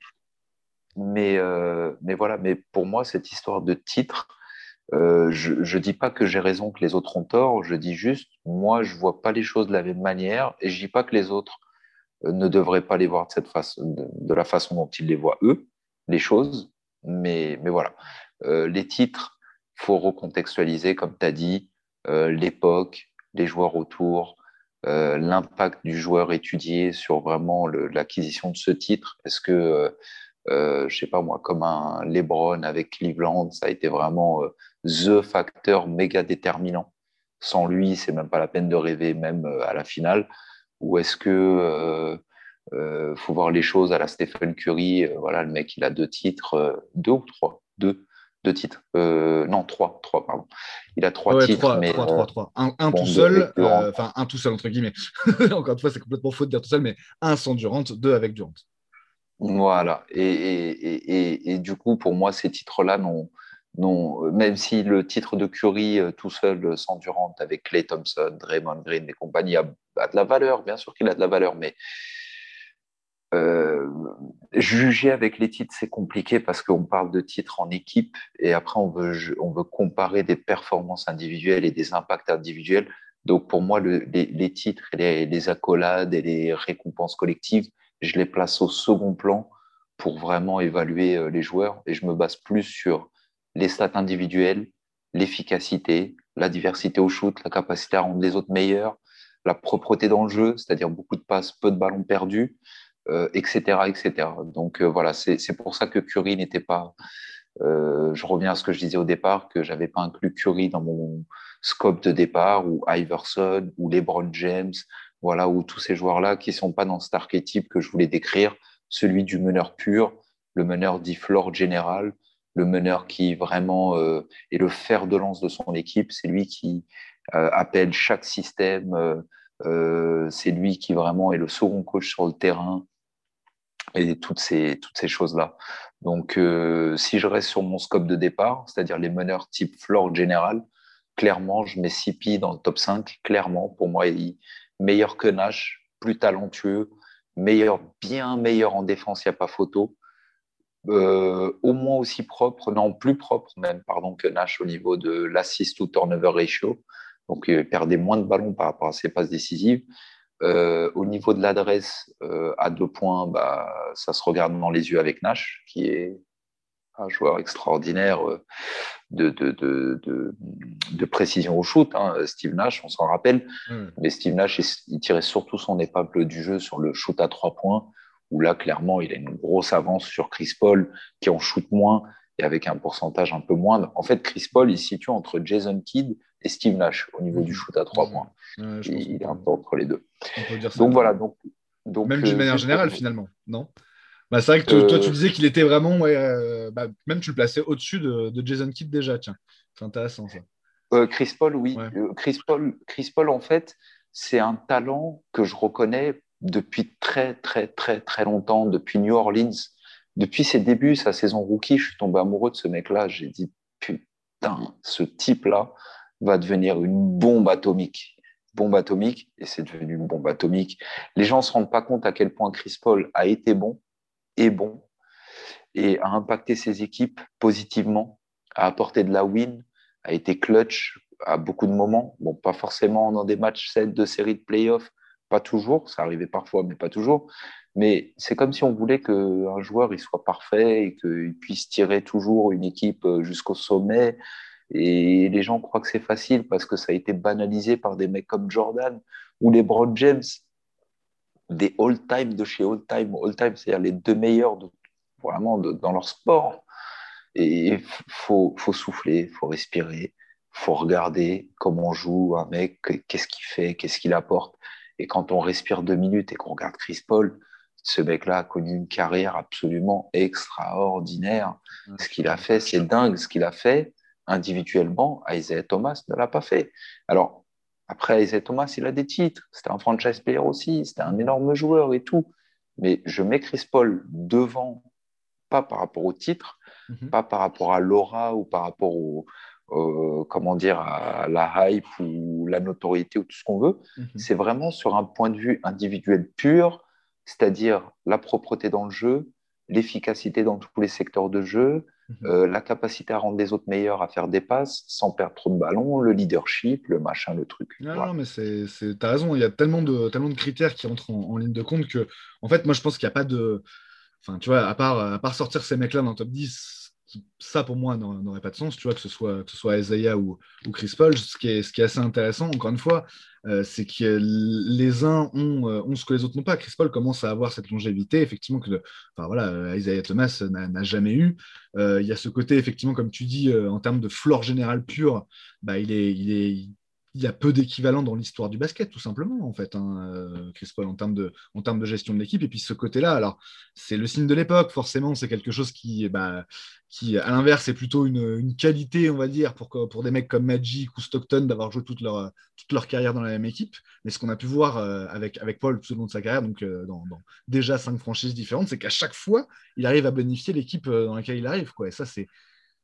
Mais, euh, mais voilà, mais pour moi, cette histoire de titre, euh, je ne dis pas que j'ai raison, que les autres ont tort, je dis juste, moi, je vois pas les choses de la même manière, et je dis pas que les autres euh, ne devraient pas les voir de, cette façon, de, de la façon dont ils les voient eux, les choses, mais, mais voilà. Euh, les titres, faut recontextualiser, comme tu as dit, euh, l'époque, les joueurs autour, euh, l'impact du joueur étudié sur vraiment le, l'acquisition de ce titre. Est-ce que euh, euh, je sais pas moi, comme un LeBron avec Cleveland, ça a été vraiment euh, the facteur méga déterminant. Sans lui, c'est même pas la peine de rêver, même euh, à la finale. Ou est-ce que euh, euh, faut voir les choses à la Stephen Curry, euh, voilà, le mec, il a deux titres, euh, deux ou trois, deux, deux titres, euh, non trois, trois, pardon. Il a trois Ouais, ouais, titres, trois, mais trois, euh, trois, trois. Un, un tout bon, deux avec seul, Durant. euh, enfin un tout seul entre guillemets. Encore une fois, c'est complètement faux de dire tout seul, mais un sans Durant, deux avec Durant. Voilà. Et, et, et, et, et du coup, pour moi, ces titres-là, n'ont, n'ont, même si le titre de Curry euh, tout seul, euh, sans Durant, avec Klay Thompson, Draymond Green et compagnie, a, a de la valeur, bien sûr qu'il a de la valeur, mais euh, juger avec les titres, c'est compliqué parce qu'on parle de titres en équipe et après, on veut, on veut comparer des performances individuelles et des impacts individuels. Donc, pour moi, le, les, les titres et les, les accolades et les récompenses collectives, je les place au second plan pour vraiment évaluer euh, les joueurs et je me base plus sur les stats individuelles, l'efficacité, la diversité au shoot, la capacité à rendre les autres meilleurs, la propreté dans le jeu, c'est-à-dire beaucoup de passes, peu de ballons perdus, euh, et cetera, et cetera. Donc euh, voilà, c'est, c'est pour ça que Curry n'était pas. Euh, je reviens à ce que je disais au départ, que j'avais pas inclus Curry dans mon scope de départ, ou Iverson, ou LeBron James, voilà, ou tous ces joueurs-là qui sont pas dans cet archétype que je voulais décrire, celui du meneur pur, le meneur dit floor général, le meneur qui vraiment euh, est le fer de lance de son équipe, c'est lui qui euh, appelle chaque système, euh, euh, c'est lui qui vraiment est le second coach sur le terrain, et toutes ces, toutes ces choses-là. Donc, euh, si je reste sur mon scope de départ, c'est-à-dire les meneurs type floor général, clairement, je mets C P dans le top cinq. Clairement, pour moi, il est meilleur que Nash, plus talentueux, meilleur, bien meilleur en défense, il n'y a pas photo. Euh, au moins aussi propre, non, plus propre même, pardon, que Nash au niveau de l'assist to turnover ratio. Donc, il perdait moins de ballons par rapport à ses passes décisives. Euh, au niveau de l'adresse euh, à deux points, bah, ça se regarde dans les yeux avec Nash, qui est un joueur extraordinaire euh, de, de, de, de, de précision au shoot. Hein. Steve Nash, on s'en rappelle. Mmh. Mais Steve Nash, il, il tirait surtout son épingle du jeu sur le shoot à trois points, où là, clairement, il a une grosse avance sur Chris Paul, qui en shoot moins et avec un pourcentage un peu moindre. En fait, Chris Paul, il se situe entre Jason Kidd et Steve Nash au niveau mmh. du shoot à trois mmh. points. Ouais, je pense il est un peu entre les deux. On peut dire ça. Donc voilà. Donc, donc, même d'une euh, manière générale, pour... finalement, non bah, c'est vrai que euh... toi, tu disais qu'il était vraiment. Ouais, euh, bah, même tu le plaçais au-dessus de, de Jason Kidd déjà. Tiens, c'est intéressant ça. Euh, Chris Paul, oui. Ouais. Euh, Chris Paul, Chris Paul, en fait, c'est un talent que je reconnais depuis très, très, très, très longtemps, depuis New Orleans. Depuis ses débuts, sa saison rookie, je suis tombé amoureux de ce mec-là. J'ai dit, putain, ce type-là, va devenir une bombe atomique. Bombe atomique, et c'est devenu une bombe atomique. Les gens ne se rendent pas compte à quel point Chris Paul a été bon, est bon, et a impacté ses équipes positivement, a apporté de la win, a été clutch à beaucoup de moments. Bon, pas forcément dans des matchs sept de série de playoffs, pas toujours, ça arrivait parfois, mais pas toujours. Mais c'est comme si on voulait qu'un joueur il soit parfait et qu'il puisse tirer toujours une équipe jusqu'au sommet. Et les gens croient que c'est facile parce que ça a été banalisé par des mecs comme Jordan ou les LeBron James, des all-time de chez all-time, all-time, c'est-à-dire les deux meilleurs de, vraiment de, dans leur sport. Et il faut, faut souffler, il faut respirer, il faut regarder comment joue un mec, qu'est-ce qu'il fait, qu'est-ce qu'il apporte. Et quand on respire deux minutes et qu'on regarde Chris Paul, ce mec-là a connu une carrière absolument extraordinaire. Ce qu'il a fait, c'est dingue. Ce qu'il a fait individuellement, Isaiah Thomas ne l'a pas fait. Alors, après, Isaiah Thomas, il a des titres. C'était un franchise player aussi. C'était un énorme joueur et tout. Mais je mets Chris Paul devant, pas par rapport au titre, mm-hmm. pas par rapport à l'aura ou par rapport au, euh, comment dire, à la hype ou la notoriété ou tout ce qu'on veut. Mm-hmm. C'est vraiment sur un point de vue individuel pur, c'est-à-dire la propreté dans le jeu, l'efficacité dans tous les secteurs de jeu, mmh. euh, la capacité à rendre les autres meilleurs, à faire des passes sans perdre trop de ballons, le leadership, le machin, le truc. Non, voilà. non mais c'est, c'est... tu as raison, il y a tellement de, tellement de critères qui entrent en, en ligne de compte que, en fait, moi, je pense qu'il n'y a pas de... Enfin, tu vois, à part, à part sortir ces mecs-là dans le top dix, ça, pour moi, n'aurait pas de sens, tu vois, que ce soit, que ce soit Isaiah ou, ou Chris Paul. Ce qui est, ce qui est assez intéressant, encore une fois, euh, c'est que les uns ont, euh, ont ce que les autres n'ont pas. Chris Paul commence à avoir cette longévité, effectivement, que, enfin, voilà, Isaiah Thomas n'a, n'a jamais eu. Euh, il y a ce côté, effectivement, comme tu dis, euh, en termes de flore générale pure, bah, il est... Il est il y a peu d'équivalent dans l'histoire du basket, tout simplement, en fait, hein, euh, Chris Paul, en termes, de, en termes de gestion de l'équipe. Et puis ce côté-là, alors, c'est le signe de l'époque, forcément, c'est quelque chose qui, bah, qui à l'inverse, est plutôt une, une qualité, on va dire, pour, pour des mecs comme Magic ou Stockton, d'avoir joué toute leur, toute leur carrière dans la même équipe. Mais ce qu'on a pu voir euh, avec, avec Paul tout au long de sa carrière, donc euh, dans, dans déjà cinq franchises différentes, c'est qu'à chaque fois, il arrive à bonifier l'équipe dans laquelle il arrive, quoi. Et ça, c'est,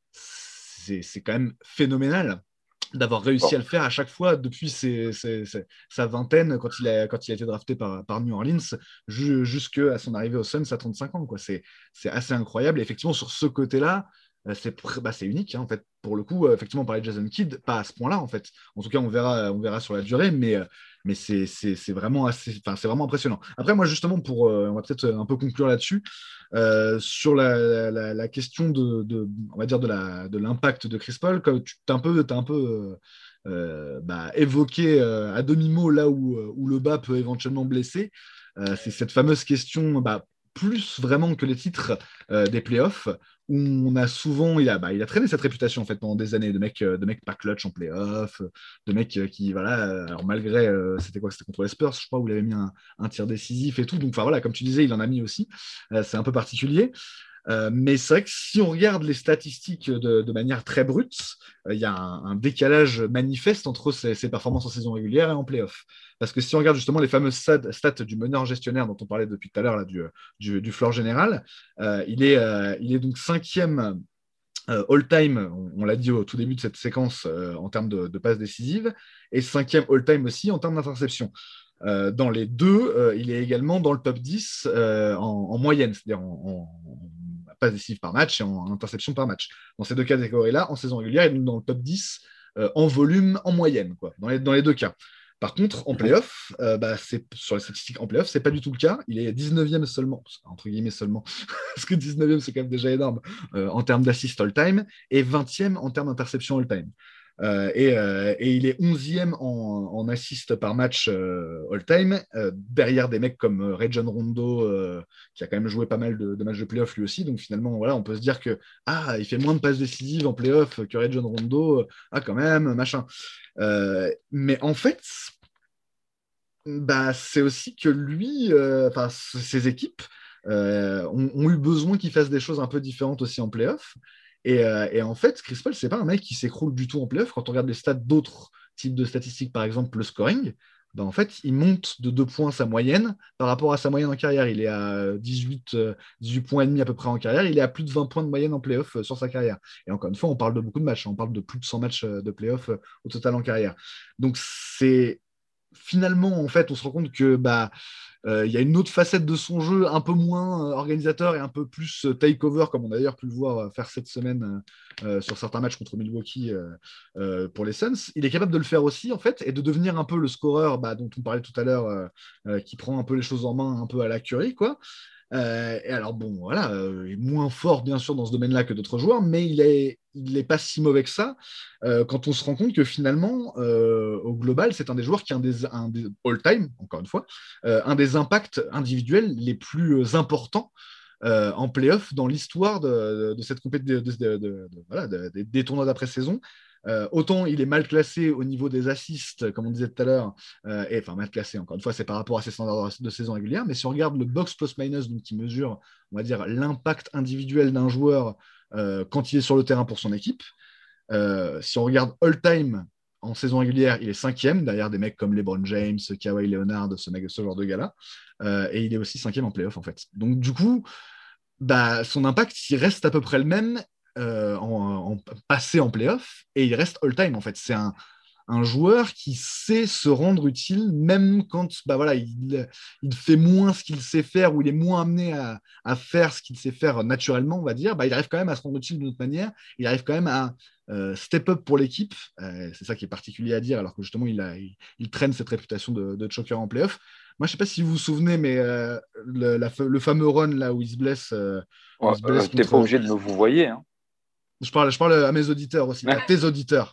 c'est, c'est quand même phénoménal d'avoir réussi à le faire à chaque fois depuis ses, ses, ses, sa vingtaine, quand il, a, quand il a été drafté par, par New Orleans, ju- jusqu'à son arrivée aux Suns à trente-cinq ans. Quoi. C'est, c'est assez incroyable. Et effectivement, sur ce côté-là, c'est, bah, c'est unique. Hein, en fait. Pour le coup, effectivement, on parlait de Jason Kidd, pas à ce point-là, en fait. En tout cas, on verra, on verra sur la durée, mais, mais c'est, c'est, c'est, vraiment assez, c'est vraiment impressionnant. Après, moi, justement, pour, on va peut-être un peu conclure là-dessus, euh, sur la, la, la question de, de, on va dire de, la, de l'impact de Chris Paul, comme tu t'as un peu, t'as un peu euh, bah, évoqué euh, à demi-mot là où, où le bas peut éventuellement blesser, euh, c'est cette fameuse question, bah, plus vraiment que les titres euh, des playoffs, où on a souvent, il a, bah, il a traîné cette réputation en fait pendant des années de mec, de mec pas clutch en playoffs, de mec qui, voilà, alors malgré, euh, c'était quoi, c'était contre les Spurs, je crois, où il avait mis un, un tir décisif et tout, donc enfin voilà, comme tu disais, il en a mis aussi, euh, c'est un peu particulier. Euh, mais c'est vrai que si on regarde les statistiques de, de manière très brute, il euh, y a un, un décalage manifeste entre ses, ses performances en saison régulière et en playoff. Parce que si on regarde justement les fameuses stats, stats du meneur gestionnaire dont on parlait depuis tout à l'heure, là, du, du, du floor général, euh, il, est, euh, il est donc cinquième euh, all-time, on, on l'a dit au tout début de cette séquence, euh, en termes de, de passes décisives, et cinquième all-time aussi en termes d'interception. Euh, dans les deux, euh, il est également dans le top dix euh, en, en moyenne, c'est-à-dire en, en, en passes décisives par match et en, en interception par match. Dans ces deux catégories-là, en saison régulière, il est dans le top dix euh, en volume, en moyenne, quoi, dans, les, dans les deux cas. Par contre, en playoff, euh, bah, c'est, sur les statistiques en playoff, c'est pas du tout le cas. Il est dix-neuvième seulement, entre guillemets seulement, parce que dix-neuvième, c'est quand même déjà énorme euh, en termes d'assist all-time, et vingtième en termes d'interception all-time. Euh, et, euh, et il est onzième en, en assist par match euh, all-time, euh, derrière des mecs comme euh, Rajon Rondo, euh, qui a quand même joué pas mal de, de matchs de playoff lui aussi. Donc finalement, voilà, on peut se dire que ah, il fait moins de passes décisives en playoff que Rajon Rondo. Ah, quand même, machin. Euh, mais en fait, bah, c'est aussi que lui, enfin, euh, ses équipes euh, ont, ont eu besoin qu'il fasse des choses un peu différentes aussi en playoff. Et, euh, et en fait, Chris Paul, c'est pas un mec qui s'écroule du tout en playoff. Quand on regarde les stats d'autres types de statistiques, par exemple le scoring, ben, en fait, il monte de deux points sa moyenne par rapport à sa moyenne en carrière. Il est à dix-huit, euh, dix-huit points et demi à peu près en carrière. Il est à plus de vingt points de moyenne en playoff euh, sur sa carrière. Et encore une fois, on parle de beaucoup de matchs. On parle de plus de cent matchs euh, de playoff euh, au total en carrière. Donc, c'est finalement, en fait, on se rend compte que bah, euh, il y a une autre facette de son jeu, un peu moins euh, organisateur et un peu plus euh, take-over, comme on a d'ailleurs pu le voir euh, faire cette semaine euh, euh, sur certains matchs contre Milwaukee euh, euh, pour les Suns. Il est capable de le faire aussi, en fait, et de devenir un peu le scoreur bah, dont on parlait tout à l'heure, euh, euh, qui prend un peu les choses en main, un peu à la Curry, quoi. Euh, et alors, bon, voilà, euh, il est moins fort, bien sûr, dans ce domaine-là que d'autres joueurs, mais il est, il n'est pas si mauvais que ça euh, quand on se rend compte que finalement, euh, au global, c'est un des joueurs qui a un des, un des all-time, encore une fois, euh, un des impacts individuels les plus importants euh, en playoff dans l'histoire de, de cette compétition, de, de, de, de, voilà, de, des tournois d'après-saison. Euh, autant il est mal classé au niveau des assists, comme on disait tout à l'heure, euh, et enfin mal classé, encore une fois, c'est par rapport à ses standards de saison régulière, mais si on regarde le box plus-minus, donc qui mesure, on va dire, l'impact individuel d'un joueur euh, quand il est sur le terrain pour son équipe, euh, si on regarde all-time en saison régulière, il est cinquième, derrière des mecs comme LeBron James, Kawhi Leonard, ce, mec, ce genre de gars-là, euh, et il est aussi cinquième en playoff, en fait. Donc du coup, bah, son impact, il reste à peu près le même euh, en, en passé en playoff, et il reste all-time, en fait. C'est un, un joueur qui sait se rendre utile, même quand bah, voilà, il, il fait moins ce qu'il sait faire, ou il est moins amené à, à faire ce qu'il sait faire naturellement, on va dire, bah, il arrive quand même à se rendre utile d'une autre manière, il arrive quand même à euh, step up pour l'équipe, euh, c'est ça qui est particulier à dire, alors que justement, il, a, il, il traîne cette réputation de, de choker en playoff. Moi, je ne sais pas si vous vous souvenez, mais euh, le, la, le fameux run là où il se blesse, euh, où Ouais, il se blesse euh, t'es contre... pas obligé de me vous voyez. Hein. Je parle, je parle à mes auditeurs aussi, à tes auditeurs,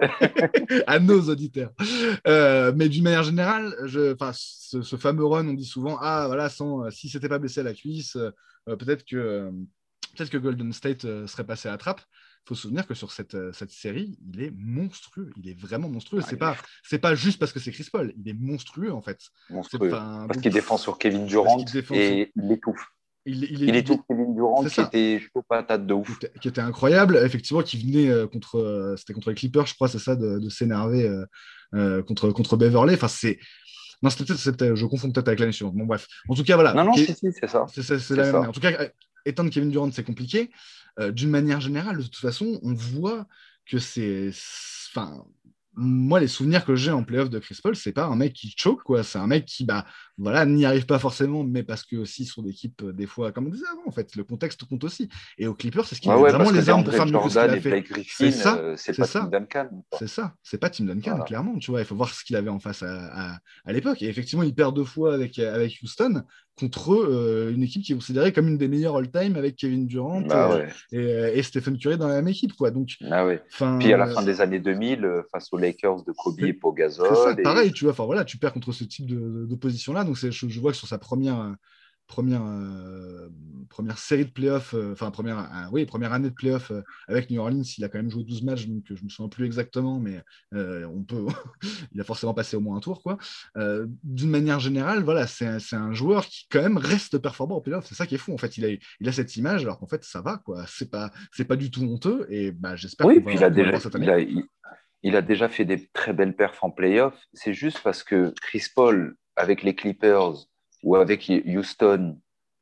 à nos auditeurs. Euh, mais d'une manière générale, je, ce, ce fameux run, on dit souvent, ah voilà, sans, si c'était pas blessé à la cuisse, euh, peut-être que, euh, peut-être que Golden State euh, serait passé à la trappe. Il faut se souvenir que sur cette, euh, cette série, il est monstrueux. Il est vraiment monstrueux. Ah, c'est pas, c'est pas juste parce que c'est Chris Paul. Il est monstrueux en fait. Monstrueux. Parce donc, qu'il défend sur Kevin Durant et il étouffe. Il, il, il étouffe Kevin Durant qui était chaud patate de ouf. Qui était, qui était incroyable, effectivement, qui venait euh, contre, euh, c'était contre les Clippers, je crois, c'est ça, de, de s'énerver euh, euh, contre, contre Beverley. Enfin, c'est. Non, c'était, c'était, je confonds peut-être avec l'année suivante. Bon, bref. En tout cas, voilà. Non, non, Ke... si, si, c'est ça. C'est, c'est, c'est c'est la ça. même. En tout cas, éteindre Kevin Durant, c'est compliqué. Euh, d'une manière générale, de toute façon, on voit que c'est. Enfin. Moi, les souvenirs que j'ai en playoff de Chris Paul, c'est pas un mec qui choke, quoi. C'est un mec qui, bah, voilà, n'y arrive pas forcément, mais parce que aussi sur d'équipes, des fois, comme on disait avant, en fait, le contexte compte aussi. Et au Clippers, c'est ce qui ouais, a ouais, vraiment les armes pour faire mieux que ce qu'il a et fait. Blake Griffin, c'est ça, euh, c'est, c'est pas ça. Tim Duncan. Quoi. C'est ça, c'est pas Tim Duncan, voilà. clairement, tu vois. Il faut voir ce qu'il avait en face à, à, à l'époque. Et effectivement, il perd deux fois avec, avec Houston contre euh, une équipe qui est considérée comme une des meilleures all-time avec Kevin Durant bah, et, ouais. et, et Stephen Curry dans la même équipe, quoi. Donc, ah, ouais. Puis à la fin des années deux mille, face aux Lakers de Kobe et Pau Gasol. C'est ça, et... pareil, tu vois. Enfin voilà, tu perds contre ce type de, d'opposition-là. Donc c'est, je, je vois que sur sa première, première, euh, première série de playoffs, euh, enfin première, euh, oui, première année de playoffs euh, avec New Orleans, il a quand même joué douze matchs, donc je me souviens plus exactement, mais euh, on peut, il a forcément passé au moins un tour, quoi. Euh, d'une manière générale, voilà, c'est, c'est un joueur qui quand même reste performant en playoffs. C'est ça qui est fou, en fait. Il a, il a cette image, alors qu'en fait ça va, quoi. C'est pas, c'est pas du tout honteux, et bah j'espère oui, qu'on puis va, il a déjà, voir cette année. Il a, il... Il a déjà fait des très belles perfs en playoff. C'est juste parce que Chris Paul, avec les Clippers ou avec Houston,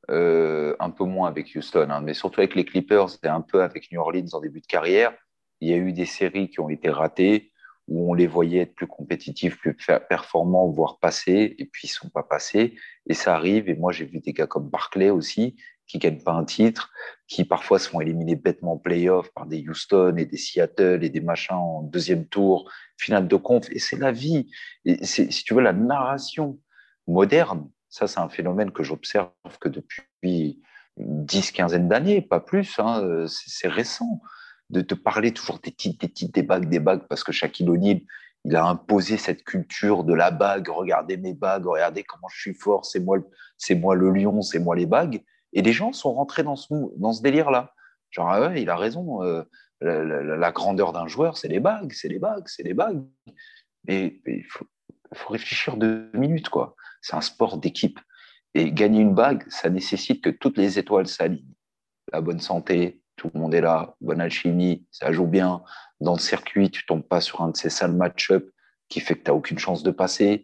euh, un peu moins avec Houston, hein, mais surtout avec les Clippers et un peu avec New Orleans en début de carrière, il y a eu des séries qui ont été ratées où on les voyait être plus compétitifs, plus performants, voire passer, et puis ils ne sont pas passés. Et ça arrive. Et moi, j'ai vu des gars comme Barkley aussi, qui ne gagnent pas un titre, qui parfois se font éliminer bêtement en play-off par des Houston et des Seattle et des machins en deuxième tour, finale de conf. Et c'est la vie. Et c'est, si tu veux, la narration moderne, ça, c'est un phénomène que j'observe que depuis une dix, quinzaine d'années, pas plus. Hein, c'est, c'est récent de te parler toujours des titres, des titres, des bagues, des bagues, parce que Shaquille O'Neal, il a imposé cette culture de la bague. Regardez mes bagues, regardez comment je suis fort, c'est moi, c'est moi le lion, c'est moi les bagues. Et les gens sont rentrés dans ce, dans ce délire-là. Genre, ah ouais, il a raison. Euh, la, la, la grandeur d'un joueur, c'est les bagues, c'est les bagues, c'est les bagues. Mais il faut, faut réfléchir deux minutes, quoi. C'est un sport d'équipe. Et gagner une bague, ça nécessite que toutes les étoiles s'alignent. La bonne santé, tout le monde est là, bonne alchimie, ça joue bien. Dans le circuit, tu ne tombes pas sur un de ces sales match-up qui fait que tu n'as aucune chance de passer.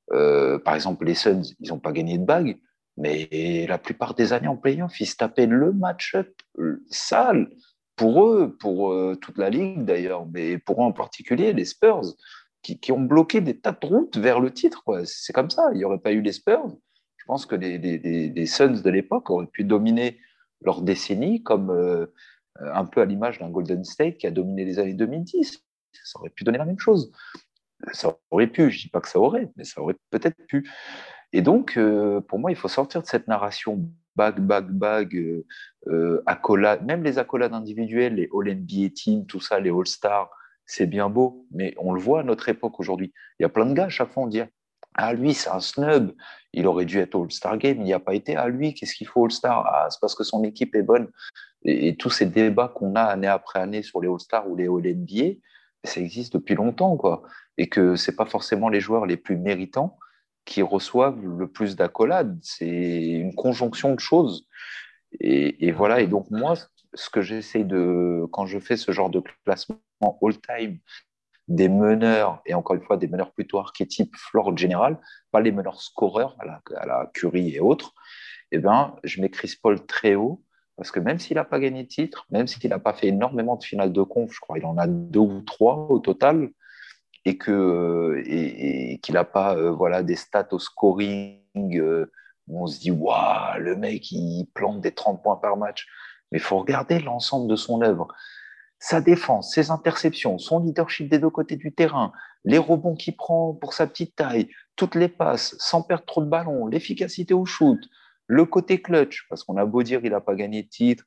Euh, par exemple, les Suns, ils n'ont pas gagné de bague, mais la plupart des années en play-off, ils se tapaient le match-up euh, sale pour eux, pour euh, toute la ligue d'ailleurs, mais pour eux en particulier, les Spurs, qui, qui ont bloqué des tas de routes vers le titre, quoi. C'est comme ça. Il n'y aurait pas eu les Spurs. Je pense que les, les, les, les Suns de l'époque auraient pu dominer leur décennie, comme euh, un peu à l'image d'un Golden State qui a dominé les années deux mille dix. Ça aurait pu donner la même chose. Ça aurait pu, je ne dis pas que ça aurait, mais ça aurait peut-être pu. Et donc, euh, pour moi, il faut sortir de cette narration bague, bague, bague, euh, euh, accolade, même les accolades individuelles, les All-N B A Team, tout ça, les All-Stars, c'est bien beau, mais on le voit à notre époque aujourd'hui. Il y a plein de gars, à chaque fois, on dit ah, lui, c'est un snub, il aurait dû être All-Star Game, il n'y a pas été. Ah, lui, qu'est-ce qu'il faut All-Star? Ah, c'est parce que son équipe est bonne. Et, et tous ces débats qu'on a année après année sur les All-Stars ou les All-N B A, ça existe depuis longtemps, quoi. Et que ce n'est pas forcément les joueurs les plus méritants qui reçoivent le plus d'accolades. C'est une conjonction de choses. Et, et voilà. Et donc, moi, ce que j'essaie de, quand je fais ce genre de classement all-time, des meneurs, et encore une fois, des meneurs plutôt archétypes floor général, pas les meneurs scoreurs à la, à la Curry et autres, eh ben, je mets Chris Paul très haut, parce que même s'il n'a pas gagné de titre, même s'il n'a pas fait énormément de finales de conf, je crois qu'il en a deux ou trois au total, et que et, et qu'il n'a pas euh, voilà des stats au scoring euh, où on se dit waouh, le mec il plante des trente points par match, mais il faut regarder l'ensemble de son œuvre, sa défense, ses interceptions, son leadership des deux côtés du terrain, les rebonds qu'il prend pour sa petite taille, toutes les passes sans perdre trop de ballons, l'efficacité au shoot, le côté clutch, parce qu'on a beau dire il n'a pas gagné de titre,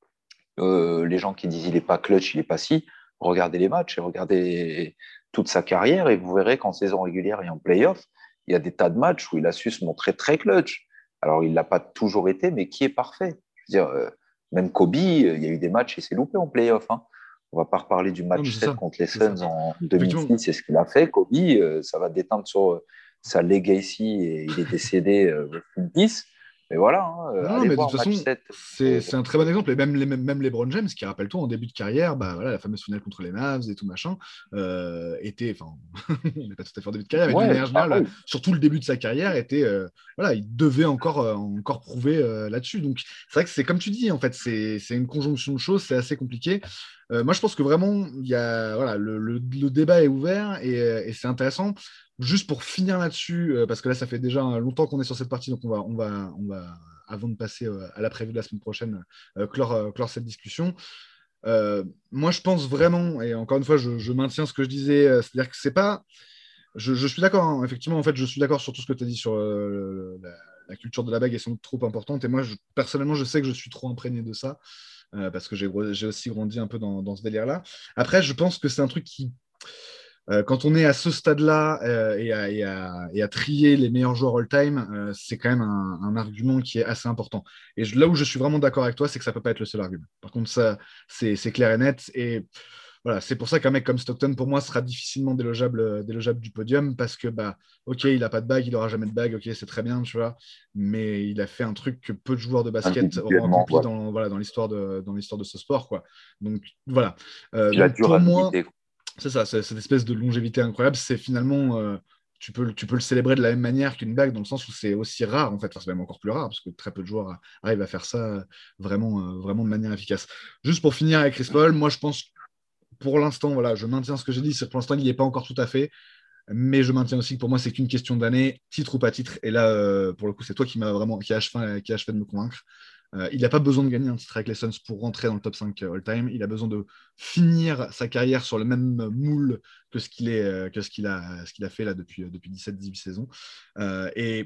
euh, les gens qui disent il n'est pas clutch, il n'est pas si, regardez les matchs et regardez toute sa carrière et vous verrez qu'en saison régulière et en play-off, il y a des tas de matchs où il a su se montrer très clutch. Alors, il ne l'a pas toujours été, mais qui est parfait. Je veux dire, euh, même Kobe, euh, il y a eu des matchs, il s'est loupé en play-off. Hein. On ne va pas reparler du match non, sept ça. contre les C'est Suns ça. en deux mille six, c'est ce qu'il a fait. Kobe, euh, ça va déteindre sur euh, sa legacy et il est décédé euh, au dix. Mais voilà, hein, euh, Non, non, allez mais de voir toute match façon, sept. c'est Euh, c'est un très bon exemple. Et même, les, même LeBron James, qui rappelle-toi, en début de carrière, bah, voilà, la fameuse finale contre les Mavs et tout machin, euh, était, enfin, on n'est pas tout à fait en début de carrière, mais d'une ouais, manière générale, pareil. surtout le début de sa carrière, était, euh, voilà, il devait encore, euh, encore prouver euh, là-dessus. Donc, c'est vrai que c'est comme tu dis, en fait, c'est c'est une conjonction de choses, c'est assez compliqué. Euh, moi, je pense que vraiment, il y a, voilà, le, le, le débat est ouvert et, euh, et c'est intéressant. Juste pour finir là-dessus, euh, parce que là, ça fait déjà longtemps qu'on est sur cette partie, donc on va, on va, on va avant de passer euh, à la prévue de la semaine prochaine, euh, clore, euh, clore cette discussion. Euh, moi, je pense vraiment, et encore une fois, je, je maintiens ce que je disais, euh, c'est-à-dire que c'est pas. Je, je suis d'accord, hein, effectivement, en fait, je suis d'accord sur tout ce que tu as dit sur euh, la, la culture de la bague est sans doute trop importante. Et moi, je, personnellement, je sais que je suis trop imprégné de ça, euh, parce que j'ai j'ai aussi grandi un peu dans, dans ce délire-là. Après, je pense que c'est un truc qui euh, quand on est à ce stade-là euh, et, à, et, à, et, à, trier les meilleurs joueurs all-time, euh, c'est quand même un, un, argument qui est assez important. Et je, là où je suis vraiment d'accord avec toi, c'est que ça ne peut pas être le seul argument. Par contre, ça, c'est clair et net. Et voilà, c'est pour ça qu'un mec comme Stockton, pour moi, sera difficilement délogeable, délogeable du podium parce que, bah, ok, il n'a pas de bague, il n'aura jamais de bague, ok, c'est très bien, tu vois, mais il a fait un truc que peu de joueurs de basket auront accompli ouais. dans, voilà, dans l'histoire de, dans l'histoire de ce sport, quoi. Donc, voilà. Euh, donc, pour moi, c'est ça, c'est cette espèce de longévité incroyable, c'est finalement, euh, tu, peux, tu peux le célébrer de la même manière qu'une bague, dans le sens où c'est aussi rare, en fait, enfin, c'est même encore plus rare, parce que très peu de joueurs arrivent à faire ça vraiment, euh, vraiment de manière efficace. Juste pour finir avec Chris Paul, moi je pense, pour l'instant, voilà, je maintiens ce que j'ai dit, c'est que pour l'instant, il n'y est pas encore tout à fait, mais je maintiens aussi que pour moi, c'est qu'une question d'année, titre ou pas titre, et là, euh, pour le coup, c'est toi qui m'as vraiment, qui a achevé, qui a achevé de me convaincre. Euh, il n'a pas besoin de gagner un titre avec les Suns pour rentrer dans le top cinq all-time. Il a besoin de finir sa carrière sur le même moule que ce qu'il euh, qu a, qu a fait là depuis, depuis dix-sept dix-huit saisons. Euh, et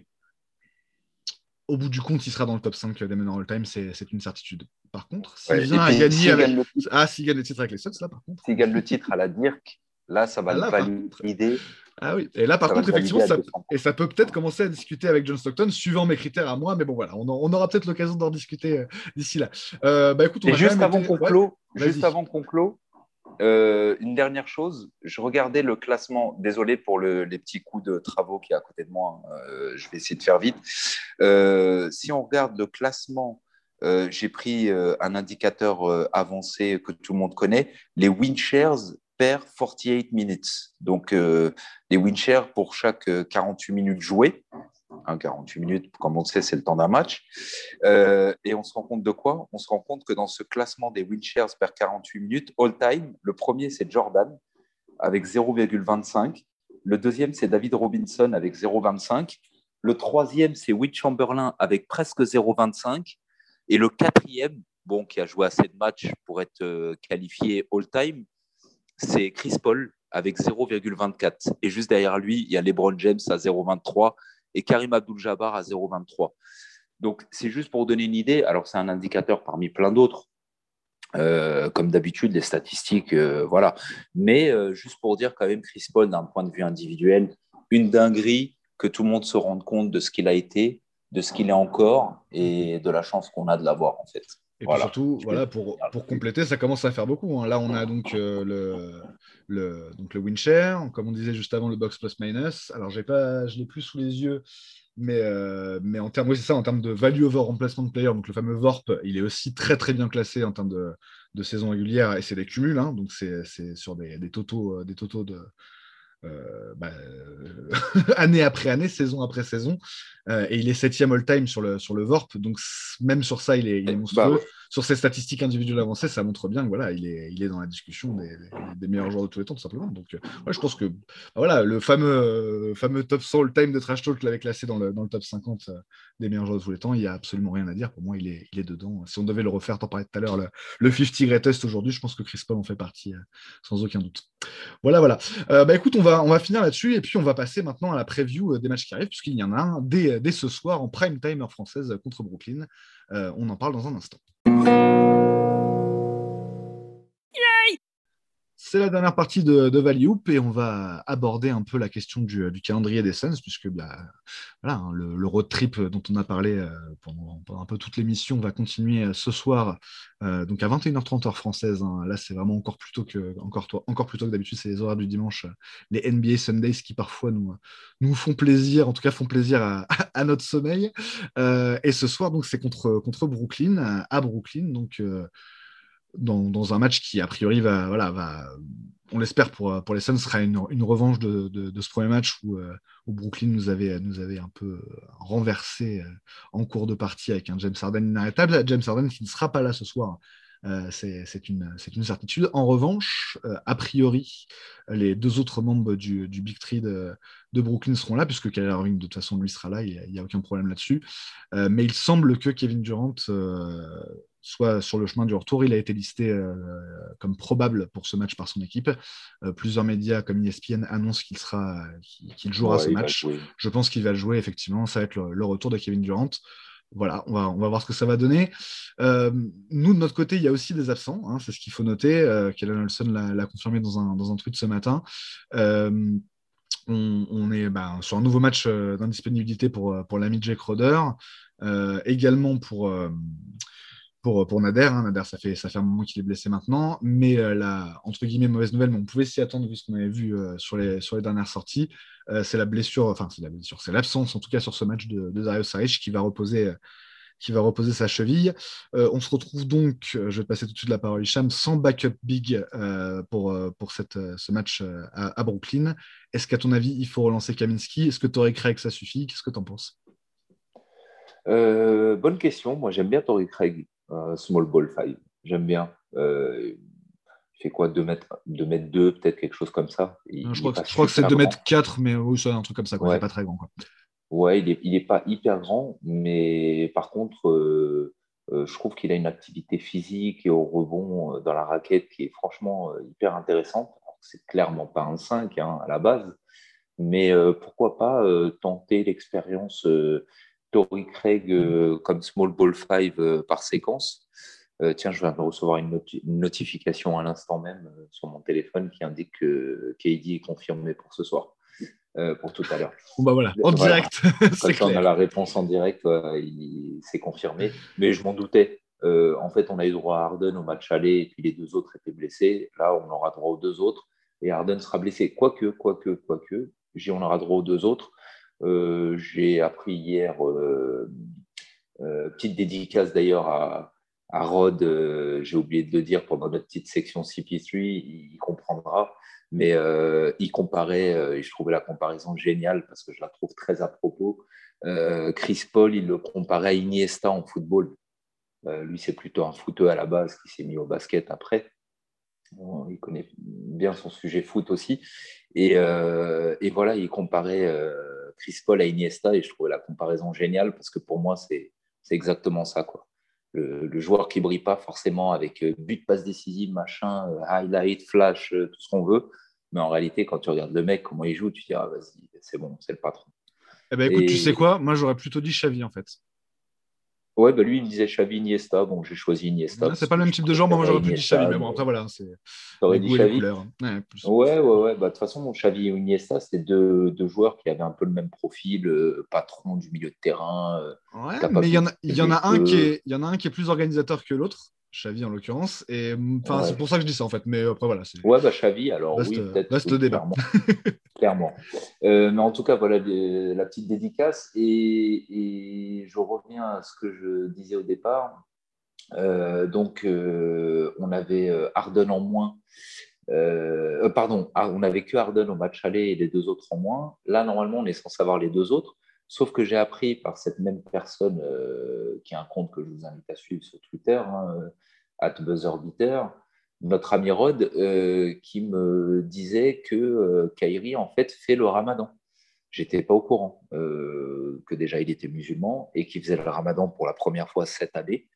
au bout du compte, il sera dans le top cinq des meneurs all-time, c'est une certitude. Par contre, s'il ouais, vient à gagner si avec... Gagne le... Ah, s'il gagne le titre avec les Suns, là, par contre... S'il gagne le titre à la Dirk, là, ça va ah, là, le valider. Ah oui, et là par ça contre, effectivement, ça, et ça peut peut-être commencer à discuter avec John Stockton, suivant mes critères à moi, mais bon voilà, on, en, on aura peut-être l'occasion d'en discuter euh, d'ici là. Euh, bah écoute, on et va juste avant été... qu'on clôt, ouais, juste avant qu'on clôt, euh, une dernière chose, je regardais le classement, désolé pour le, les petits coups de travaux qui est à côté de moi, euh, je vais essayer de faire vite. Euh, si on regarde le classement, euh, j'ai pris euh, un indicateur euh, avancé que tout le monde connaît, les win shares per quarante-huit minutes. Donc, euh, des win shares pour chaque quarante-huit minutes jouées. Hein, quarante-huit minutes, comme on le sait, c'est le temps d'un match. Euh, et on se rend compte de quoi? On se rend compte que dans ce classement des win shares per quarante-huit minutes, all-time, le premier, c'est Jordan avec zéro virgule vingt-cinq. Le deuxième, c'est David Robinson avec zéro virgule vingt-cinq. Le troisième, c'est Wilt Chamberlain avec presque zéro virgule vingt-cinq. Et le quatrième, bon, qui a joué assez de matchs pour être euh, qualifié all-time, c'est Chris Paul avec zéro virgule vingt-quatre. Et juste derrière lui, il y a LeBron James à zéro virgule vingt-trois et Karim Abdul-Jabbar à zéro virgule vingt-trois. Donc, c'est juste pour vous donner une idée. Alors, c'est un indicateur parmi plein d'autres. Euh, comme d'habitude, les statistiques, euh, voilà. Mais euh, juste pour dire quand même, Chris Paul, d'un point de vue individuel, une dinguerie, que tout le monde se rende compte de ce qu'il a été, de ce qu'il est encore et de la chance qu'on a de l'avoir, en fait. Et voilà. puis surtout, voilà, pour, pour compléter, ça commence à faire beaucoup. Hein. Là, on a donc euh, le, le, donc le win share, comme on disait juste avant, le box plus minus. Alors, j'ai pas, je l'ai plus sous les yeux, mais, euh, mais en termes, oui, c'est ça, en termes de value over remplacement player, donc le fameux V O R P, il est aussi très très bien classé en termes de, de saison régulière, et c'est des cumuls, hein, donc c'est, c'est sur des, des totaux, des totaux de euh, bah, euh, année après année, saison après saison, euh, et il est septième all-time sur le, sur le V O R P, donc même sur ça, il est, il est monstrueux. Bah, ouais. Sur ses statistiques individuelles avancées, ça montre bien que voilà, il est, il est dans la discussion des, des, des meilleurs joueurs de tous les temps, tout simplement. Donc, euh, ouais, je pense que bah, voilà, le fameux, euh, fameux top cent all-time de Trash Talk l'avait classé dans le, dans le top cinquante euh, des meilleurs joueurs de tous les temps. Il n'y a absolument rien à dire. Pour moi, il est, il est dedans. Si on devait le refaire, t'en parlais tout à l'heure, le, le cinquante greatest aujourd'hui, je pense que Chris Paul en fait partie, euh, sans aucun doute. Voilà, voilà. Euh, bah écoute, on va, on va finir là-dessus et puis on va passer maintenant à la preview des matchs qui arrivent, puisqu'il y en a un dès, dès ce soir en prime time heure française contre Brooklyn. Euh, on en parle dans un instant. C'est la dernière partie de, de Valley Hoop et on va aborder un peu la question du, du calendrier des Suns, puisque bah, voilà, hein, le, le road trip dont on a parlé euh, pendant, pendant un peu toute l'émission va continuer euh, ce soir, euh, donc à vingt et une heures trente heure française. Hein. Là, c'est vraiment encore plus tôt que, encore, toi, encore plus tôt que d'habitude, c'est les horaires du dimanche, euh, les N B A Sundays qui parfois nous, nous font plaisir, en tout cas font plaisir à, à notre sommeil. Euh, et ce soir, donc, c'est contre, contre Brooklyn, à Brooklyn, donc... Euh, Dans, dans un match qui, a priori, va, voilà, va, on l'espère pour, pour les Suns, sera une, une revanche de, de, de ce premier match où, euh, où Brooklyn nous avait, nous avait un peu renversé euh, en cours de partie avec un James Harden inarrêtable. James Harden qui ne sera pas là ce soir, euh, c'est, c'est, une, c'est une certitude. En revanche, euh, a priori, les deux autres membres du, du Big Three de, de Brooklyn seront là, puisque Kyrie Irving, de toute façon, lui sera là, il n'y a, a aucun problème là-dessus. Euh, mais il semble que Kevin Durant... Euh, soit sur le chemin du retour. Il a été listé euh, comme probable pour ce match par son équipe. Euh, plusieurs médias comme E S P N annoncent qu'il, sera, qu'il jouera ouais, ce match. Je pense qu'il va le jouer, effectivement. Ça va être le, le retour de Kevin Durant. Voilà, on va, on va voir ce que ça va donner. Euh, nous, de notre côté, il y a aussi des absents. Hein, c'est ce qu'il faut noter. Euh, Kellen Olson l'a, l'a confirmé dans un, dans un tweet ce matin. Euh, on, on est bah, sur un nouveau match euh, d'indisponibilité pour, pour l'ami Jake Roder. Euh, également pour... Euh, Pour, pour Nader, hein. Nader, ça fait, ça fait un moment qu'il est blessé maintenant, mais euh, la, entre guillemets, mauvaise nouvelle, mais on pouvait s'y attendre vu ce qu'on avait vu euh, sur, les, sur les dernières sorties, euh, c'est la blessure, enfin, c'est la blessure, c'est l'absence, en tout cas, sur ce match de, de Dario Saric qui va reposer, euh, qui va reposer sa cheville. Euh, on se retrouve donc, euh, je vais te passer tout de suite la parole, Hicham, sans backup big euh, pour, euh, pour cette, euh, ce match euh, à, à Brooklyn. Est-ce qu'à ton avis, il faut relancer Kaminsky? Est-ce que Torrey Craig, ça suffit? Qu'est-ce que tu en penses? euh, Bonne question. Moi, j'aime bien Torrey Craig. Uh, small ball five, j'aime bien. Euh, il fait quoi, deux mètres deux, peut-être quelque chose comme ça. Il, non, je, crois que, je crois que c'est deux mètres quatre, mais oui, c'est un truc comme ça, quoi. Ouais. C'est pas très grand, quoi. Ouais, il n'est il est pas hyper grand, mais par contre, euh, euh, je trouve qu'il a une activité physique et au rebond euh, dans la raquette qui est franchement euh, hyper intéressante. Alors, c'est clairement pas un cinq hein, à la base, mais euh, pourquoi pas euh, tenter l'expérience euh, Torrey Craig euh, comme small ball five euh, par séquence. Euh, tiens, je viens de recevoir une, noti- une notification à l'instant même euh, sur mon téléphone qui indique que K D est confirmé pour ce soir, euh, pour tout à l'heure. Bon bah voilà, en voilà. direct, c'est clair. On a la réponse en direct, euh, il s'est confirmé, mais je m'en doutais. Euh, en fait, on a eu droit à Harden au match aller et puis les deux autres étaient blessés. Là, on aura droit aux deux autres et Harden sera blessé. Quoique, quoique, quoique, j'ai on aura droit aux deux autres. Euh, j'ai appris hier, euh, euh, petite dédicace d'ailleurs à, à Rod, euh, j'ai oublié de le dire pendant notre petite section C P trois, il, il comprendra, mais euh, il comparait, euh, et je trouvais la comparaison géniale parce que je la trouve très à propos. Euh, Chris Paul, il le comparait à Iniesta en football. Euh, lui, c'est plutôt un footeux à la base qui s'est mis au basket après. Bon, il connaît bien son sujet foot aussi. Et, euh, et voilà, il comparait euh, Chris Paul à Iniesta et je trouvais la comparaison géniale parce que pour moi, c'est, c'est exactement ça, quoi. Le, le joueur qui ne brille pas forcément avec euh, but, passe décisive, machin, euh, highlight, flash, euh, tout ce qu'on veut. Mais en réalité, quand tu regardes le mec, comment il joue, tu te dis, ah, vas-y, c'est bon, c'est le patron. Eh ben, écoute, tu sais Et quoi? Moi, j'aurais plutôt dit Xavi, en fait. ouais, bah lui, il me disait Xavi, Iniesta. Bon, j'ai choisi Iniesta Ah, c'est parce pas que le même je type de genre. Moi, préférais j'aurais pu dire Xavi. Iniesta. Mais bon, Mais après, voilà, c'est t'aurais les dit goûts et les Xavi? couleurs. Ouais, plus. Ouais, ouais, ouais. Bah, de toute façon, mon Xavi et Iniesta, c'était deux, deux joueurs qui avaient un peu le même profil, euh, patron du milieu de terrain, euh, Ouais, mais capable il y de en a, il y tirer en des a un qui feux. est, il y en a un qui est plus organisateur que l'autre, Xavi en l'occurrence. Et enfin, c'est Ouais, pour ça que je dis ça, en fait. Mais après, voilà, c'est ouais bah, Xavi, alors vaste, oui, peut-être, vaste oui, débat. clairement. clairement. Euh, mais en tout cas, voilà les- la petite dédicace. Et, et je reviens à ce que je disais au départ. Euh, donc, euh, on avait euh, Harden en moins. Euh, euh, pardon, ah, on avait que Harden au match aller et les deux autres en moins. Là, normalement, on est censé avoir les deux autres. Sauf que j'ai appris par cette même personne, euh, qui a un compte que je vous invite à suivre sur Twitter, hein, at BuzzerBeater, notre ami Rod, euh, qui me disait que euh, Kyrie, en fait, fait le ramadan. J'étais pas au courant euh, que déjà il était musulman et qu'il faisait le ramadan pour la première fois cette année.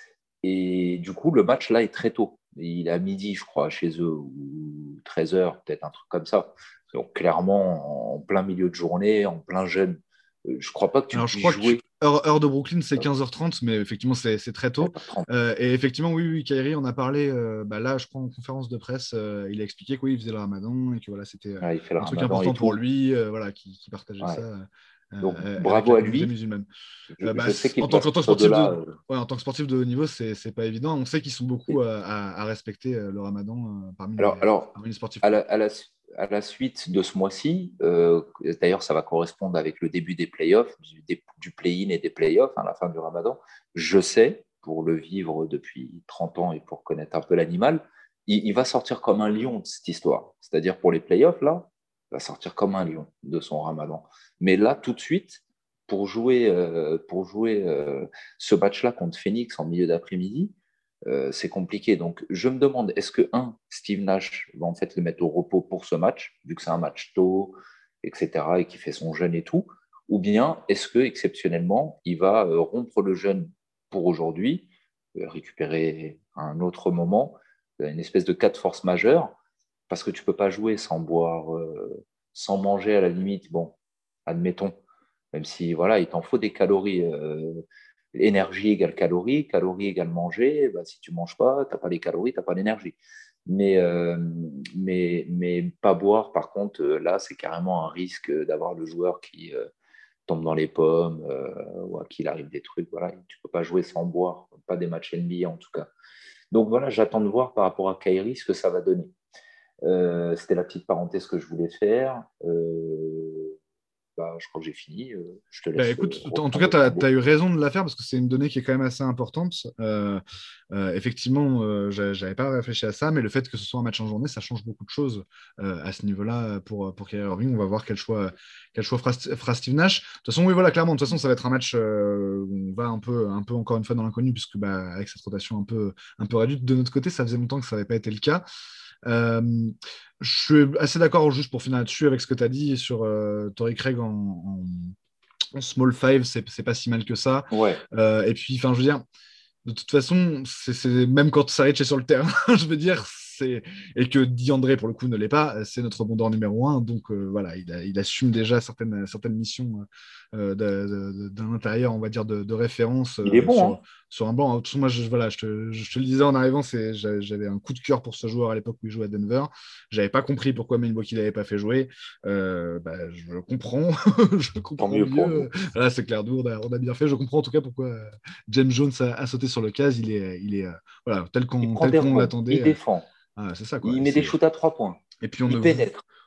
Et du coup, le match là est très tôt. Il est à midi, je crois, chez eux, ou treize heures, peut-être un truc comme ça. Donc, clairement, en plein milieu de journée, en plein jeûne. Euh, Je crois pas que tu Alors, je puisses crois que jouer heure, heure de Brooklyn, c'est quinze heures trente, mais effectivement, c'est c'est très tôt. sept heures trente. Euh, et effectivement, oui, oui, Kyrie, on a parlé, euh, bah, là, je crois, en conférence de presse, euh, il a expliqué qu'il faisait le ramadan et que voilà, c'était euh, Ouais, il fait le un truc ramadan et important pour tout. lui, euh, voilà, qui, qui partageait ça Ouais. euh, Donc, euh, avec bravo la à communauté lui. musulmane. Je, Euh, bah, je sais en qu'il tant, passe qu'en tant que sportif au-delà. de, euh, ouais, en tant que sportif de haut niveau, c'est c'est pas évident. On sait qu'ils sont beaucoup à, à- à respecter euh, le ramadan euh, parmi Alors, les, alors parmi les sportifs à, pro. la, à, la, à la suite de ce mois-ci, euh, d'ailleurs, ça va correspondre avec le début des playoffs, du, des- du play-in et des playoffs, à la fin du ramadan. Je sais, pour le vivre depuis trente ans et pour connaître un peu l'animal, il, il va sortir comme un lion de cette histoire. C'est-à-dire pour les playoffs, là, il va sortir comme un lion de son ramadan. Mais là, tout de suite, pour jouer, euh, pour jouer euh, ce match-là contre Phoenix en milieu d'après-midi, euh, c'est compliqué. Donc, je me demande, est-ce que, un, Steve Nash va en fait le mettre au repos pour ce match, vu que c'est un match tôt, et cetera, et qu'il fait son jeûne et tout, ou bien est-ce que, exceptionnellement, il va euh, rompre le jeûne pour aujourd'hui, euh, récupérer un autre moment, euh, une espèce de cas de force majeure, parce que tu ne peux pas jouer sans boire, euh, sans manger à la limite, bon, admettons, même si, voilà, il t'en faut des calories. Euh, énergie égale calories, calories égale manger. Bah, si tu ne manges pas, tu n'as pas les calories, tu n'as pas l'énergie. Mais, euh, mais, mais pas boire, par contre, euh, là, c'est carrément un risque d'avoir le joueur qui euh, tombe dans les pommes euh, ou à qui il arrive des trucs. Voilà. Tu ne peux pas jouer sans boire, pas des matchs N B A en tout cas. Donc voilà, j'attends de voir par rapport à Kyrie ce que ça va donner. Euh, C'était la petite parenthèse que je voulais faire. Euh, bah, je crois que j'ai fini. Euh, je te Bah, laisse euh, écoute, en tout reprendre cas, le tu as, flambeau. eu raison de la faire parce que c'est une donnée qui est quand même assez importante. Euh, euh, effectivement, euh, j'a- j'avais pas réfléchi à ça, mais le fait que ce soit un match en journée, ça change beaucoup de choses euh, à ce niveau-là pour, pour Kyrie Irving. On va voir quel choix, quel choix fera, fera Steve Nash. De toute façon, oui, voilà, clairement, de toute façon, ça va être un match euh, où on va un peu, un peu encore une fois dans l'inconnu, puisque bah, avec cette rotation un peu, un peu réduite de notre côté, ça faisait longtemps que ça n'avait pas été le cas. Euh, je suis assez d'accord, juste pour finir là-dessus, avec ce que tu as dit sur euh, Torrey Craig en, en en small five, c'est c'est pas si mal que ça. Ouais, Euh, et puis, enfin, je veux dire, de toute façon, c'est c'est- même quand Saric est sur le terrain, je veux dire, c'est et que DeAndre, pour le coup, ne l'est pas, c'est notre bondeur numéro un. Donc, euh, voilà, il, a- il assume déjà certaines, certaines missions euh, de- de- d'un intérieur, on va dire, de, de référence il est euh, bon, sur, hein. sur un banc. De toute façon, moi, je, voilà, je te, je te le disais en arrivant, c'est- j'avais j'avais un coup de cœur pour ce joueur à l'époque où il jouait à Denver. J'avais pas compris pourquoi Milwaukee l'avait pas fait jouer. Euh, bah, je comprends, je Tant comprends mieux pour mieux. nous. Là, c'est clair, nous, on a, on a bien fait. Je comprends en tout cas pourquoi euh, James Jones a, a sauté sur le case. Il est, il est euh, voilà, tel Il qu'on prend tel des qu'on rebonds, l'attendait. il euh, défend, ah, c'est ça, quoi. il Et, met des c'est... shoots à trois points, Et puis, on ne, il pénètre.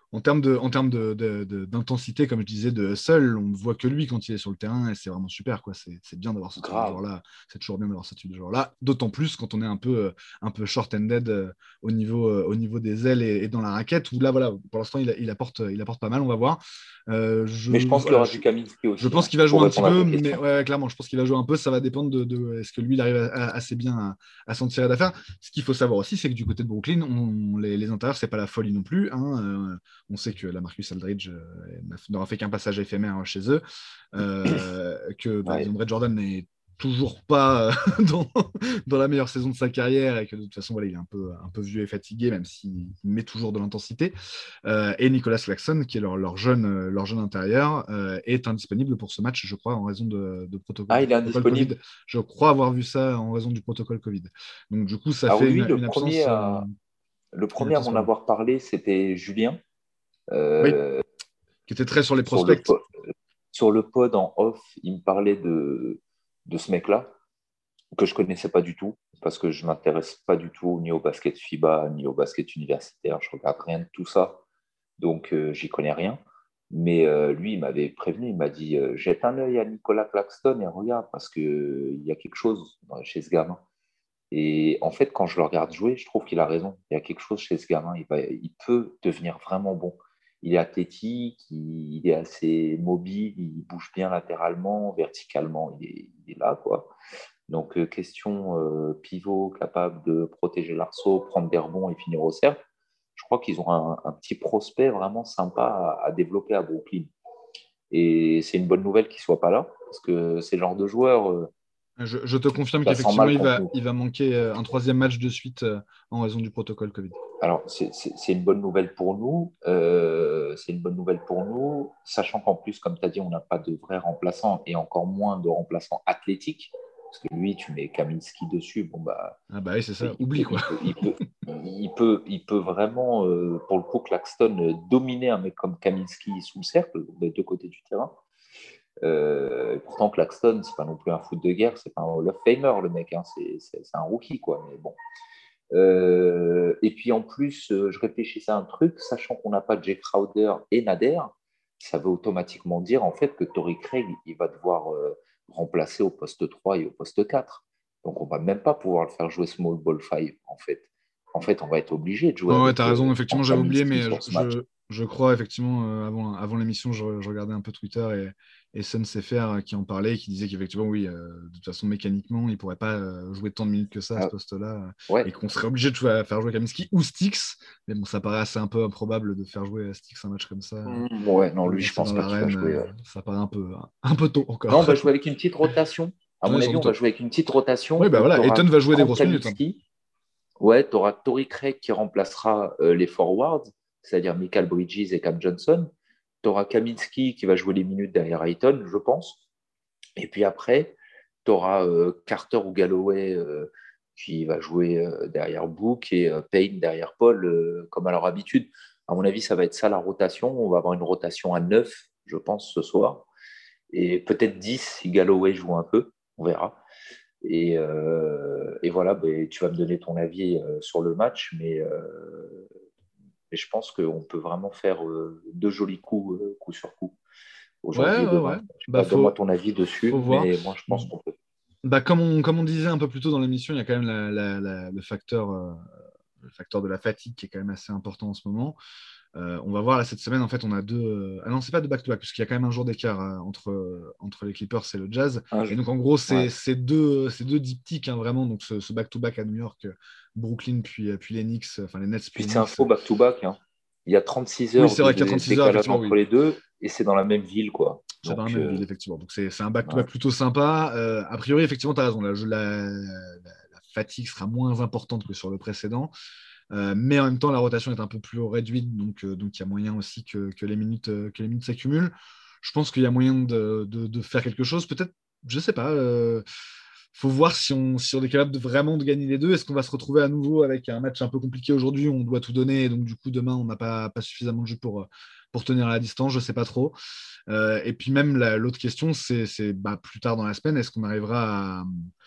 En termes, de, en termes de, de, de, d'intensité, comme je disais, de hustle, on ne voit que lui quand il est sur le terrain et c'est vraiment super. Quoi. C'est, c'est bien d'avoir ce type de joueur-là. C'est toujours bien d'avoir ce type de joueur-là. D'autant plus quand on est un peu, un peu short-handed euh, au, niveau, euh, au niveau des ailes et, et dans la raquette, où là, voilà, pour l'instant, il, il, apporte, il apporte pas mal. On va voir. Euh, je, mais je pense voilà, qu'il y aura du Kaminsky aussi. Je pense hein, qu'il va jouer un petit peu, mais ouais, clairement, je pense qu'il va jouer un peu. Ça va dépendre de, de est-ce que lui, il arrive à, à, assez bien à, à s'en tirer d'affaire. Ce qu'il faut savoir aussi, c'est que du côté de Brooklyn, on, les, les intérieurs, c'est pas la folie non plus. Hein. Euh, on sait que la Marcus Aldridge euh, n'aura fait qu'un passage éphémère chez eux, euh, que bah, ouais. DeAndre Jordan n'est toujours pas dans, dans la meilleure saison de sa carrière et que de toute façon voilà, il est un peu, un peu vieux et fatigué même s'il met toujours de l'intensité euh, et Nicolas Claxton qui est leur, leur, jeune, leur jeune intérieur euh, est indisponible pour ce match je crois en raison de, de protocole, ah, il est protocole Covid. Je crois avoir vu ça en raison du protocole Covid donc du coup ça Alors, fait lui, une, le une premier absence à, euh, le premier à m'en avoir parlé c'était Julien euh, oui. Qui était très sur les prospects sur le, sur le pod en off il me parlait de, de ce mec là que je ne connaissais pas du tout, parce que je ne m'intéresse pas du tout ni au basket FIBA, ni au basket universitaire. Je ne regarde rien de tout ça, donc euh, j'y connais rien. Mais euh, lui, il m'avait prévenu, il m'a dit euh, jette un œil à Nicolas Claxton et regarde, parce qu'il euh, y a quelque chose chez ce gamin. Et en fait, quand je le regarde jouer, je trouve qu'il a raison. Il y a quelque chose chez ce gamin. Il, va, il peut devenir vraiment bon. Il est athlétique, il, il est assez mobile, il bouge bien latéralement, verticalement, il est, il est là, quoi. Donc, euh, question euh, pivot capable de protéger l'arceau, prendre des rebonds et finir au cercle. Je crois qu'ils ont un, un petit prospect vraiment sympa à, à développer à Brooklyn. Et c'est une bonne nouvelle qu'il ne soit pas là, parce que c'est le genre de joueur. Euh, je, je te confirme qu'effectivement, il va, il va manquer un troisième match de suite euh, en raison du protocole Covid. Alors, c'est, c'est, c'est une bonne nouvelle pour nous. Euh, c'est une bonne nouvelle pour nous, sachant qu'en plus, comme tu as dit, on n'a pas de vrai remplaçant et encore moins de remplaçant athlétique. Parce que lui, tu mets Kaminsky dessus, bon bah. Ah bah oui, c'est ça, oublie quoi. Il peut, il peut, il peut, il peut vraiment, euh, pour le coup, Claxton, dominer un mec comme Kaminsky sous le cercle, des deux côtés du terrain. Euh, et pourtant, Claxton, c'est pas non plus un foot de guerre, c'est pas un Hall of Famer, le mec, hein, c'est, c'est, c'est un rookie, quoi. Mais bon. Euh, et puis en plus, euh, je réfléchissais à un truc, sachant qu'on n'a pas Jay Crowder et Nader, ça veut automatiquement dire en fait que Torrey Craig, il va devoir euh, remplacer au poste trois et au poste quatre. Donc on ne va même pas pouvoir le faire jouer small ball cinq en fait. En fait, on va être obligé de jouer ouais, avec. Ouais, tu as raison, euh, effectivement, j'avais oublié, mais je, je, je crois effectivement, euh, avant, avant l'émission, je, je regardais un peu Twitter et, et Sun C F R qui en parlait, qui disait qu'effectivement, oui, euh, de toute façon, mécaniquement, il ne pourrait pas euh, jouer tant de minutes que ça à ce poste-là, ouais. et qu'on serait obligé de jouer, faire jouer Kaminsky ou Styx. Mais bon, ça paraît assez un peu improbable de faire jouer Styx un match comme ça. Mmh, ouais, non, lui, je pense pas qu'il va jouer. Euh, ça paraît un peu, un peu tôt encore. Non, on va jouer avec une petite rotation. À ouais, mon avis, on va jouer avec une petite rotation. Oui, bah voilà, Ayton va jouer des grosses minutes. Hein. Ouais, tu auras Torrey Craig qui remplacera euh, les forwards, c'est-à-dire Michael Bridges et Cam Johnson. Tu auras Kaminsky qui va jouer les minutes derrière Ayton, je pense. Et puis après, tu auras euh, Carter ou Galloway euh, qui va jouer euh, derrière Book et euh, Payne derrière Paul, euh, comme à leur habitude. À mon avis, ça va être ça la rotation. On va avoir une rotation à neuf, je pense, ce soir. Et peut-être dix si Galloway joue un peu. On verra. Et, euh, et voilà, bah, tu vas me donner ton avis euh, sur le match, mais, euh, mais je pense qu'on peut vraiment faire euh, deux jolis coups, euh, coup sur coup, aujourd'hui ouais, et demain. Ouais, ouais. Bah, faut... Donne-moi ton avis dessus, mais moi je pense qu'on peut. Bah, comme, on, comme on disait un peu plus tôt dans l'émission, il y a quand même la, la, la, le, facteur, euh, le facteur de la fatigue qui est quand même assez important en ce moment. Euh, on va voir là cette semaine, en fait, on a deux. Euh... Ah non, c'est pas de back-to-back, parce qu'il y a quand même un jour d'écart euh, entre, euh, entre les Clippers et le Jazz. Ah, je... Et donc, en gros, c'est ouais. c'est deux, c'est deux diptyques, hein, vraiment. Donc, ce, ce back-to-back à New York, Brooklyn, puis, puis les Knicks, enfin les Nets. Puis, puis c'est un faux back-to-back. Hein. Il y a trente-six heures oui, c'est vrai qu'il y a trente-six heures entre oui. les deux, et c'est dans la même ville, quoi. C'est dans la même euh... ville, effectivement. Donc, c'est un back-to-back ouais. plutôt sympa. Euh, a priori, effectivement, tu as raison. La, la, la, la fatigue sera moins importante que sur le précédent. Euh, mais en même temps, la rotation est un peu plus réduite, donc euh, donc il y a moyen aussi que, que les minutes euh, que les minutes s'accumulent. Je pense qu'il y a moyen de, de, de faire quelque chose. Peut-être, je sais pas. Euh, faut voir si on, si on est capable de vraiment de gagner les deux. Est-ce qu'on va se retrouver à nouveau avec un match un peu compliqué aujourd'hui où on doit tout donner et donc du coup demain on n'a pas, pas suffisamment de jus pour, pour tenir à la distance. Je sais pas trop. Euh, et puis même la, l'autre question, c'est, c'est bah, plus tard dans la semaine, est-ce qu'on arrivera à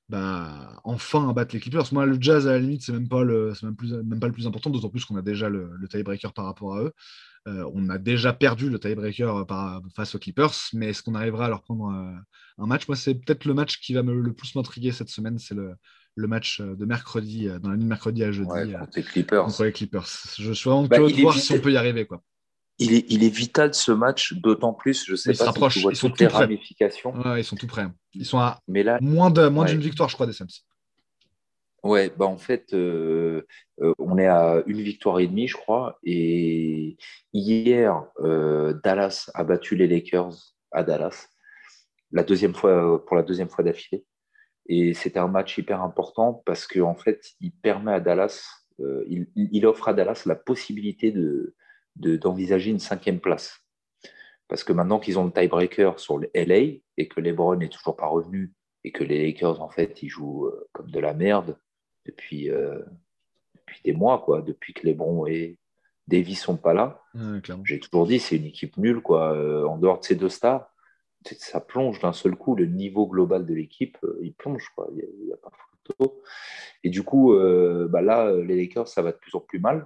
bah, enfin battre les Clippers. Moi, le Jazz, à la limite, c'est même pas le, c'est même plus, même pas le plus important, d'autant plus qu'on a déjà le, le tiebreaker par rapport à eux. Euh, on a déjà perdu le tiebreaker par, face aux Clippers, mais est-ce qu'on arrivera à leur prendre euh, un match? Moi, c'est peut-être le match qui va me, le plus m'intriguer cette semaine, c'est le, le match de mercredi, euh, dans la nuit de mercredi à jeudi, Ouais, euh, contre les Clippers. contre les Clippers. Je suis vraiment Bah, curieux il de est voir vite- si on peut y arriver, quoi. Il est, il est vital ce match, d'autant plus, je ne sais Ils se pas si tu rapprochent, vois ils sont toutes tout les prêts. ramifications, Ouais, ils sont tout prêts. Ils sont à mais là, moins de, moins ouais, d'une victoire, je crois, des Suns. ouais, bah en fait, euh, euh, on est à une victoire et demie, je crois, et hier, euh, Dallas a battu les Lakers à Dallas, la deuxième fois, pour la deuxième fois d'affilée, et c'était un match hyper important parce qu'en fait, il permet à Dallas, euh, il, il offre à Dallas la possibilité de, de- d'envisager une cinquième place. Parce que maintenant qu'ils ont le tiebreaker sur le L A et que LeBron n'est toujours pas revenu et que les Lakers, en fait, ils jouent euh, comme de la merde depuis, euh, depuis des mois, quoi, depuis que LeBron et Davis sont pas là. Ouais, clairement. J'ai toujours dit, c'est une équipe nulle, quoi. Euh, en dehors de ces deux stars, ça plonge d'un seul coup. Le niveau global de l'équipe, euh, il plonge, quoi. Il n'y a, a, pas photo. Et du coup, euh, bah là, les Lakers, ça va de plus en plus mal.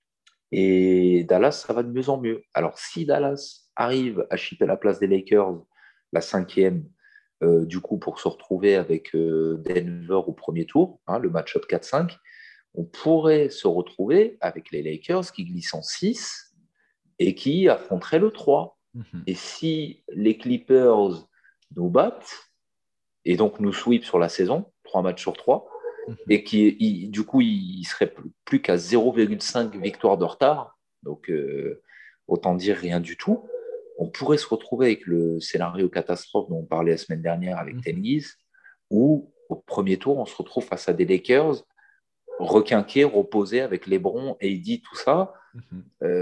Et Dallas, ça va de mieux en mieux. Alors, si Dallas arrive à chipper la place des Lakers, la cinquième, euh, du coup, pour se retrouver avec euh, Denver au premier tour, hein, le match-up quatre cinq, on pourrait se retrouver avec les Lakers qui glissent en six et qui affronteraient le trois. Mm-hmm. Et si les Clippers nous battent et donc nous sweep sur la saison, trois matchs sur trois, et qui, il, du coup, il, il serait plus qu'à zéro virgule cinq victoires de retard. Donc, euh, autant dire rien du tout. On pourrait se retrouver avec le scénario catastrophe dont on parlait la semaine dernière avec Mm-hmm. Tennis, où au premier tour, on se retrouve face à des Lakers requinqués, reposés avec LeBron, A D, tout ça. Mm-hmm.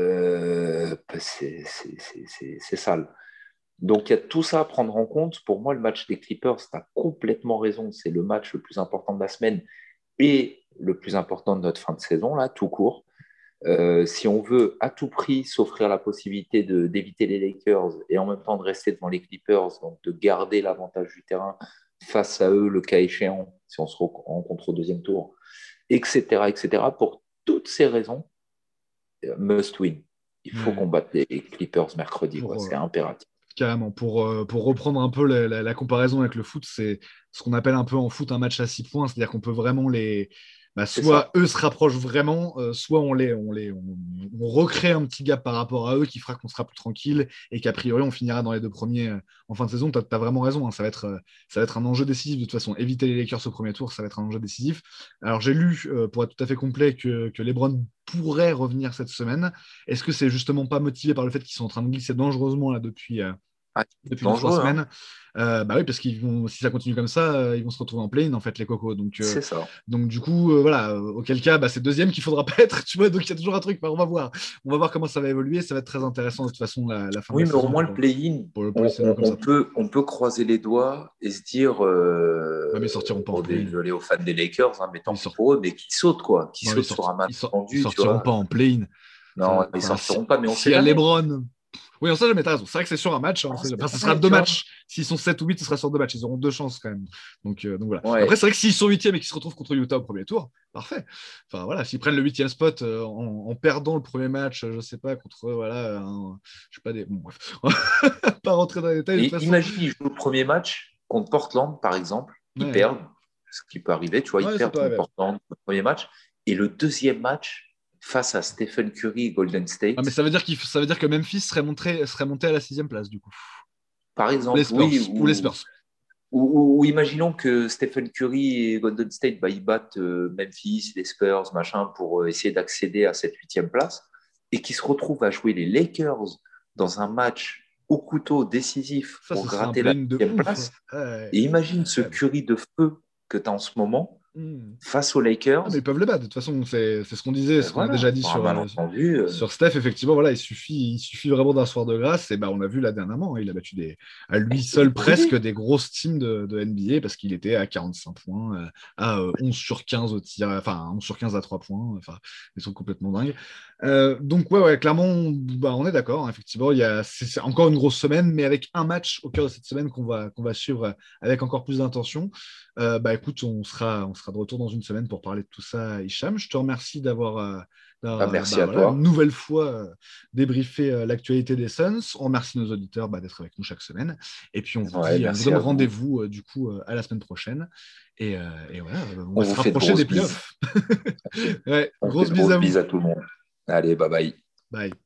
Euh, c'est, c'est, c'est, c'est, c'est sale. Donc, il y a tout ça à prendre en compte. Pour moi, le match des Clippers, tu as complètement raison. C'est le match le plus important de la semaine et le plus important de notre fin de saison, là, tout court. Euh, si on veut à tout prix s'offrir la possibilité de, d'éviter les Lakers et en même temps de rester devant les Clippers, donc de garder l'avantage du terrain face à eux, le cas échéant, si on se rencontre au deuxième tour, et cetera, et cetera. Pour toutes ces raisons, must win. Il faut ouais. qu'on batte les Clippers mercredi, pour, quoi. Euh... C'est impératif. Carrément. Pour, euh, pour reprendre un peu la, la, la comparaison avec le foot, c'est ce qu'on appelle un peu en foot un match à six points, c'est-à-dire qu'on peut vraiment les... Bah, soit eux se rapprochent vraiment, euh, soit on, les, on, les, on, on recrée un petit gap par rapport à eux qui fera qu'on sera plus tranquille et qu'a priori on finira dans les deux premiers euh, en fin de saison. Tu as vraiment raison, hein, ça, va être, euh, ça va être un enjeu décisif de toute façon. Éviter les Lakers au premier tour, ça va être un enjeu décisif. Alors j'ai lu, euh, pour être tout à fait complet, que, que LeBron pourrait revenir cette semaine. Est-ce que c'est justement pas motivé par le fait qu'ils sont en train de glisser dangereusement là depuis... Euh, Ah, depuis deux, trois semaines. Hein. Euh, bah oui, parce qu'ils vont, si ça continue comme ça, euh, ils vont se retrouver en play-in, en fait, les cocos. Donc, euh, c'est ça. Donc, du coup, euh, voilà, euh, auquel cas, bah, c'est deuxième qu'il faudra pas être, tu vois. Donc, il y a toujours un truc, bah, on va voir. On va voir comment ça va évoluer. Ça va être très intéressant, de toute façon, la, la fin oui, de la saison. saison. Oui, mais au moins, le play-in, pour, pour on, on, on, peut, on peut croiser les doigts et se dire. Euh, ouais, mais ils sortiront pas bon, en play-in. Désolé aux fans des Lakers, hein, mais tant pis pour eux, mais qui sautent, quoi. Qui non, sautent sorti, sur un match ils, sort, tendu. Ils sortiront pas en play-in. Non, ça, ils enfin, sortiront si, pas, mais on si sait jamais. LeBron. Oui, on sait jamais, t'as raison. C'est vrai que c'est sur un match. Hein, ah, enfin, ce sera deux matchs. S'ils sont sept ou huit, ce sera sur deux matchs. Ils auront deux chances quand même. Donc, euh, donc voilà. Ouais. Après, c'est vrai que s'ils sont huitième et qu'ils se retrouvent contre Utah au premier tour, parfait. Enfin voilà, s'ils prennent le huitième spot euh, en, en perdant le premier match, je sais pas, contre voilà, un, je sais pas des. Bon, bref. Pas rentrer dans les détails. De imagine, ils jouent le premier match contre Portland, par exemple. Ils ouais. perdent, ce qui peut arriver. Tu vois, ouais, ils perdent contre Portland le premier match. Et le deuxième match, face à Stephen Curry et Golden State. Ah, mais ça veut dire qu'il ça veut dire que Memphis serait monté serait monté à la sixième place du coup. Par exemple, les Spurs, oui, ou, ou les Spurs. Ou, ou, ou imaginons que Stephen Curry et Golden State bah, ils battent euh, Memphis, les Spurs, machin, pour euh, essayer d'accéder à cette huitième place et qu'ils se retrouvent à jouer les Lakers dans un match au couteau décisif ça, pour gratter la huitième place. Ouais. Et imagine ce Curry de feu que tu as en ce moment. Mmh. face aux Lakers. Ah, mais ils peuvent les battre. De toute façon, c'est, c'est ce qu'on disait, ce qu'on voilà, a déjà dit par sur, un euh, malentendu, euh, sur Steph. Effectivement, voilà, il suffit, il suffit vraiment d'un soir de grâce. Et bah, on a vu là dernièrement, hein, il a battu des, à lui il seul est brûlé. presque des grosses teams de, de N B A parce qu'il était à quarante-cinq points, euh, à euh, onze sur quinze au tir, enfin onze sur quinze à trois points, enfin des trucs complètement dingues. Euh, donc ouais, ouais, clairement, bah, on est d'accord. Hein, effectivement, il y a, c'est, c'est encore une grosse semaine, mais avec un match au cœur de cette semaine qu'on va, qu'on va suivre avec encore plus d'intention. Euh, bah écoute, on sera, on sera de retour dans une semaine pour parler de tout ça, Hicham. Je te remercie d'avoir, euh, d'avoir, Bah, euh, merci bah, à voilà, toi. une nouvelle fois euh, débriefé euh, l'actualité des Suns. On remercie nos auditeurs bah, d'être avec nous chaque semaine. Et puis on vous Ouais, dit, on vous merci donne à vous. rendez-vous euh, du coup euh, à la semaine prochaine. Et, euh, et voilà, on, On va se vous fait de rapprocher des grosses bises. playoffs. Ouais, On fait grosse de bise grosses à vous. bises à tout le monde. Allez, bye bye. Bye.